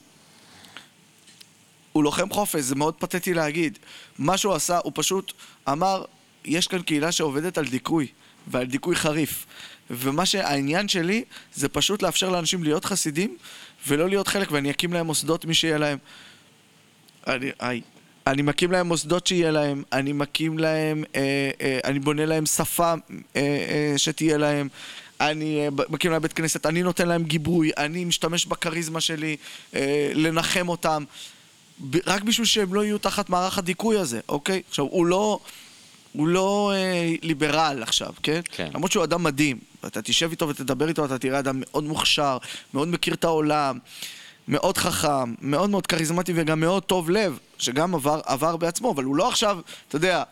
הוא לוחם חופש, זה מאוד פתטי להגיד. מה שהוא עשה, הוא פשוט אמר, יש כאן קהילה שעובדת על דיכוי, ועל דיכוי חריף. ומה שהעניין שלי, זה פשוט לאפשר לאנשים להיות חסידים, ולא להיות חלק, ואני אקים להם מוסדות מי שיהיה להם. אני, איי, אני מקים להם מוסדות שיהיה להם, אני מקים להם, אה, אה, אני בונה להם שפה אה, אה, שתהיה להם, אני אה, מקים להם בית כנסת, אני נותן להם גיבוי, אני משתמש בקריזמה שלי, אה, לנחם אותם, רק בשביל שהם לא יהיו תחת מערך הדיכוי הזה, אוקיי? עכשיו, הוא לא... הוא לא אה, ליברל עכשיו, כן? כן. למרות שהוא אדם מדהים. אתה תשב איתו ותדבר איתו, אתה תראה אדם מאוד מוכשר, מאוד מכיר את העולם, מאוד חכם, מאוד מאוד קריזמטי וגם מאוד טוב לב, שגם עבר, עבר בעצמו, אבל הוא לא עכשיו, אתה יודע,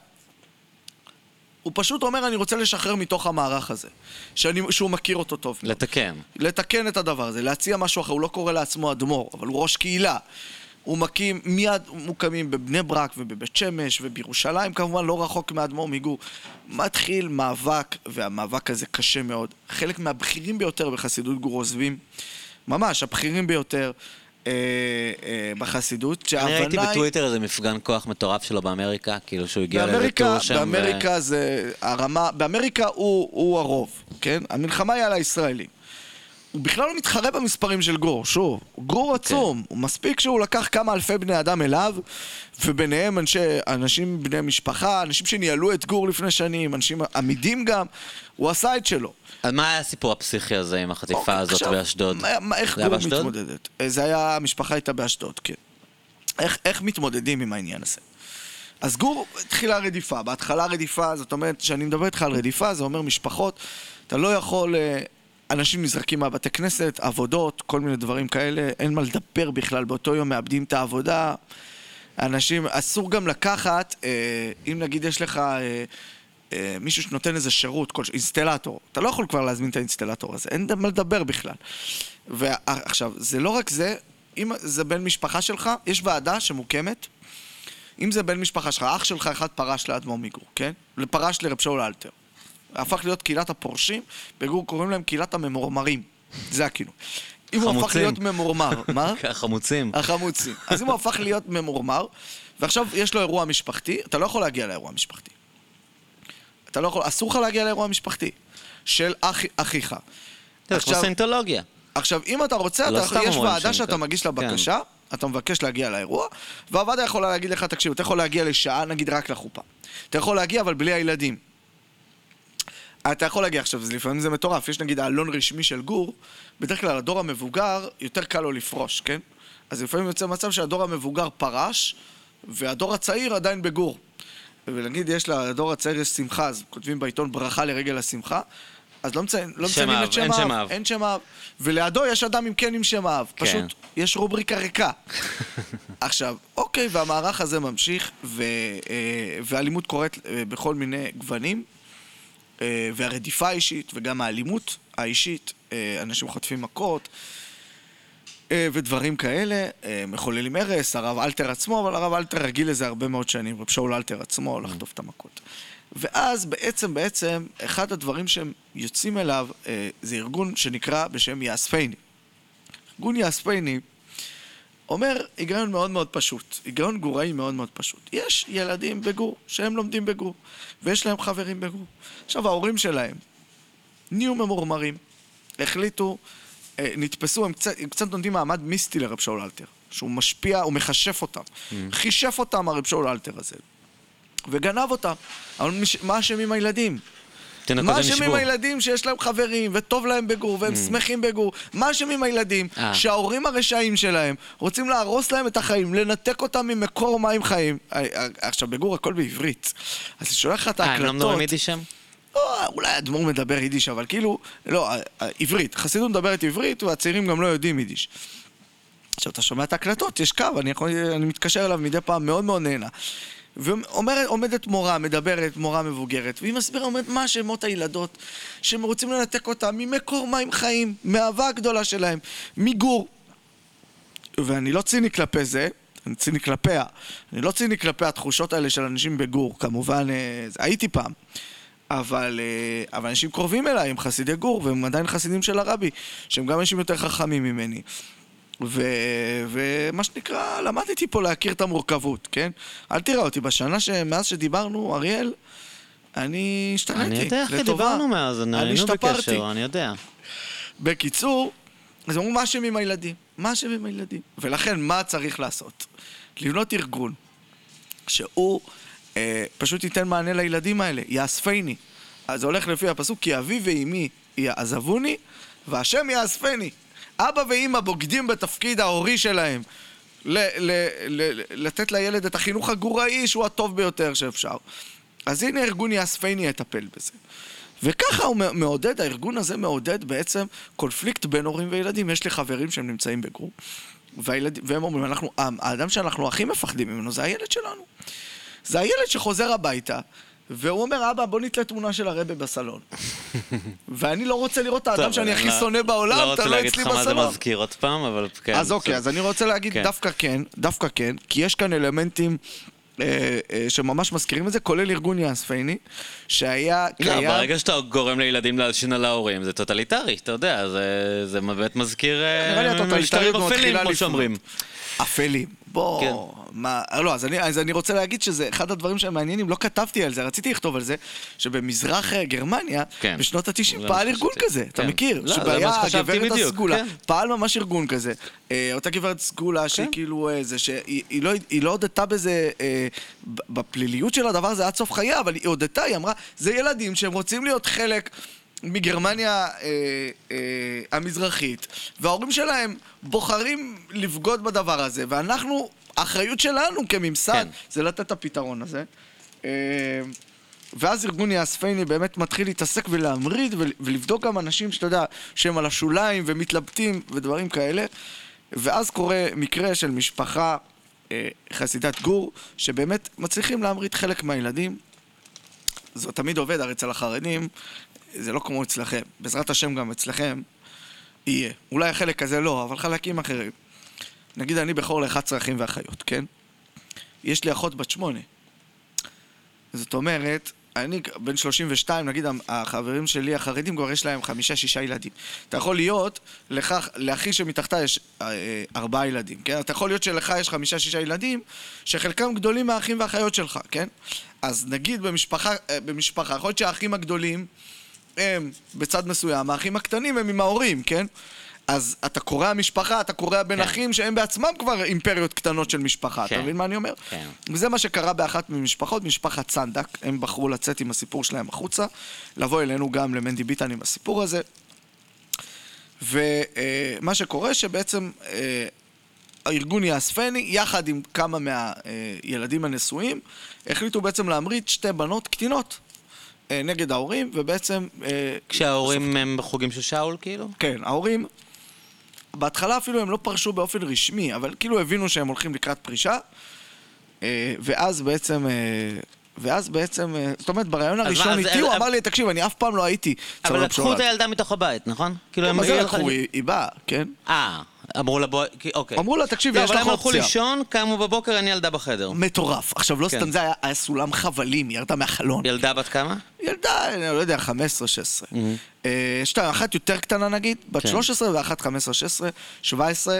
הוא פשוט אומר, אני רוצה לשחרר מתוך המערך הזה, שאני, שהוא מכיר אותו טוב. לתקן. לתקן את הדבר הזה, להציע משהו אחר, הוא לא קורא לעצמו אדמו"ר, אבל הוא ראש קהילה. הוא מקים, מיד מוקמים בבני ברק ובבית שמש ובירושלים, כמובן לא רחוק מאדמו"ר מגור. מתחיל מאבק, והמאבק הזה קשה מאוד. חלק מהבכירים ביותר בחסידות גור עוזבים, ממש, הבכירים ביותר אה, אה, בחסידות. אני ראיתי בטוויטר איזה מפגן כוח מטורף שלו באמריקה, כאילו שהוא הגיע לטור שם. באמריקה ו... זה הרמה, באמריקה הוא, הוא הרוב, כן? המלחמה היא על הישראלים. הוא בכלל לא מתחרה במספרים של גור, שוב, גור עצום, okay. הוא מספיק שהוא לקח כמה אלפי בני אדם אליו, וביניהם אנשי, אנשים בני משפחה, אנשים שניהלו את גור לפני שנים, אנשים עמידים גם, הוא עשה את שלו. אז מה היה הסיפור הפסיכי הזה עם החטיפה הזאת עכשיו, באשדוד? מה, מה, איך גור באשדוד? מתמודדת? זה היה, המשפחה הייתה באשדוד, כן. איך, איך מתמודדים עם העניין הזה? אז גור התחילה רדיפה, בהתחלה רדיפה, זאת אומרת, שאני מדבר איתך על רדיפה, זה אומר משפחות, אתה לא יכול... אנשים נזרקים מהבתי כנסת, עבודות, כל מיני דברים כאלה, אין מה לדבר בכלל, באותו יום מאבדים את העבודה. אנשים, אסור גם לקחת, אה, אם נגיד יש לך אה, אה, מישהו שנותן איזה שירות, כל, אינסטלטור, אתה לא יכול כבר להזמין את האינסטלטור הזה, אין מה לדבר בכלל. ועכשיו, זה לא רק זה, אם זה בן משפחה שלך, יש ועדה שמוקמת, אם זה בן משפחה שלך, אח שלך אחד פרש לאדמו"ר מגור, כן? פרש לרב שאול אלתר. הפך להיות קהילת הפורשים, בגור קוראים להם קהילת הממורמרים. זה הכאילו. אם הוא הפך להיות ממורמר, מה? החמוצים. החמוצים. אז אם הוא הפך להיות ממורמר, ועכשיו יש לו אירוע משפחתי, אתה לא יכול להגיע לאירוע משפחתי. אתה לא יכול, אסור לך להגיע לאירוע משפחתי של אחיך. זה כמו סינטולוגיה. עכשיו, אם אתה רוצה, יש ועדה שאתה מגיש לה בקשה, אתה מבקש להגיע לאירוע, והוועדה יכולה להגיד לך, תקשיב, אתה יכול להגיע לשעה, נגיד רק לחופה. אתה יכול להגיע, אבל בלי הילדים. אתה יכול להגיע עכשיו, לפעמים זה מטורף, יש נגיד העלון רשמי של גור, בדרך כלל הדור המבוגר יותר קל לו לפרוש, כן? אז לפעמים יוצא מצב שהדור המבוגר פרש, והדור הצעיר עדיין בגור. ונגיד יש לדור הצעיר יש שמחה, אז כותבים בעיתון ברכה לרגל השמחה, אז לא מציינים לא מציינים את שם האב, אין שם האב. ולידו יש אדם עם כן עם שם האב, פשוט יש רובריקה ריקה. עכשיו, אוקיי, והמערך הזה ממשיך, ו, והאלימות קורית בכל מיני גוונים, והרדיפה האישית, וגם האלימות האישית, אנשים חוטפים מכות, ודברים כאלה, מחוללים הרס, הרב אלתר עצמו, אבל הרב אלתר רגיל לזה הרבה מאוד שנים, רב שאול אלתר עצמו, לחטוף את המכות. ואז בעצם, בעצם, אחד הדברים שהם יוצאים אליו, זה ארגון שנקרא בשם יאספייני. ארגון יאספייני אומר היגיון מאוד מאוד פשוט, היגיון גוראי מאוד מאוד פשוט. יש ילדים בגור שהם לומדים בגור, ויש להם חברים בגור. עכשיו ההורים שלהם נהיו ממורמרים, החליטו, נתפסו, הם קצת, הם קצת נותנים מעמד מיסטי לרב שאול אלתר, שהוא משפיע, הוא מחשף אותם. Mm. חישף אותם הרב שאול אלתר הזה, וגנב אותם. אבל מה אשמים הילדים? מה אשמים הילדים שיש להם חברים וטוב להם בגור והם mm. שמחים בגור? מה אשמים הילדים ah. שההורים הרשעים שלהם רוצים להרוס להם את החיים, לנתק אותם ממקור מים חיים? עכשיו בגור הכל בעברית, אז אני שולח לך את ההקלטות. אה, הם לא מדברים יידיש שם? אולי הדמור מדבר יידיש, אבל כאילו, לא, עברית. חסידות מדברת עברית והצעירים גם לא יודעים יידיש. עכשיו אתה שומע את ההקלטות, יש קו, אני, יכול, אני מתקשר אליו מדי פעם, מאוד מאוד נהנה. ועומדת מורה, מדברת, מורה מבוגרת, והיא מסבירה, אומרת, מה השמות הילדות שהם רוצים לנתק אותם ממקור מים חיים, מהאהבה הגדולה שלהם, מגור. ואני לא ציני כלפי זה, אני ציני כלפיה, אני לא ציני כלפי התחושות האלה של אנשים בגור, כמובן, הייתי פעם. אבל, אבל אנשים קרובים אליי, הם חסידי גור, והם עדיין חסידים של הרבי, שהם גם אנשים יותר חכמים ממני. ו... ומה שנקרא, למדתי פה להכיר את המורכבות, כן? אל תראה אותי, בשנה שמאז שדיברנו, אריאל, אני השתנתי. אני יודע, אחי, דיברנו מאז, היינו בקשר, אני יודע. בקיצור, אז אמרו, מה אשמים הילדים? מה אשמים הילדים? ולכן, מה צריך לעשות? לבנות ארגון, שהוא אה, פשוט ייתן מענה לילדים האלה, יאספייני. אז זה הולך לפי הפסוק, כי אבי ואמי יעזבוני, והשם יאספני. אבא ואמא בוגדים בתפקיד ההורי שלהם, ל- ל- ל- לתת לילד את החינוך הגוראי שהוא הטוב ביותר שאפשר. אז הנה ארגון יאספני יטפל בזה. וככה הוא מעודד, הארגון הזה מעודד בעצם קונפליקט בין הורים וילדים. יש לי חברים שהם נמצאים בגור, והילד, והם אומרים, אנחנו, האדם שאנחנו הכי מפחדים ממנו זה הילד שלנו. זה הילד שחוזר הביתה, והוא אומר, אבא, בוא נתלה תמונה של הרבי בסלון. ואני לא רוצה לראות את האדם שאני הכי שונא בעולם, אתה לא אצלי בסלון. לא רוצה להגיד לך מה זה מזכיר עוד פעם, אבל כן. אז אוקיי, אז אני רוצה להגיד דווקא כן, דווקא כן, כי יש כאן אלמנטים שממש מזכירים את זה, כולל ארגון יאספייני, שהיה קיים... ברגע שאתה גורם לילדים להלשין על ההורים, זה טוטליטרי, אתה יודע, זה באמת מזכיר משטרים אפלים, כמו שאומרים. אפלים. בוא, מה, לא, אז אני, אז אני רוצה להגיד שזה אחד הדברים שהם מעניינים, לא כתבתי על זה, רציתי לכתוב על זה, שבמזרח גרמניה, כן. בשנות ה-תשעים, פעל ארגון חשבתי. כזה, כן. אתה מכיר? לא, שבהיה הגברת הסגולה, כן. פעל ממש ארגון כזה, אה, אותה גברת סגולה, כן. שהיא כאילו איזה, שהיא היא לא, היא לא הודתה בזה, אה, בפליליות של הדבר הזה עד סוף חייה, אבל היא הודתה, היא אמרה, זה ילדים שהם רוצים להיות חלק... מגרמניה אה, אה, המזרחית, וההורים שלהם בוחרים לבגוד בדבר הזה, ואנחנו, האחריות שלנו כממסד, כן. זה לתת את הפתרון הזה. אה, ואז ארגון יאספייני באמת מתחיל להתעסק ולהמריד, ולבדוק גם אנשים שאתה יודע, שהם על השוליים ומתלבטים ודברים כאלה, ואז קורה מקרה של משפחה אה, חסידת גור, שבאמת מצליחים להמריד חלק מהילדים. זה תמיד עובד, הרי אצל החרדים, זה לא כמו אצלכם, בעזרת השם גם אצלכם יהיה. אולי החלק הזה לא, אבל חלקים אחרים. נגיד אני בכור לאחד צרכים ואחיות, כן? יש לי אחות בת שמונה. זאת אומרת, אני בן שלושים ושתיים, נגיד החברים שלי החרדים כבר יש להם חמישה, שישה ילדים. אתה יכול להיות, לך, לאחי שמתחתה יש אה, ארבעה ילדים, כן? אתה יכול להיות שלך יש חמישה, שישה ילדים, שחלקם גדולים מהאחים והאחיות שלך, כן? אז נגיד במשפחה, במשפחה, יכול להיות שהאחים הגדולים הם בצד מסוים, האחים הקטנים הם עם ההורים, כן? אז אתה קורא המשפחה, אתה קורא בין כן. אחים שהם בעצמם כבר אימפריות קטנות של משפחה, כן. אתה מבין מה אני אומר? כן. וזה מה שקרה באחת ממשפחות, משפחת סנדק, הם בחרו לצאת עם הסיפור שלהם החוצה, לבוא אלינו גם למנדי ביטן עם הסיפור הזה, ומה שקורה שבעצם הארגון יאספני, יחד עם כמה מהילדים הנשואים, החליטו בעצם להמריד שתי בנות קטינות, נגד ההורים, ובעצם... כשההורים הם בחוגים של שאול, כאילו? כן, ההורים בהתחלה אפילו הם לא פרשו באופן רשמי, אבל כאילו הבינו שהם הולכים לקראת פרישה, ואז בעצם... ואז בעצם, זאת אומרת, ברעיון הראשון איתי, הוא אמר לי, תקשיב, אני אף פעם לא הייתי. אבל לקחו את הילדה מתוך הבית, נכון? מה זה לקחו? היא באה, כן? אה, אמרו לה בואי, אוקיי. אמרו לה, תקשיב, יש לך אופציה. אבל הם הלכו לישון, קמו בבוקר, אני ילדה בחדר. מטורף. עכשיו, לא סתם זה היה סולם חבלים, היא ירדה מהחלון. ילדה בת כמה? ילדה, אני לא יודע, חמש עשרה שש עשרה. שתיים, אחת יותר קטנה נגיד, בת שלוש עשרה, ואחת חמש עשרה שש עשרה, שבע עשרה.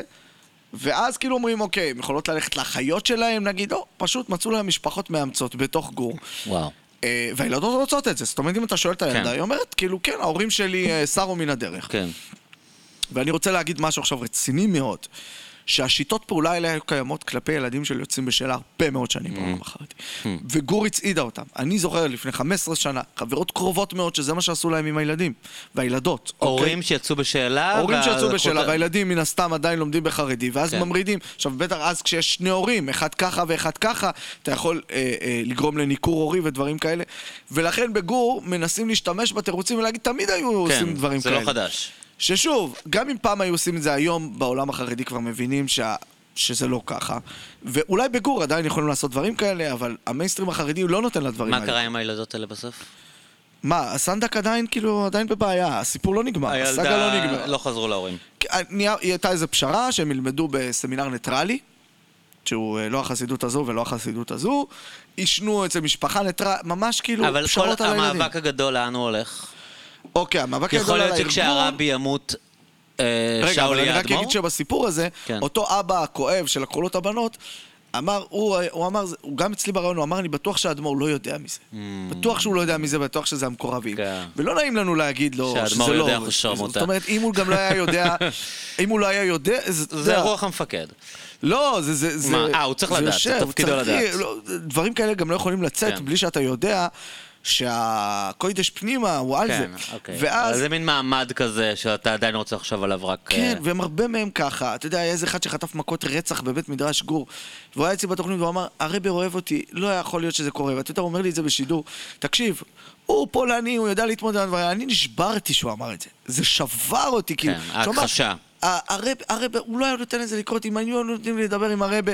ואז כאילו אומרים, אוקיי, הם יכולות ללכת לאחיות שלהם, נגיד, או, פשוט מצאו להם משפחות מאמצות בתוך גור. וואו. והילדות רוצות את זה. זאת אומרת, אם אתה שואל את הילדה, היא אומרת, כאילו, כן, ההורים שלי שרו מן הדרך. כן. ואני רוצה להגיד משהו עכשיו רציני מאוד, שהשיטות פעולה האלה היו קיימות כלפי ילדים של יוצאים בשאלה הרבה מאוד שנים בעולם החרדי. וגור הצעידה אותם. אני זוכר לפני חמש עשרה שנה, חברות קרובות מאוד שזה מה שעשו להם עם הילדים והילדות. הורים שיצאו בשאלה. הורים שיצאו בשאלה, והילדים מן הסתם עדיין לומדים בחרדי, ואז ממרידים. עכשיו בטח אז כשיש שני הורים, אחד ככה ואחד ככה, אתה יכול לגרום לניקור הורי ודברים כאלה. ולכן בגור מנסים להשתמש בתירוצים ולהגיד, תמיד היו עושים דברים כאלה. זה לא חדש. ששוב, גם אם פעם היו עושים את זה היום, בעולם החרדי כבר מבינים שה... שזה לא ככה. ואולי בגור עדיין יכולים לעשות דברים כאלה, אבל המיינסטרים החרדי לא נותן לדברים האלה. מה קרה עם הילדות האלה בסוף? מה, הסנדק עדיין כאילו, עדיין בבעיה, הסיפור לא נגמר, הסגה לא נגמר. הילדה לא חזרו להורים. היא הייתה איזו פשרה שהם ילמדו בסמינר ניטרלי, שהוא לא החסידות הזו ולא החסידות הזו, ישנו אצל משפחה ניטרלי, ממש כאילו פשרות על הילדים. אבל כל המאבק הגדול לאן הוא הולך? אוקיי, המאבק הגדול יכול על הארגון... להיות שכשהרבי ימות רגע, שאולי אבל אני רק אגיד שבסיפור הזה, אותו אבא הכואב של הקרולות הבנות, אמר, הוא אמר, הוא גם אצלי ברעיון, הוא אמר, אני בטוח שהאדמו"ר לא יודע מזה. בטוח שהוא לא יודע מזה, בטוח שזה המקורבים. ולא נעים לנו להגיד לו שזה לא... שהאדמו"ר יודע חשרמותה. זאת אומרת, אם הוא גם לא היה יודע... אם הוא לא היה יודע... זה רוח המפקד. לא, זה... מה? אה, הוא צריך לדעת, זה תפקידו לדעת. דברים כאלה גם לא יכולים לצאת בלי שאתה יודע... שהקוידש פנימה הוא על זה. ואז... זה מין מעמד כזה שאתה עדיין רוצה לחשוב עליו רק... כן, והם הרבה מהם ככה. אתה יודע, היה איזה אחד שחטף מכות רצח בבית מדרש גור, והוא היה אצלי בתוכנית והוא אמר, הרבי אוהב אותי, לא יכול להיות שזה קורה. ואתה יודע, הוא אומר לי את זה בשידור. תקשיב, הוא פולני, הוא יודע להתמודד על דברים. אני נשברתי שהוא אמר את זה. זה שבר אותי, כאילו. כן, ההכחשה. הרבי, הוא לא היה נותן לזה לקרות, אם היו נותנים לי לדבר עם הרבי.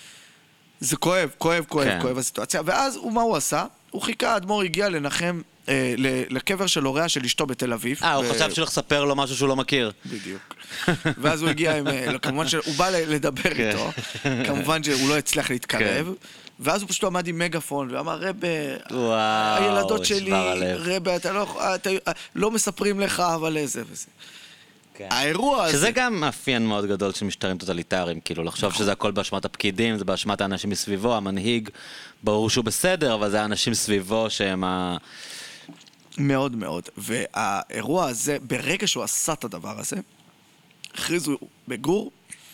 זה כואב, כואב, כואב, כואב הסיטואציה. ואז, מה הוא עשה? הוא חיכה, האדמו"ר הגיע לנחם אה, לקבר של הוריה של אשתו בתל אביב. אה, הוא חשב שלך לספר לו משהו שהוא לא מכיר. בדיוק. ואז הוא הגיע עם... כמובן שהוא בא לדבר איתו, כמובן שהוא לא הצליח להתקרב, ואז הוא פשוט עמד עם מגפון ואמר, רבי, הילדות שלי, רבי, אתה לא מספרים לך, אבל איזה וזה. האירוע הזה... שזה גם מאפיין מאוד גדול של משטרים טוטליטריים, כאילו לחשוב שזה הכל באשמת הפקידים, זה באשמת האנשים מסביבו, המנהיג, ברור שהוא בסדר, אבל זה האנשים סביבו שהם ה... מאוד מאוד. והאירוע הזה, ברגע שהוא עשה את הדבר הזה, הכריזו בגור,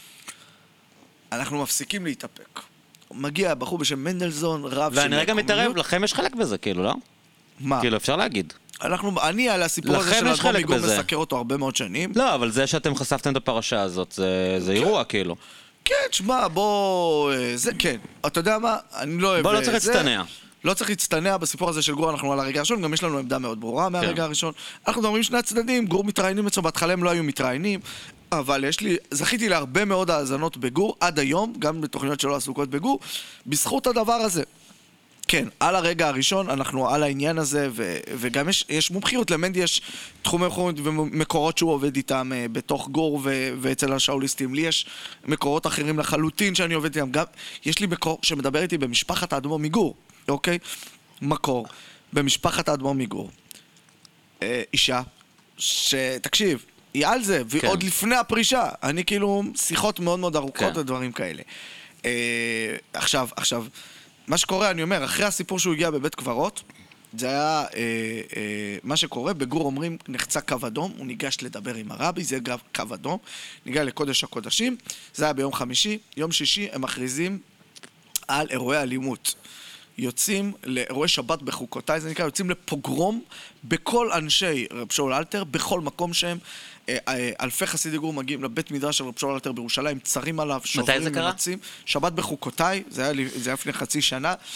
אנחנו מפסיקים להתאפק. מגיע בחור בשם מנדלזון, רב של... ואני רגע מתערב, לכם יש חלק בזה, כאילו, לא? מה? כאילו, אפשר להגיד. אנחנו, אני על הסיפור הזה של אדמו"ר מגור מסקר אותו הרבה מאוד שנים. לא, אבל זה שאתם חשפתם את הפרשה הזאת, זה, זה אירוע כאילו. כן, תשמע, בוא... זה כן. אתה יודע מה? אני לא אוהב... בוא לא צריך להצטנע. לא צריך להצטנע בסיפור הזה של גור, אנחנו על הרגע הראשון, גם יש לנו עמדה מאוד ברורה מהרגע הראשון. אנחנו מדברים שני הצדדים, גור מתראיינים אצלו, בהתחלה הם לא היו מתראיינים, אבל יש לי, זכיתי להרבה מאוד האזנות בגור, עד היום, גם בתוכניות שלא עסוקות בגור, בזכות הדבר הזה. כן, על הרגע הראשון, אנחנו על העניין הזה, ו- וגם יש, יש מומחיות, למנדי יש תחומי מומחיות ומקורות שהוא עובד איתם uh, בתוך גור ו- ואצל השאוליסטים. לי יש מקורות אחרים לחלוטין שאני עובד איתם. גם, יש לי מקור שמדבר איתי במשפחת האדמו"ר מגור, אוקיי? מקור, במשפחת האדמו"ר מגור. אה, אישה, שתקשיב, היא על זה, כן. ועוד לפני הפרישה, אני כאילו, שיחות מאוד מאוד ארוכות כן. ודברים כאלה. אה, עכשיו, עכשיו, מה שקורה, אני אומר, אחרי הסיפור שהוא הגיע בבית קברות, זה היה, אה, אה, מה שקורה, בגור אומרים, נחצה קו אדום, הוא ניגש לדבר עם הרבי, זה קו אדום, ניגע לקודש הקודשים, זה היה ביום חמישי, יום שישי הם מכריזים על אירועי אלימות. יוצאים לאירועי שבת בחוקותיי, זה נקרא, יוצאים לפוגרום בכל אנשי רב שאול אלתר, בכל מקום שהם, אלפי חסידי גור מגיעים לבית מדרש של רב שאול אלתר בירושלים, צרים עליו, שוברים, מנצים. שבת בחוקותיי, זה היה, זה היה לפני חצי שנה.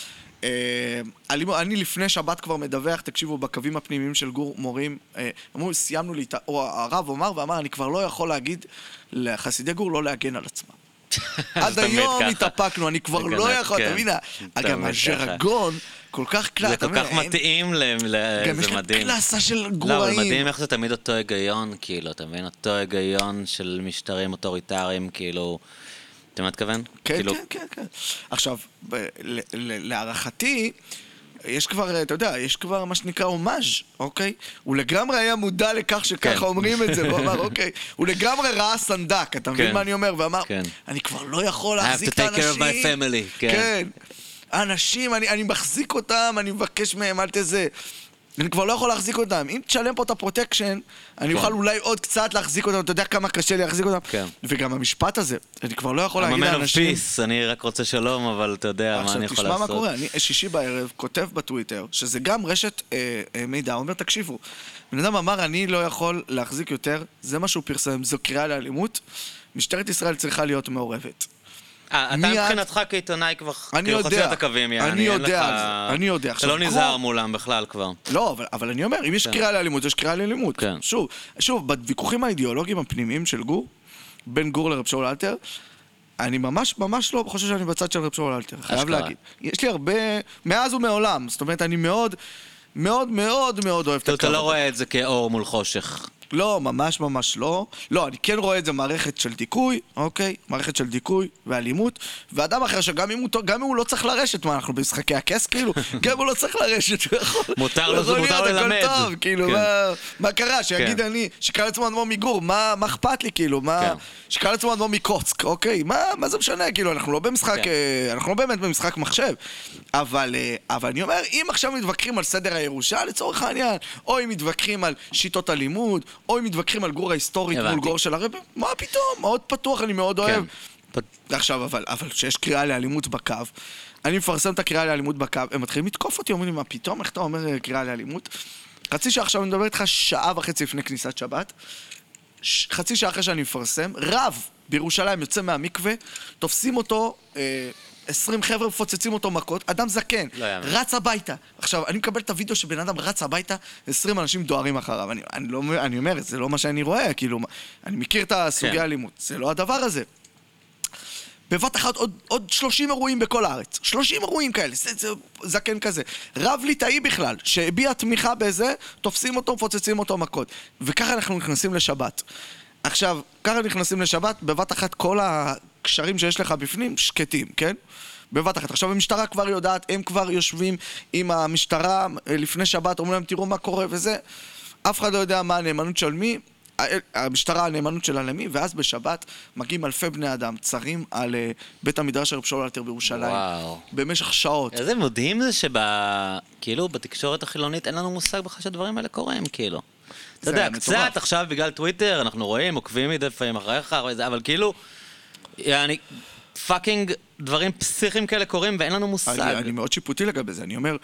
אני לפני שבת כבר מדווח, תקשיבו, בקווים הפנימיים של גור מורים, אמרו, סיימנו לי, או הרב אומר ואמר, אני כבר לא יכול להגיד לחסידי גור לא להגן על עצמם. עד היום התאפקנו, אני כבר לא יכול, אתה מבין, גם הז'רגון כל כך קלאס. זה כל כך מתאים, זה מדהים. גם יש קלאסה של גוראים. לא, אבל מדהים איך זה תמיד אותו היגיון, כאילו, אתה מבין? אותו היגיון של משטרים אוטוריטריים, כאילו, אתה מתכוון? כן, כן, כן, כן. עכשיו, להערכתי, יש כבר, אתה יודע, יש כבר מה שנקרא אומאז', אוקיי? הוא לגמרי היה מודע לכך שככה אומרים את זה, והוא אמר, אוקיי, הוא לגמרי ראה סנדק, אתה מבין מה אני אומר? ואמר, אני כבר לא יכול להחזיק את האנשים. I have to take care of my family, כן. האנשים, אני מחזיק אותם, אני מבקש מהם, אל תזה. אני כבר לא יכול להחזיק אותם. אם תשלם פה את הפרוטקשן, אני אוכל אולי עוד קצת להחזיק אותם, אתה יודע כמה קשה לי להחזיק אותם? וגם המשפט הזה, אני כבר לא יכול להגיד לאנשים... I'm a man of peace, אני רק רוצה שלום, אבל אתה יודע מה אני יכול לעשות. עכשיו, תשמע מה קורה, אני שישי בערב כותב בטוויטר, שזה גם רשת מידע, אומר, תקשיבו, בן אדם אמר, אני לא יכול להחזיק יותר, זה מה שהוא פרסם, זו קריאה לאלימות, משטרת ישראל צריכה להיות מעורבת. אתה מבחינתך כעיתונאי כבר חוצה את הקווים, אני יודע, אני יודע. אתה לא נזהר מולם בכלל כבר. לא, אבל אני אומר, אם יש קריאה לאלימות, יש קריאה לאלימות. שוב, שוב, בוויכוחים האידיאולוגיים הפנימיים של גור, בין גור לרב שאול אלתר, אני ממש ממש לא חושב שאני בצד של רב שאול אלתר, חייב להגיד. יש לי הרבה, מאז ומעולם, זאת אומרת, אני מאוד, מאוד, מאוד, מאוד אוהב את הקרב. אתה לא רואה את זה כאור מול חושך. לא, ממש ממש לא. לא, אני כן רואה את זה מערכת של דיכוי, אוקיי? מערכת של דיכוי ואלימות, ואדם אחר שגם אם הוא, גם אם הוא לא צריך לרשת, מה, אנחנו במשחקי הכס, כאילו? גם אם הוא לא צריך לרשת, הוא יכול... מותר לו, זה מותר ללמד. טוב, כאילו, מה, מה קרה? שיגיד אני, שקרא לעצמו אדמו מגור, מה, מה אכפת לי, כאילו? מה... שקרא לעצמו אדמו מקוצק, אוקיי? מה, מה זה משנה? כאילו, אנחנו לא במשחק, אנחנו לא באמת במשחק מחשב. אבל, אבל אני אומר, אם עכשיו מתווכחים על סדר הירושה, לצורך העניין, או אם מתווכחים על שיטות הלימוד, או אם מתווכחים על גור ההיסטורית מול גור של הרב, מה פתאום? מאוד פתוח, אני מאוד אוהב. עכשיו, אבל שיש קריאה לאלימות בקו, אני מפרסם את הקריאה לאלימות בקו, הם מתחילים לתקוף אותי, אומרים לי, מה פתאום? איך אתה אומר קריאה לאלימות? חצי שעה עכשיו אני מדבר איתך שעה וחצי לפני כניסת שבת, חצי שעה אחרי שאני מפרסם, רב בירושלים יוצא מהמקווה, תופסים אותו... עשרים חבר'ה מפוצצים אותו מכות, אדם זקן, רץ הביתה. עכשיו, אני מקבל את הוידאו שבן אדם רץ הביתה, עשרים אנשים דוהרים אחריו. אני, אני, לא, אני אומר, זה לא מה שאני רואה, כאילו, אני מכיר את הסוגי האלימות, זה לא הדבר הזה. בבת אחת עוד, עוד שלושים אירועים בכל הארץ, שלושים אירועים כאלה, זה, זה זקן כזה. רב ליטאי בכלל, שהביע תמיכה בזה, תופסים אותו, מפוצצים אותו מכות. וככה אנחנו נכנסים לשבת. עכשיו, ככה נכנסים לשבת, בבת אחת כל הקשרים שיש לך בפנים שקטים, כן? בבת אחת. עכשיו, המשטרה כבר יודעת, הם כבר יושבים עם המשטרה לפני שבת, אומרים להם, תראו מה קורה וזה. אף אחד לא יודע מה הנאמנות של מי, המשטרה הנאמנות שלה למי, ואז בשבת מגיעים אלפי בני אדם, צרים על בית המדרש הרב שאול אלתר בירושלים. וואו. במשך שעות. איזה מדהים זה שכאילו בתקשורת החילונית אין לנו מושג בכלל שהדברים האלה קורים, כאילו. אתה יודע, קצת עכשיו בגלל טוויטר, אנחנו רואים, עוקבים מדי פעמים אחריך, אבל כאילו, אני פאקינג דברים פסיכיים כאלה קורים ואין לנו מושג. אני מאוד שיפוטי לגבי זה, אני אומר,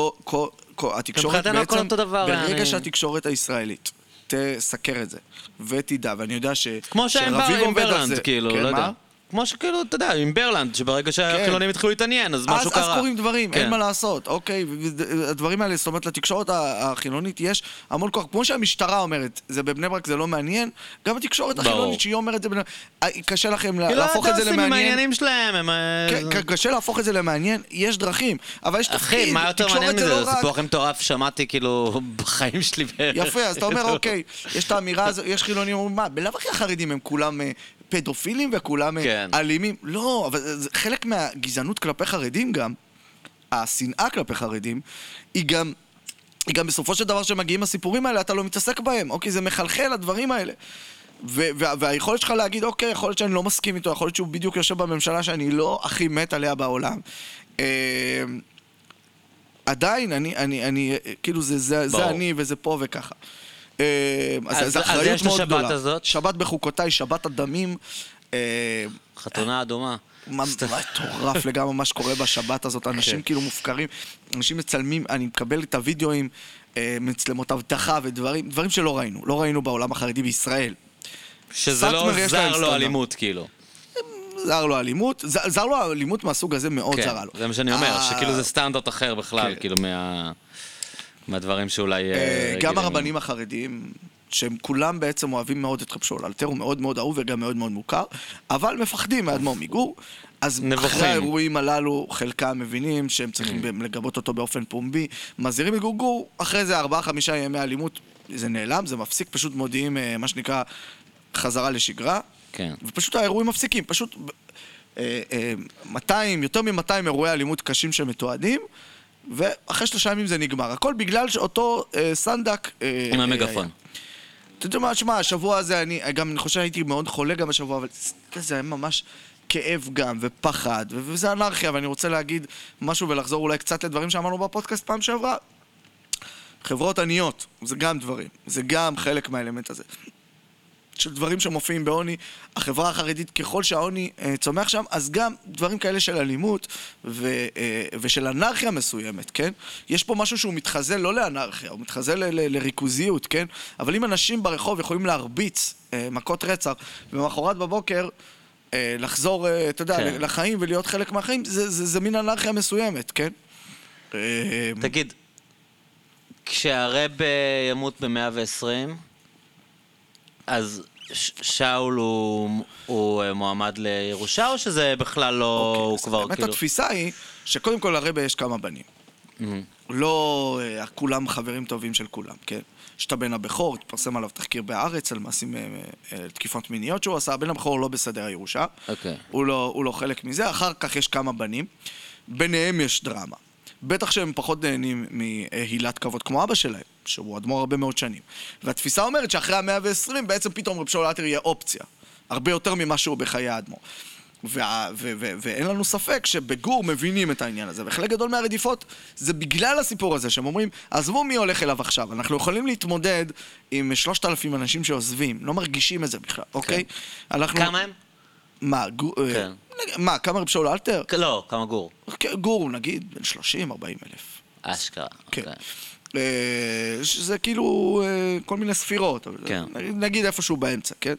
התקשורת בעצם, ברגע שהתקשורת הישראלית תסקר את זה, ותדע, ואני יודע שרביב כמו שהם באו עם ברלנד, כאילו, לא יודע. כמו שכאילו, אתה יודע, עם ברלנד, שברגע שהחילונים התחילו להתעניין, אז משהו קרה. אז קוראים דברים, אין מה לעשות, אוקיי, הדברים האלה, זאת אומרת, לתקשורת החילונית יש המון כוח, כמו שהמשטרה אומרת, זה בבני ברק, זה לא מעניין, גם התקשורת החילונית שהיא אומרת, קשה לכם להפוך את זה למעניין. קשה להפוך את זה למעניין, יש דרכים, אבל יש תפקיד, אחי, מה יותר מעניין מזה? זה סיפור הכי מטורף, שמעתי כאילו בחיים שלי. יפה, אז אתה אומר, אוקיי, יש את האמירה, יש חילונים, אומרים, מה, בלב הכי החרדים הם כולם פדופילים וכולם כן. אלימים. לא, אבל זה חלק מהגזענות כלפי חרדים גם, השנאה כלפי חרדים, היא גם, היא גם בסופו של דבר שמגיעים הסיפורים האלה, אתה לא מתעסק בהם, אוקיי, זה מחלחל הדברים האלה. ו- וה- והיכולת שלך להגיד, אוקיי, יכול להיות שאני לא מסכים איתו, יכול להיות שהוא בדיוק יושב בממשלה שאני לא הכי מת עליה בעולם. אה, עדיין, אני, אני, אני, כאילו זה, זה, זה אני וזה פה וככה. אז זה אחריות מאוד גדולה. שבת בחוקותיי, שבת הדמים. חתונה אדומה. מטורף לגמרי מה שקורה בשבת הזאת. אנשים כאילו מופקרים, אנשים מצלמים, אני מקבל את הוידאוים, מצלמות אבטחה ודברים, דברים שלא ראינו. לא ראינו בעולם החרדי בישראל. שזה לא זר לו אלימות, כאילו. זר לו אלימות, זר לו אלימות מהסוג הזה מאוד כן, זרה לו. זה מה שאני אומר, שכאילו זה סטנדרט אחר בכלל, כן. כאילו מה... מהדברים שאולי... גם הרבנים החרדים, שהם כולם בעצם אוהבים מאוד את רב שאול אלתר, הוא מאוד מאוד אהוב וגם מאוד מאוד מוכר, אבל מפחדים מאדמו"ר מגור, אז אחרי האירועים הללו, חלקם מבינים שהם צריכים לגבות אותו באופן פומבי, מזהירים מגור, אחרי זה ארבעה, חמישה ימי אלימות, זה נעלם, זה מפסיק, פשוט מודיעים, מה שנקרא, חזרה לשגרה, כן. ופשוט האירועים מפסיקים, פשוט מאתיים, יותר מ-מאתיים אירועי אלימות קשים שמתועדים, ואחרי שלושה ימים זה נגמר. הכל בגלל שאותו אה, סנדק... אה, עם המגפון. אתה יודע מה, שמה, השבוע הזה, אני גם, אני חושב שהייתי מאוד חולה גם השבוע, אבל זה היה ממש כאב גם, ופחד, וזה אנרכיה, ואני רוצה להגיד משהו ולחזור אולי קצת לדברים שאמרנו בפודקאסט פעם שעברה. חברות עניות, זה גם דברים, זה גם חלק מהאלמנט הזה. של דברים שמופיעים בעוני, החברה החרדית, ככל שהעוני אה, צומח שם, אז גם דברים כאלה של אלימות ו, אה, ושל אנרכיה מסוימת, כן? יש פה משהו שהוא מתחזה לא לאנרכיה, הוא מתחזה ל, ל, לריכוזיות, כן? אבל אם אנשים ברחוב יכולים להרביץ אה, מכות רצח, ומחרת בבוקר אה, לחזור, אה, אתה יודע, כן. לחיים ולהיות חלק מהחיים, זה, זה, זה מין אנרכיה מסוימת, כן? אה, תגיד, כשהרב ימות ב-מאה ועשרים, אז שאול הוא, הוא מועמד לירושה, או שזה בכלל לא... אוקיי, הוא כבר באמת כאילו... התפיסה היא שקודם כל הרבה יש כמה בנים. Mm-hmm. לא כולם חברים טובים של כולם, כן? יש את הבן הבכור, התפרסם עליו תחקיר בארץ על מעשים, תקיפות מיניות שהוא עשה, הבן הבכור לא בסדר הירושה. אוקיי. הוא לא, הוא לא חלק מזה, אחר כך יש כמה בנים, ביניהם יש דרמה. בטח שהם פחות נהנים מהילת כבוד כמו אבא שלהם, שהוא אדמו"ר הרבה מאוד שנים. והתפיסה אומרת שאחרי ה-מאה ועשרים בעצם פתאום רב שאול אלתר יהיה אופציה. הרבה יותר ממה שהוא בחיי האדמו"ר. וה- ו- ו- ואין לנו ספק שבגור מבינים את העניין הזה. וחלק גדול מהרדיפות זה בגלל הסיפור הזה, שהם אומרים, עזבו מי הולך אליו עכשיו. אנחנו יכולים להתמודד עם שלושת אלפים אנשים שעוזבים, לא מרגישים את זה בכלל, אוקיי? אנחנו... כמה הם? מה, גור... כן. מה, כמה רב שאול אלתר? לא, כמה גור. גור, נגיד, בין שלושים ארבעים אלף. אשכרה. כן. שזה כאילו כל מיני ספירות. כן. נגיד איפשהו באמצע, כן?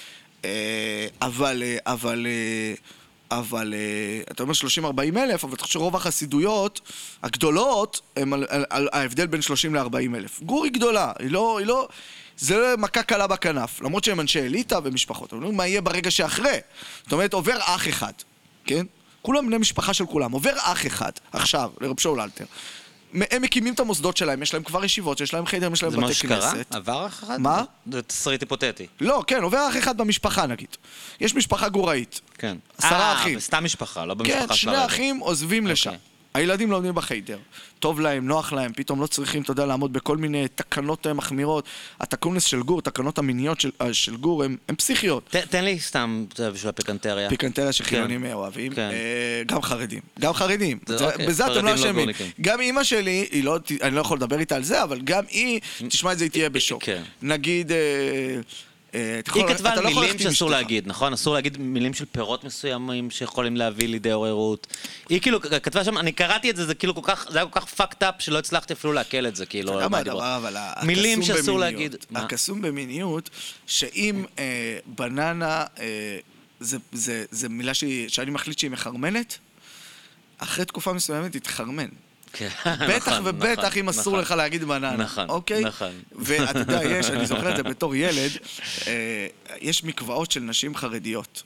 אבל, אבל, אבל, אתה אומר שלושים ארבעים אלף, אבל אתה חושב שרוב החסידויות הגדולות הם על, על, על ההבדל בין שלושים ל-ארבעים אלף. גור היא גדולה, היא לא, היא לא, זה מכה קלה בכנף, למרות שהם אנשי אליטה ומשפחות. אבל מה יהיה ברגע שאחרי? זאת אומרת, עובר אח אחד, כן? כולם בני משפחה של כולם, עובר אח אחד, עכשיו, לרב שאול אלתר. הם מקימים את המוסדות שלהם, יש להם כבר ישיבות, יש להם חדר, יש להם בתי כנסת. זה מה שקרה? עבר אח אחד? מה? זה תסריט היפותטי. לא, כן, עובר אח אחד במשפחה נגיד. יש משפחה גוראית. כן. עשרה אחים. אה, סתם משפחה, לא במשפחה כן, של שני הרב. אחים עוזבים לשם. הילדים לומדים בחיידר. טוב להם, נוח להם, פתאום לא צריכים, אתה יודע, לעמוד בכל מיני תקנות מחמירות. התקונס של גור, תקנות המיניות של, של גור, הם, הם פסיכיות. ת, תן לי סתם בשביל הפיקנטריה. פיקנטריה שחילונים כן. אוהבים. כן. אה, גם חרדים. גם חרדים. זה, זה, אוקיי. בזה אתם לא אשמים. לא גם אמא שלי, היא לא, אני לא יכול לדבר איתה על זה, אבל גם היא, תשמע את זה, היא תהיה בשוק. כן. נגיד... אה, היא כתבה על מילים שאסור להגיד, נכון? אסור להגיד מילים של פירות מסוימים שיכולים להביא לידי עוררות. היא כאילו כתבה שם, אני קראתי את זה, זה כאילו כל כך, זה היה כל כך fucked up שלא הצלחתי אפילו להקל את זה, כאילו. מילים שאסור להגיד. הקסום במיניות, שאם בננה, זה מילה שאני מחליט שהיא מחרמנת, אחרי תקופה מסוימת היא תחרמן. בטח ובטח אם אסור לך להגיד בננה, אוקיי? ואתה יודע, יש, אני זוכר את זה בתור ילד, יש מקוואות של נשים חרדיות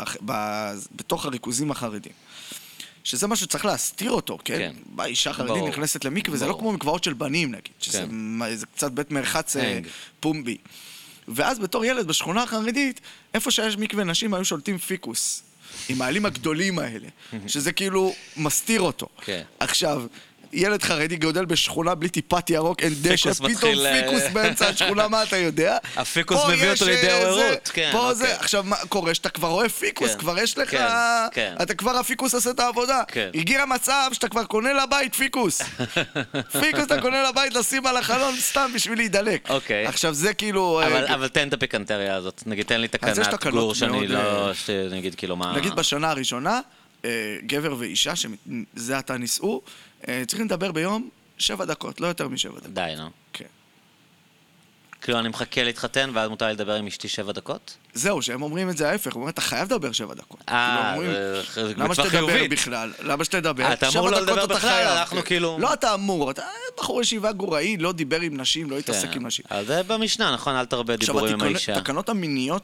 בתוך הריכוזים החרדים. שזה משהו שצריך להסתיר אותו, כן? באישה חרדית נכנסת למקווה, זה לא כמו מקוואות של בנים נגיד, שזה קצת בית מרחץ פומבי. ואז בתור ילד בשכונה החרדית, איפה שיש מקווה נשים היו שולטים פיקוס. עם העלים הגדולים האלה, שזה כאילו מסתיר אותו. עכשיו, ילד חרדי גודל בשכונה בלי טיפת ירוק, אין דשא, פתאום פיקוס באמצע השכונה, מה אתה יודע? הפיקוס מביא אותו לידי עוררות, כן. פה זה, עכשיו מה קורה? שאתה כבר רואה פיקוס, כבר יש לך, אתה כבר הפיקוס עושה את העבודה. הגיע המצב שאתה כבר קונה לבית פיקוס. פיקוס אתה קונה לבית לשים על החלון סתם בשביל להידלק. עכשיו זה כאילו... אבל תן את הפיקנטריה הזאת, נגיד תן לי תקנת גור שאני לא... נגיד כאילו מה... נגיד בשנה הראשונה, גבר ואישה, שזה אתה נישאו, צריכים לדבר ביום שבע דקות, לא יותר משבע דקות. די, לא? כן. כאילו אני מחכה להתחתן, ואז מותר לי לדבר עם אשתי שבע דקות? זהו, שהם אומרים את זה ההפך, הם אומרים, אתה חייב לדבר שבע דקות. אה, זה למה שתדבר בכלל? למה שתדבר? אתה אמור לא לדבר בכלל, אנחנו כאילו... לא, אתה אמור, אתה בחור ישיבה גוראי, לא דיבר עם נשים, לא התעסק עם נשים. אז זה במשנה, נכון? אל תרבה דיבורים עם האישה. עכשיו, התקנות המיניות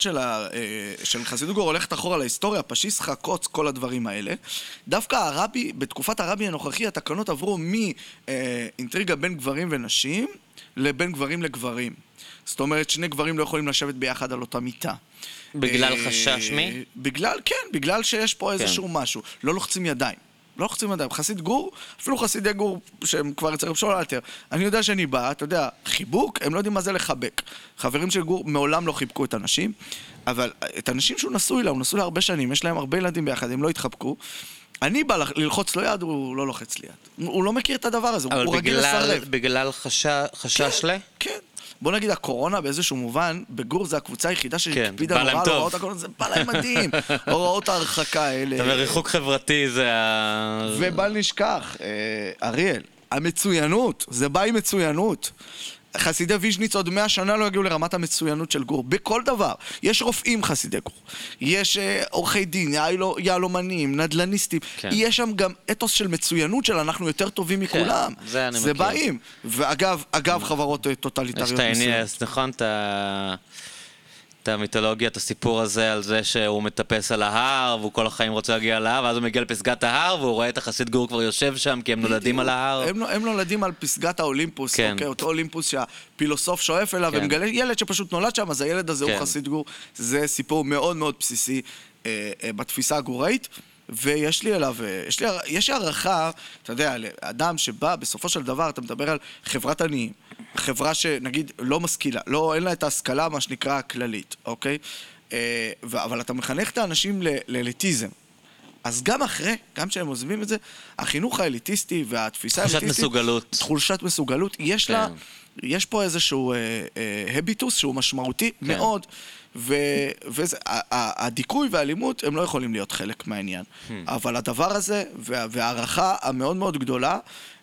של חסידות גור הולכת אחורה להיסטוריה, פשיסחה, קוץ, כל הדברים האלה. דווקא הרבי, בתקופת הרבי הנוכחי, התקנות עברו מאינטריגה בין גברים ונשים לבין גברים לגברים. זאת אומרת, שני גברים לא יכולים לשבת ביחד על אותה מיטה. בגלל חשש מי? בגלל, כן, בגלל שיש פה איזשהו משהו. לא לוחצים ידיים. לא לוחצים ידיים. חסיד גור, אפילו חסידי גור שהם כבר יצרים שול אלתר. אני יודע שאני בא, אתה יודע, חיבוק, הם לא יודעים מה זה לחבק. חברים של גור מעולם לא חיבקו את האנשים, אבל את האנשים שהוא נשוי לה, הוא נשוי לה הרבה שנים, יש להם הרבה ילדים ביחד, הם לא התחבקו. אני בא ללחוץ לו יד, הוא לא לוחץ לי יד. הוא לא מכיר את הדבר הזה, הוא רגיל לסרב. אבל בגלל חשש לה? כן. בוא נגיד, הקורונה באיזשהו מובן, בגור זה הקבוצה היחידה שהקפידה נורא על הוראות הקורונה, זה בא להם מדהים. הוראות ההרחקה האלה. אתה אומר, ריחוק חברתי זה ה... ובל נשכח, אריאל, המצוינות, זה בא עם מצוינות. חסידי ויז'ניץ עוד מאה שנה לא הגיעו לרמת המצוינות של גור, בכל דבר. יש רופאים חסידי גור, יש עורכי דין, יהלומנים, נדלניסטים, כן. יש שם גם אתוס של מצוינות של אנחנו יותר טובים מכולם. כן, זה אני זה מכיר. באים. ואגב, אגב, חברות טוטליטריות מסוים. נכון, אתה... את המיתולוגיה, את הסיפור הזה על זה שהוא מטפס על ההר והוא כל החיים רוצה להגיע על ההר ואז הוא מגיע לפסגת ההר והוא רואה את החסיד גור כבר יושב שם כי הם נולדים על ההר. הם, הם נולדים על פסגת האולימפוס, כן. אוקיי, אותו אולימפוס שהפילוסוף שואף אליו, כן. ומגלה ילד שפשוט נולד שם, אז הילד הזה כן. הוא חסיד גור. זה סיפור מאוד מאוד בסיסי אה, אה, בתפיסה הגוראית. ויש לי אליו, יש לי, יש לי הערכה, אתה יודע, לאדם שבא, בסופו של דבר, אתה מדבר על חברת עניים, חברה שנגיד לא משכילה, לא, אין לה את ההשכלה, מה שנקרא, הכללית, אוקיי? אבל אתה מחנך את האנשים לאליטיזם. אז גם אחרי, גם כשהם עוזבים את זה, החינוך האליטיסטי והתפיסה האליטיסטית... תחושת מסוגלות. תחושת מסוגלות, יש לה, יש פה איזשהו הביטוס שהוא משמעותי מאוד, והדיכוי והאלימות הם לא יכולים להיות חלק מהעניין. אבל הדבר הזה, והערכה המאוד מאוד גדולה,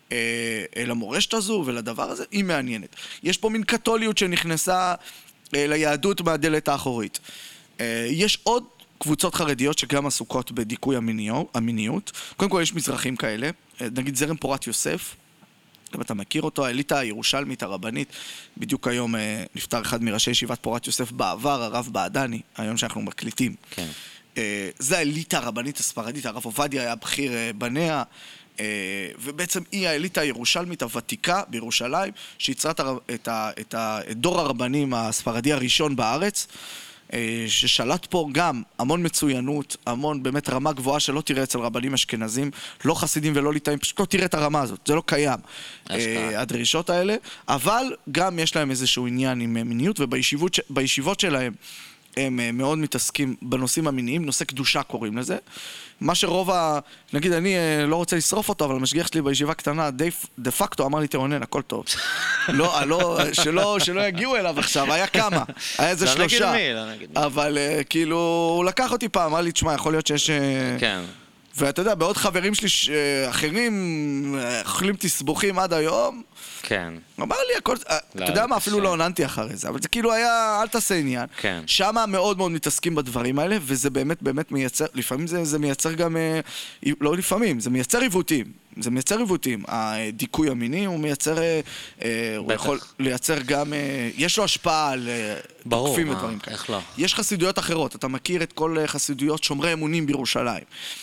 למורשת הזו ולדבר הזה, היא מעניינת. יש פה מין קתוליות שנכנסה ליהדות מהדלת האחורית. יש עוד קבוצות חרדיות שגם עסוקות בדיכוי המיניות. קודם כל יש מזרחים כאלה, נגיד זרם פורת יוסף, אם אתה מכיר אותו, האליטה הירושלמית הרבנית, בדיוק היום נפטר אחד מראשי ישיבת פורת יוסף בעבר, הרב בעדני, היום שאנחנו מקליטים. כן. זה האליטה הרבנית הספרדית, הרב עובדיה היה בכיר בניה, ובעצם היא האליטה הירושלמית הוותיקה בירושלים, שיצרה את דור הרבנים הספרדי הראשון בארץ, ששלט פה גם המון מצוינות, המון באמת רמה גבוהה שלא תראה אצל רבנים אשכנזים, לא חסידים ולא ליטאים, פשוט לא תראה את הרמה הזאת, זה לא קיים, הדרישות האלה, אבל גם יש להם איזשהו עניין עם מיניות, ובישיבות שלהם הם מאוד מתעסקים בנושאים המיניים, נושא קדושה קוראים לזה, מה שרוב ה... נגיד, אני לא רוצה לשרוף אותו, אבל המשגיח שלי בישיבה קטנה, דה פקטו, אמר לי, תאונן, הכל טוב. לא, לא, שלא, שלא יגיעו אליו עכשיו, היה כמה, היה איזה שלושה. לא נגיד מי, לא נגיד מי. אבל כאילו, הוא לקח אותי פעם, אמר לי, תשמע, יכול להיות שיש... כן. ואתה יודע, בעוד חברים שלי אחרים אוכלים תסבוכים עד היום, כן. אמר לי, הכל, אתה יודע מה, אפילו לא עוננתי אחרי זה, אבל זה כאילו היה, אל תעשה עניין. כן. שמה מאוד מאוד מתעסקים בדברים האלה, וזה באמת באמת מייצר, לפעמים זה, זה מייצר גם, לא לפעמים, זה מייצר עיוותים. זה מייצר עיוותים. הדיכוי המיני הוא מייצר, הוא יכול לייצר גם, יש לו השפעה על תוקפים ודברים כאלה. איך לא? יש חסידויות אחרות, אתה מכיר את כל חסידויות שומרי אמונים בירושלים.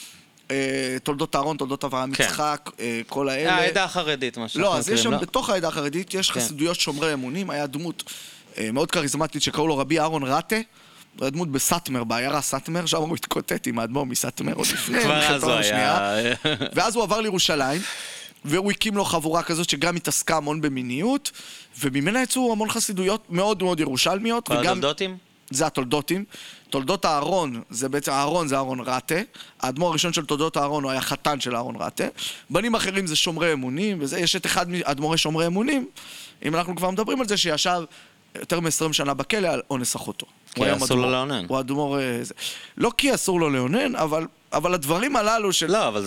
תולדות אהרון, תולדות אברהם יצחק, כל האלה. העדה החרדית, מה שאנחנו לא, אז יש שם, בתוך העדה החרדית, יש חסידויות שומרי אמונים, היה דמות מאוד קריזמטית שקראו לו רבי אהרון רטה, היה דמות בסטמר, בעיירה סטמר, שם הוא התקוטט עם האדמו"ר מסטמר עוד לפני, כבר אז הוא היה... ואז הוא עבר לירושלים, והוא הקים לו חבורה כזאת שגם התעסקה המון במיניות, וממנה יצאו המון חסידויות מאוד מאוד ירושלמיות, וגם... תולדותים? זה התולדותים. תולדות הארון, זה בעצם, הארון זה אהרון רטה. האדמו"ר הראשון של תולדות הארון הוא היה חתן של אהרון רטה. בנים אחרים זה שומרי אמונים, וזה, יש את אחד מאדמו"רי שומרי אמונים, אם אנחנו כבר מדברים על זה, שישב יותר מ-עשרים שנה בכלא על אונס אחותו. כי אסור לו לאונן. הוא אדמו"ר... לא כי אסור לו לאונן, אבל, אבל הדברים הללו של... לא, אבל זה, זה,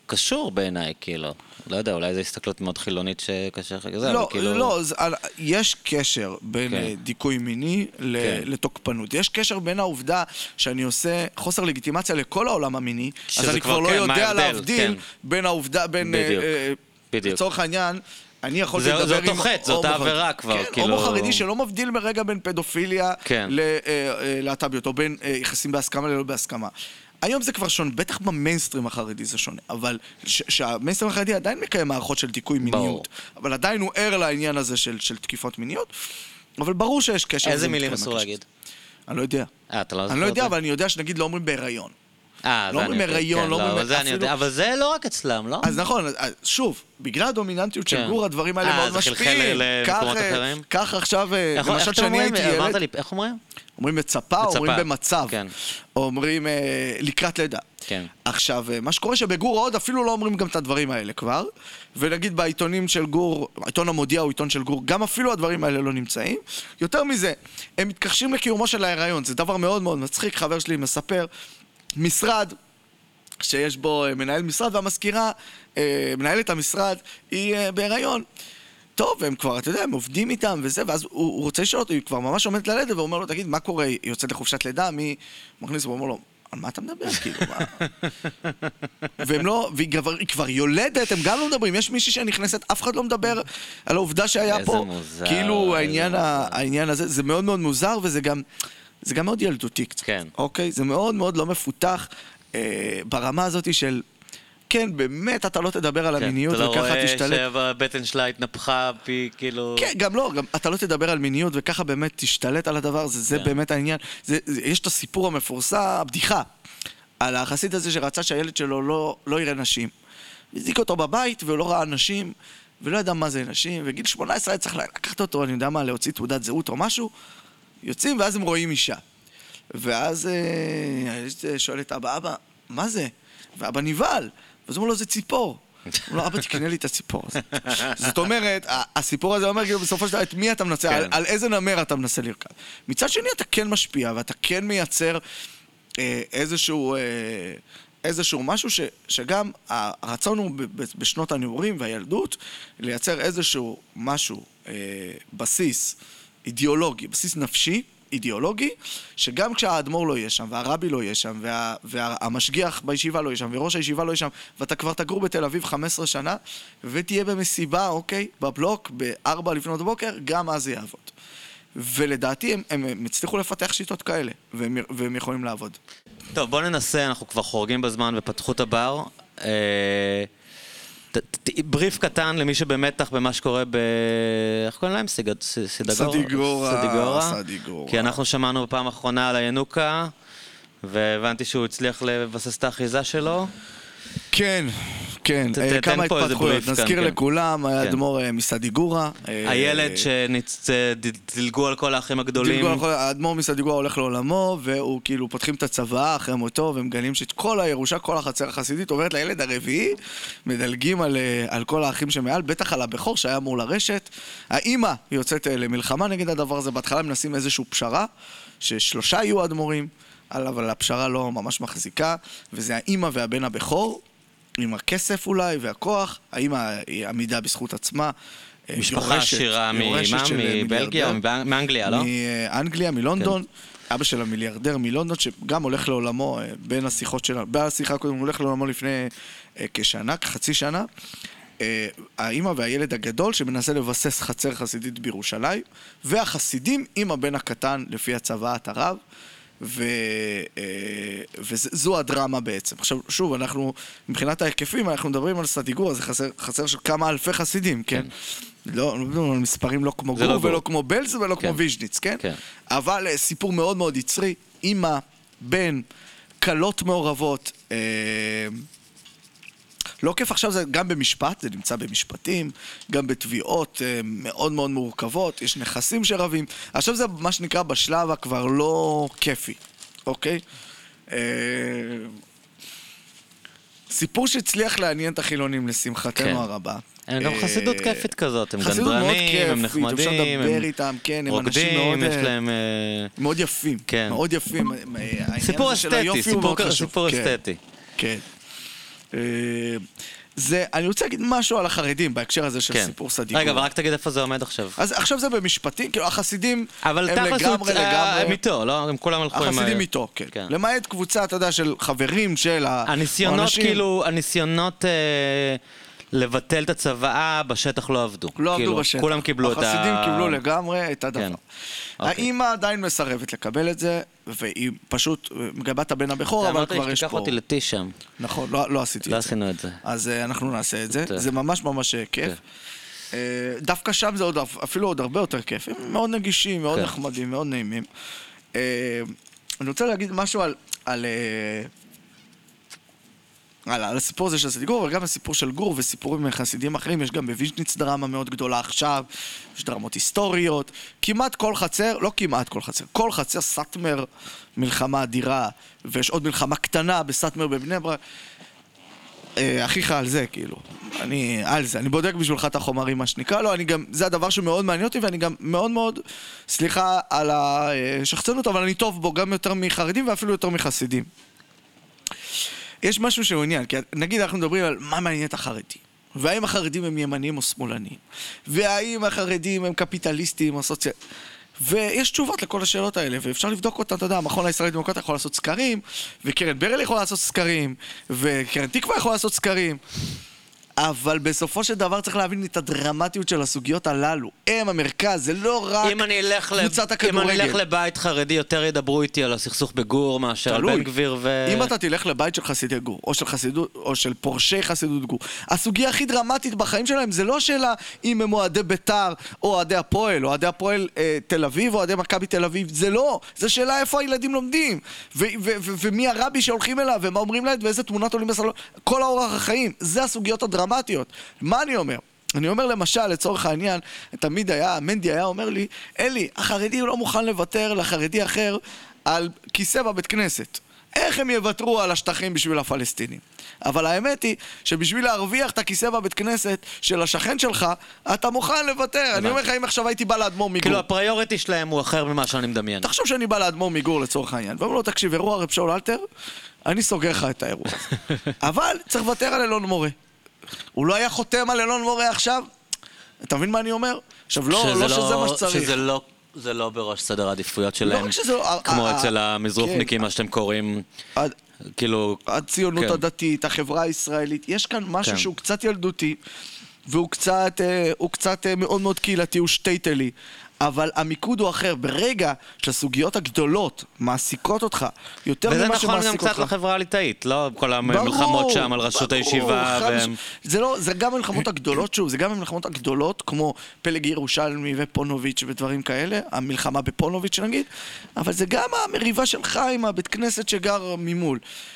קשור בעיניי, כאילו. לא יודע, אולי זו הסתכלות מאוד חילונית שקשה לך כזה, לא, אבל כאילו... לא, זה, יש קשר בין כן. דיכוי מיני ל, כן. לתוקפנות. יש קשר בין העובדה שאני עושה חוסר לגיטימציה לכל העולם המיני, אז אני כבר, כבר כן, לא יודע להבדיל כן. בין העובדה, בין... בדיוק, אה, בדיוק. לצורך העניין, אני יכול לדבר עם... זה תוחץ, זאת העבירה כבר, כן, כאילו... הומו חרדי שלא מבדיל מרגע בין פדופיליה כן. ללהט"ביות, או בין יחסים בהסכמה ללא בהסכמה. היום זה כבר שונה, בטח במיינסטרים החרדי זה שונה, אבל שהמיינסטרים החרדי עדיין מקיים מערכות של דיכוי מיניות, אבל עדיין הוא ער לעניין הזה של, של תקיפות מיניות, אבל ברור שיש קשר. איזה מילים אסור להגיד? אני לא יודע. אה, אתה לא אני לא יודע, אבל אני יודע שנגיד לא אומרים בהיריון. אה, לא אומרים בהיריון, לא אומרים אפילו... אבל זה לא רק אצלם, לא? אז נכון, שוב, בגלל הדומיננטיות של גור, הדברים האלה מאוד משפיעים. כך עכשיו, למשל שאני הייתי ילד... איך אומרים? אומרים בצפה, אומרים במצב, אומרים לקראת לידה. עכשיו, מה שקורה שבגור עוד אפילו לא אומרים גם את הדברים האלה כבר, ונגיד בעיתונים של גור, העיתון המודיע או עיתון של גור, גם אפילו הדברים האלה לא נמצאים. יותר מזה, הם מתכחשים לקיומו של ההיריון, זה דבר מאוד מאוד מצחיק, חבר שלי מספר, משרד שיש בו מנהל משרד, והמזכירה, מנהלת המשרד, היא בהיריון. טוב, והם כבר, אתה יודע, הם עובדים איתם וזה, ואז הוא, הוא רוצה לשאול אותו, היא כבר ממש עומדת ללדת, ואומר לו, תגיד, מה קורה? היא יוצאת לחופשת לידה, מי מכניס, ואומר לו, על מה אתה מדבר? כאילו, מה? והם לא, והיא כבר, כבר יולדת, הם גם לא מדברים, יש מישהי שנכנסת, אף אחד לא מדבר על העובדה שהיה פה. מוזר, כאילו, העניין, ה, העניין הזה, זה מאוד מאוד מוזר, וזה גם, זה גם מאוד ילדותי קצת. כן. אוקיי? זה מאוד מאוד לא מפותח, אה, ברמה הזאת של... כן, באמת, אתה לא תדבר על המיניות וככה תשתלט. אתה לא רואה שהבטן שלה התנפחה פי, כאילו... כן, גם לא, גם אתה לא תדבר על מיניות וככה באמת תשתלט על הדבר, זה, זה באמת העניין. זה, זה, יש את הסיפור המפורסם, הבדיחה, על החסיד הזה שרצה שהילד שלו לא, לא יראה נשים. הזיק אותו בבית ולא ראה נשים, ולא ידע מה זה נשים, וגיל שמונה עשרה צריך לקחת אותו, אני יודע מה, להוציא תעודת זהות או משהו, יוצאים ואז הם רואים אישה. ואז אה, שואל את אבא, אבא, מה זה? ואבא נבהל. אז הוא אומר לו, זה ציפור. הוא אומר לו, אבא, תקנה לי את הציפור הזה. זאת אומרת, הסיפור הזה אומר, כאילו, בסופו של דבר, את מי אתה מנסה, על, על איזה נמר אתה מנסה לרכב. מצד שני, אתה כן משפיע, ואתה כן מייצר אה, איזשהו, אה, איזשהו משהו ש, שגם הרצון הוא בשנות הנעורים והילדות, לייצר איזשהו משהו, אה, בסיס אידיאולוגי, בסיס נפשי, אידיאולוגי, שגם כשהאדמו"ר לא יהיה שם, והרבי לא יהיה שם, וה, והמשגיח בישיבה לא יהיה שם, וראש הישיבה לא יהיה שם, ואתה כבר תגור בתל אביב חמש עשרה שנה, ותהיה במסיבה, אוקיי, בבלוק, בארבע לפנות בוקר, גם אז זה יעבוד. ולדעתי הם, הם הצליחו לפתח שיטות כאלה, והם, והם יכולים לעבוד. טוב, בוא ננסה, אנחנו כבר חורגים בזמן ופתחו את הבר. אה... בריף קטן למי שבמתח במה שקורה ב... איך קוראים להם? סדיגורה. סדיגורה. כי אנחנו שמענו בפעם האחרונה על הינוקה, והבנתי שהוא הצליח לבסס את האחיזה שלו. כן, כן. כמה התפתחויות. נזכיר לכולם, היה אדמו"ר מסדיגורה. הילד שדילגו על כל האחים הגדולים. האדמו"ר מסדיגורה הולך לעולמו, והוא כאילו פותחים את הצבא אחרי מותו, ומגלים שאת כל הירושה, כל החצר החסידית עוברת לילד הרביעי, מדלגים על כל האחים שמעל, בטח על הבכור שהיה אמור לרשת. האמא יוצאת למלחמה נגד הדבר הזה, בהתחלה מנסים איזושהי פשרה, ששלושה יהיו אדמו"רים, אבל הפשרה לא ממש מחזיקה, וזה האמא והבן הבכור, עם הכסף אולי והכוח, האמא היא עמידה בזכות עצמה. משפחה עשירה מבלגיה או מאנגליה, לא? מאנגליה, מלונדון. אבא שלה מיליארדר מלונדון, שגם הולך לעולמו בין השיחות שלה, בשיחה הקודם הוא הולך לעולמו לפני כשנה, כחצי שנה. האמא והילד הגדול שמנסה לבסס חצר חסידית בירושלים, והחסידים עם הבן הקטן לפי הצוואת הרב. ו... וזו הדרמה בעצם. עכשיו, שוב, אנחנו, מבחינת ההיקפים, אנחנו מדברים על סדיגורה, זה חסר, חסר של כמה אלפי חסידים, כן? לא, לא, מספרים לא כמו גור ולא כמו בלז ולא כמו ויז'ניץ, כן? אבל סיפור מאוד מאוד יצרי, אמא, בן, קלות מעורבות, לא כיף עכשיו זה גם במשפט, זה נמצא במשפטים, גם בתביעות מאוד מאוד מורכבות, יש נכסים שרבים. עכשיו זה מה שנקרא בשלב הכבר לא כיפי, אוקיי? סיפור שהצליח לעניין את החילונים לשמחתנו הרבה. הם גם חסידות כיפית כזאת, הם גנדרנים, הם נחמדים, הם רוקדים, יש להם... מאוד יפים, מאוד יפים. סיפור אסתטי, סיפור אסתטי. כן. זה, אני רוצה להגיד משהו על החרדים בהקשר הזה של סיפור סדיגור. רגע, אבל רק תגיד איפה זה עומד עכשיו. אז עכשיו זה במשפטים, כאילו החסידים הם לגמרי, לגמרי... הם איתו, לא? הם כולם הלכו עם... החסידים איתו, כן. למעט קבוצה, אתה יודע, של חברים של האנשים. הניסיונות, כאילו, הניסיונות לבטל את הצבאה בשטח לא עבדו. לא עבדו בשטח. כולם קיבלו את ה... החסידים קיבלו לגמרי את הדבר. האמא עדיין מסרבת לקבל את זה, והיא פשוט מגבה את הבן הבכור, אבל כבר יש פה... אמרת שתיקח אותי לטיש שם. נכון, לא עשיתי את זה. לא עשינו את זה. אז אנחנו נעשה את זה. זה ממש ממש כיף. דווקא שם זה אפילו עוד הרבה יותר כיף. הם מאוד נגישים, מאוד נחמדים, מאוד נעימים. אני רוצה להגיד משהו על... על הסיפור הזה של סדיגור, אבל גם הסיפור של גור וסיפורים חסידים אחרים, יש גם בוויז'ניץ דרמה מאוד גדולה עכשיו, יש דרמות היסטוריות, כמעט כל חצר, לא כמעט כל חצר, כל חצר סאטמר מלחמה אדירה, ויש עוד מלחמה קטנה בסאטמר בבני ברק, אה, אחיך על זה, כאילו, אני על זה, אני בודק בשבילך את החומרים, מה שנקרא, לא, אני גם, זה הדבר שמאוד מעניין אותי, ואני גם מאוד מאוד, סליחה על השחצנות, אבל אני טוב בו גם יותר מחרדים ואפילו יותר מחסידים. יש משהו שהוא עניין, כי נגיד אנחנו מדברים על מה מעניין את החרדים, והאם החרדים הם ימניים או שמאלנים, והאם החרדים הם קפיטליסטים או סוציאל... ויש תשובות לכל השאלות האלה, ואפשר לבדוק אותן, אתה יודע, המכון הישראלי דמוקרטיה יכול לעשות סקרים, וקרן ברל יכול לעשות סקרים, וקרן תקווה יכול לעשות סקרים, אבל בסופו של דבר צריך להבין את הדרמטיות של הסוגיות הללו. הם המרכז, זה לא רק קבוצת הכדורגל. אם אני אלך לבית חרדי, יותר ידברו איתי על הסכסוך בגור מאשר על בן גביר ו... אם אתה תלך לבית של חסידי גור, או של חסידות, או של פורשי חסידות גור, הסוגיה הכי דרמטית בחיים שלהם זה לא שאלה אם הם אוהדי בית"ר, או אוהדי הפועל, או אוהדי הפועל אה, תל אביב, או אוהדי מכבי תל אביב, זה לא. זה שאלה איפה הילדים לומדים, ו- ו- ו- ומי הרבי שהולכים אליו, ומה אומרים להם, ואיזה תמונת עולים בסלון. כל האורח החיים, זה הסוגיות הדרמטיות. מה אני אומר? אני אומר למשל, לצורך העניין, תמיד היה, מנדי היה אומר לי, אלי, החרדי לא מוכן לוותר לחרדי אחר על כיסא בבית כנסת. איך הם יוותרו על השטחים בשביל הפלסטינים? אבל האמת היא שבשביל להרוויח את הכיסא בבית כנסת של השכן שלך, אתה מוכן לוותר. אני אומר לך, אם עכשיו הייתי בא לאדמו"ר מגור. כאילו, הפריוריטי שלהם הוא אחר ממה שאני מדמיין. תחשוב שאני בא לאדמו"ר מגור לצורך העניין, ואומר לו, תקשיב, אירוע רב שאול אלתר, אני סוגר לך את האירוע הזה. אבל צריך לוותר על אלון מורה. הוא לא היה חותם על אלון מורה עכשיו? אתה מבין מה אני אומר? עכשיו, לא, לא שזה מה שצריך. שזה לא, זה לא בראש סדר העדיפויות שלהם, כמו אצל המזרופניקים, מה שאתם קוראים, כאילו... הציונות הדתית, החברה הישראלית, יש כאן משהו שהוא קצת ילדותי, והוא קצת, הוא קצת מאוד מאוד קהילתי, הוא שטייטלי. אבל המיקוד הוא אחר. ברגע שהסוגיות הגדולות מעסיקות אותך יותר ממה שמעסיק אותך. וזה נכון גם קצת לחברה הליטאית, לא כל המלחמות שם על ראשות הישיבה. זה לא, זה גם המלחמות הגדולות, שוב, זה גם המלחמות הגדולות, כמו פלג ירושלמי ופונוביץ' ודברים כאלה, המלחמה בפונוביץ' נגיד, אבל זה גם המריבה שלך עם הבית כנסת שגר ממול.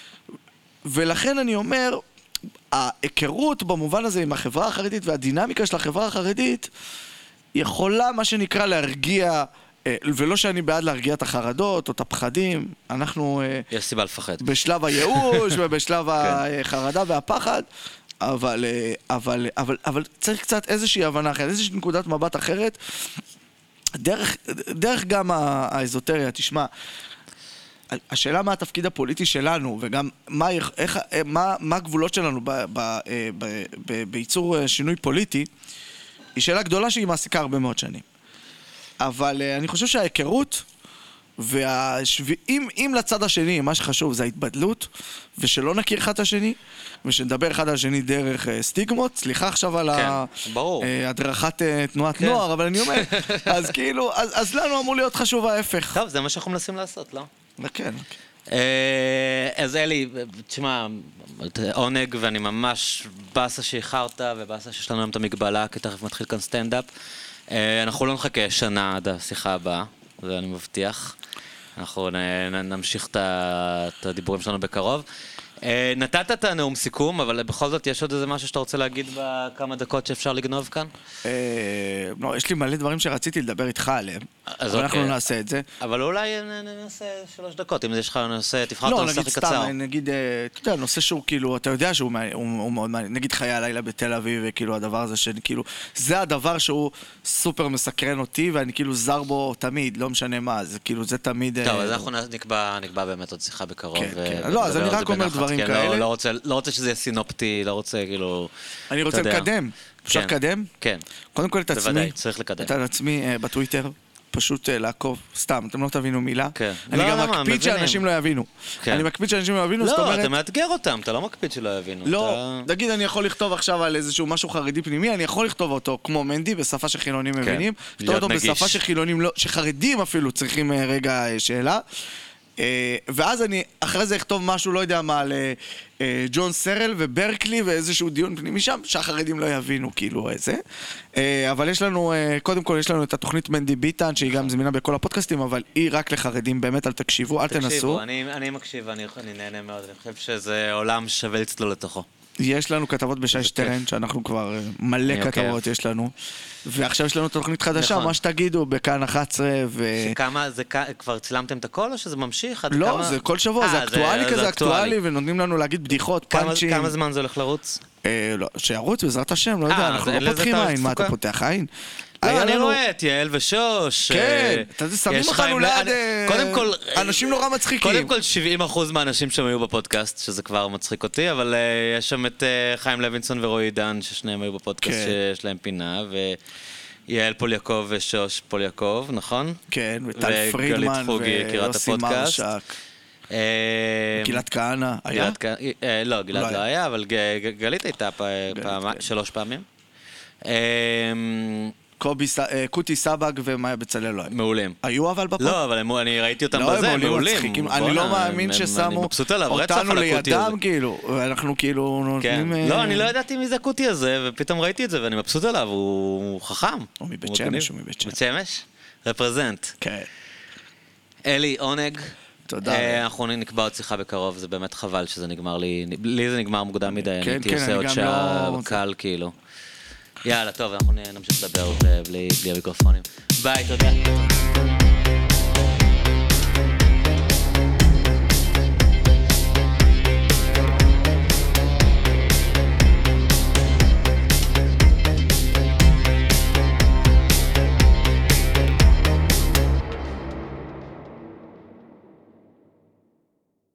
ולכן אני אומר, ההיכרות במובן הזה עם החברה החרדית והדינמיקה של החברה החרדית, יכולה, מה שנקרא, להרגיע, ולא שאני בעד להרגיע את החרדות או את הפחדים, אנחנו... יש סיבה לפחד. בשלב הייאוש ובשלב החרדה והפחד, אבל, אבל, אבל, אבל צריך קצת איזושהי הבנה אחרת, איזושהי נקודת מבט אחרת, דרך, דרך גם האזוטריה, תשמע, השאלה מה התפקיד הפוליטי שלנו, וגם מה, איך, מה, מה הגבולות שלנו ב, ב, ב, ב, בייצור שינוי פוליטי, היא שאלה גדולה שהיא מעסיקה הרבה מאוד שנים. אבל uh, אני חושב שההיכרות, והשו... אם, אם לצד השני, מה שחשוב זה ההתבדלות, ושלא נכיר אחד את השני, ושנדבר אחד על השני דרך uh, סטיגמות, סליחה עכשיו על כן, הדרכת uh, תנועת כן. נוער, אבל אני אומר, אז כאילו, אז, אז לנו אמור להיות חשוב ההפך. טוב, זה מה שאנחנו מנסים לעשות, לא? כן. אז אלי, תשמע, עונג, ואני ממש באסה שאיחרת, ובאסה שיש לנו היום את המגבלה, כי תכף מתחיל כאן סטנדאפ. אנחנו לא נחכה שנה עד השיחה הבאה, זה אני מבטיח. אנחנו נמשיך את הדיבורים שלנו בקרוב. נתת את הנאום סיכום, אבל בכל זאת יש עוד איזה משהו שאתה רוצה להגיד בכמה דקות שאפשר לגנוב כאן? לא, יש לי מלא דברים שרציתי לדבר איתך עליהם, אבל אנחנו נעשה את זה. אבל אולי נעשה שלוש דקות, אם יש לך נושא, תבחר את הנושא הכי קצר. לא, נגיד סתם, נגיד, אתה יודע, נושא שהוא כאילו, אתה יודע שהוא מאוד מעניין, נגיד חיי הלילה בתל אביב, וכאילו הדבר הזה שכאילו, זה הדבר שהוא סופר מסקרן אותי, ואני כאילו זר בו תמיד, לא משנה מה, זה כאילו, זה תמיד... טוב, אז אנחנו נקבע באמת עוד שיחה בקרוב. לא, אז אני רק אומר דבר דברים כן, כאלה. לא, לא, רוצה, לא רוצה שזה יהיה סינופטי, לא רוצה כאילו... אני רוצה לקדם. אפשר כן, לקדם? כן. קודם כל את עצמי. בוודאי, צריך לקדם. את עצמי uh, בטוויטר. פשוט uh, לעקוב, סתם, אתם לא תבינו מילה. כן. אני לא, גם למה, מקפיד מבינים. שאנשים לא יבינו. כן. אני מקפיד שאנשים לא יבינו, לא, זאת אומרת... אתה מאתגר אותם, אתה לא מקפיד שלא יבינו. לא, אתה... נגיד אני יכול לכתוב עכשיו על איזשהו משהו חרדי פנימי, אני יכול לכתוב אותו כמו מנדי, בשפה שחילונים כן. מבינים. לכתוב אותו נגיש. בשפה שחילונים לא, שחרדים אפילו צריכים רגע שאלה. ואז אני אחרי זה אכתוב משהו, לא יודע מה, על ג'ון סרל וברקלי ואיזשהו דיון פנימי שם, שהחרדים לא יבינו כאילו איזה. אבל יש לנו, קודם כל יש לנו את התוכנית מנדי ביטן, שהיא גם זמינה בכל הפודקאסטים, אבל היא רק לחרדים, באמת אל תקשיבו, אל תנסו. תקשיבו, אני, אני מקשיב, אני, אני נהנה מאוד, אני חושב שזה עולם שווה לצלול לתוכו. יש לנו כתבות בשי שטרן, שאנחנו כבר מלא כתבות יש לנו. ועכשיו יש לנו תוכנית חדשה, מה שתגידו, בכאן אחת עשרה ו... שכמה, זה כבר צילמתם את הכל או שזה ממשיך? לא, זה כל שבוע, זה אקטואלי כזה אקטואלי, ונותנים לנו להגיד בדיחות, פאנצ'ים. כמה זמן זה הולך לרוץ? לא, שירוץ בעזרת השם, לא יודע, אנחנו לא פותחים עין, מה אתה פותח עין? לא, אני רואה את יעל ושוש. כן, אתה שמים אותנו ליד אנשים נורא מצחיקים. קודם כל שבעים אחוז מהאנשים שם היו בפודקאסט, שזה כבר מצחיק אותי, אבל יש שם את חיים לוינסון ורועי עידן, ששניהם היו בפודקאסט שיש להם פינה, ויעל פול יעקב ושוש פול יעקב, נכון? כן, וטל פרידמן ויוסי מרשק. גלעד כהנא, היה? לא, גלעד לא היה, אבל גלית הייתה שלוש פעמים. קוטי סבג ומאיה בצלאל לא היו. מעולים. היו אבל בפוד? לא, אבל אני ראיתי אותם בזה, מעולים. אני לא מאמין ששמו אותנו לידם, כאילו, ואנחנו כאילו נותנים... לא, אני לא ידעתי מי זה הקוטי הזה, ופתאום ראיתי את זה, ואני מבסוט עליו, הוא חכם. הוא מבית שמש, הוא מבית שמש. בית שמש? רפרזנט. כן. אלי, עונג. תודה. אנחנו נקבע עוד שיחה בקרוב, זה באמת חבל שזה נגמר לי, לי זה נגמר מוקדם מדי, אני הייתי עושה עוד שעה קל, כאילו. יאללה, טוב, אנחנו נמשיך לדבר בלי המיקרופונים. ביי, תודה.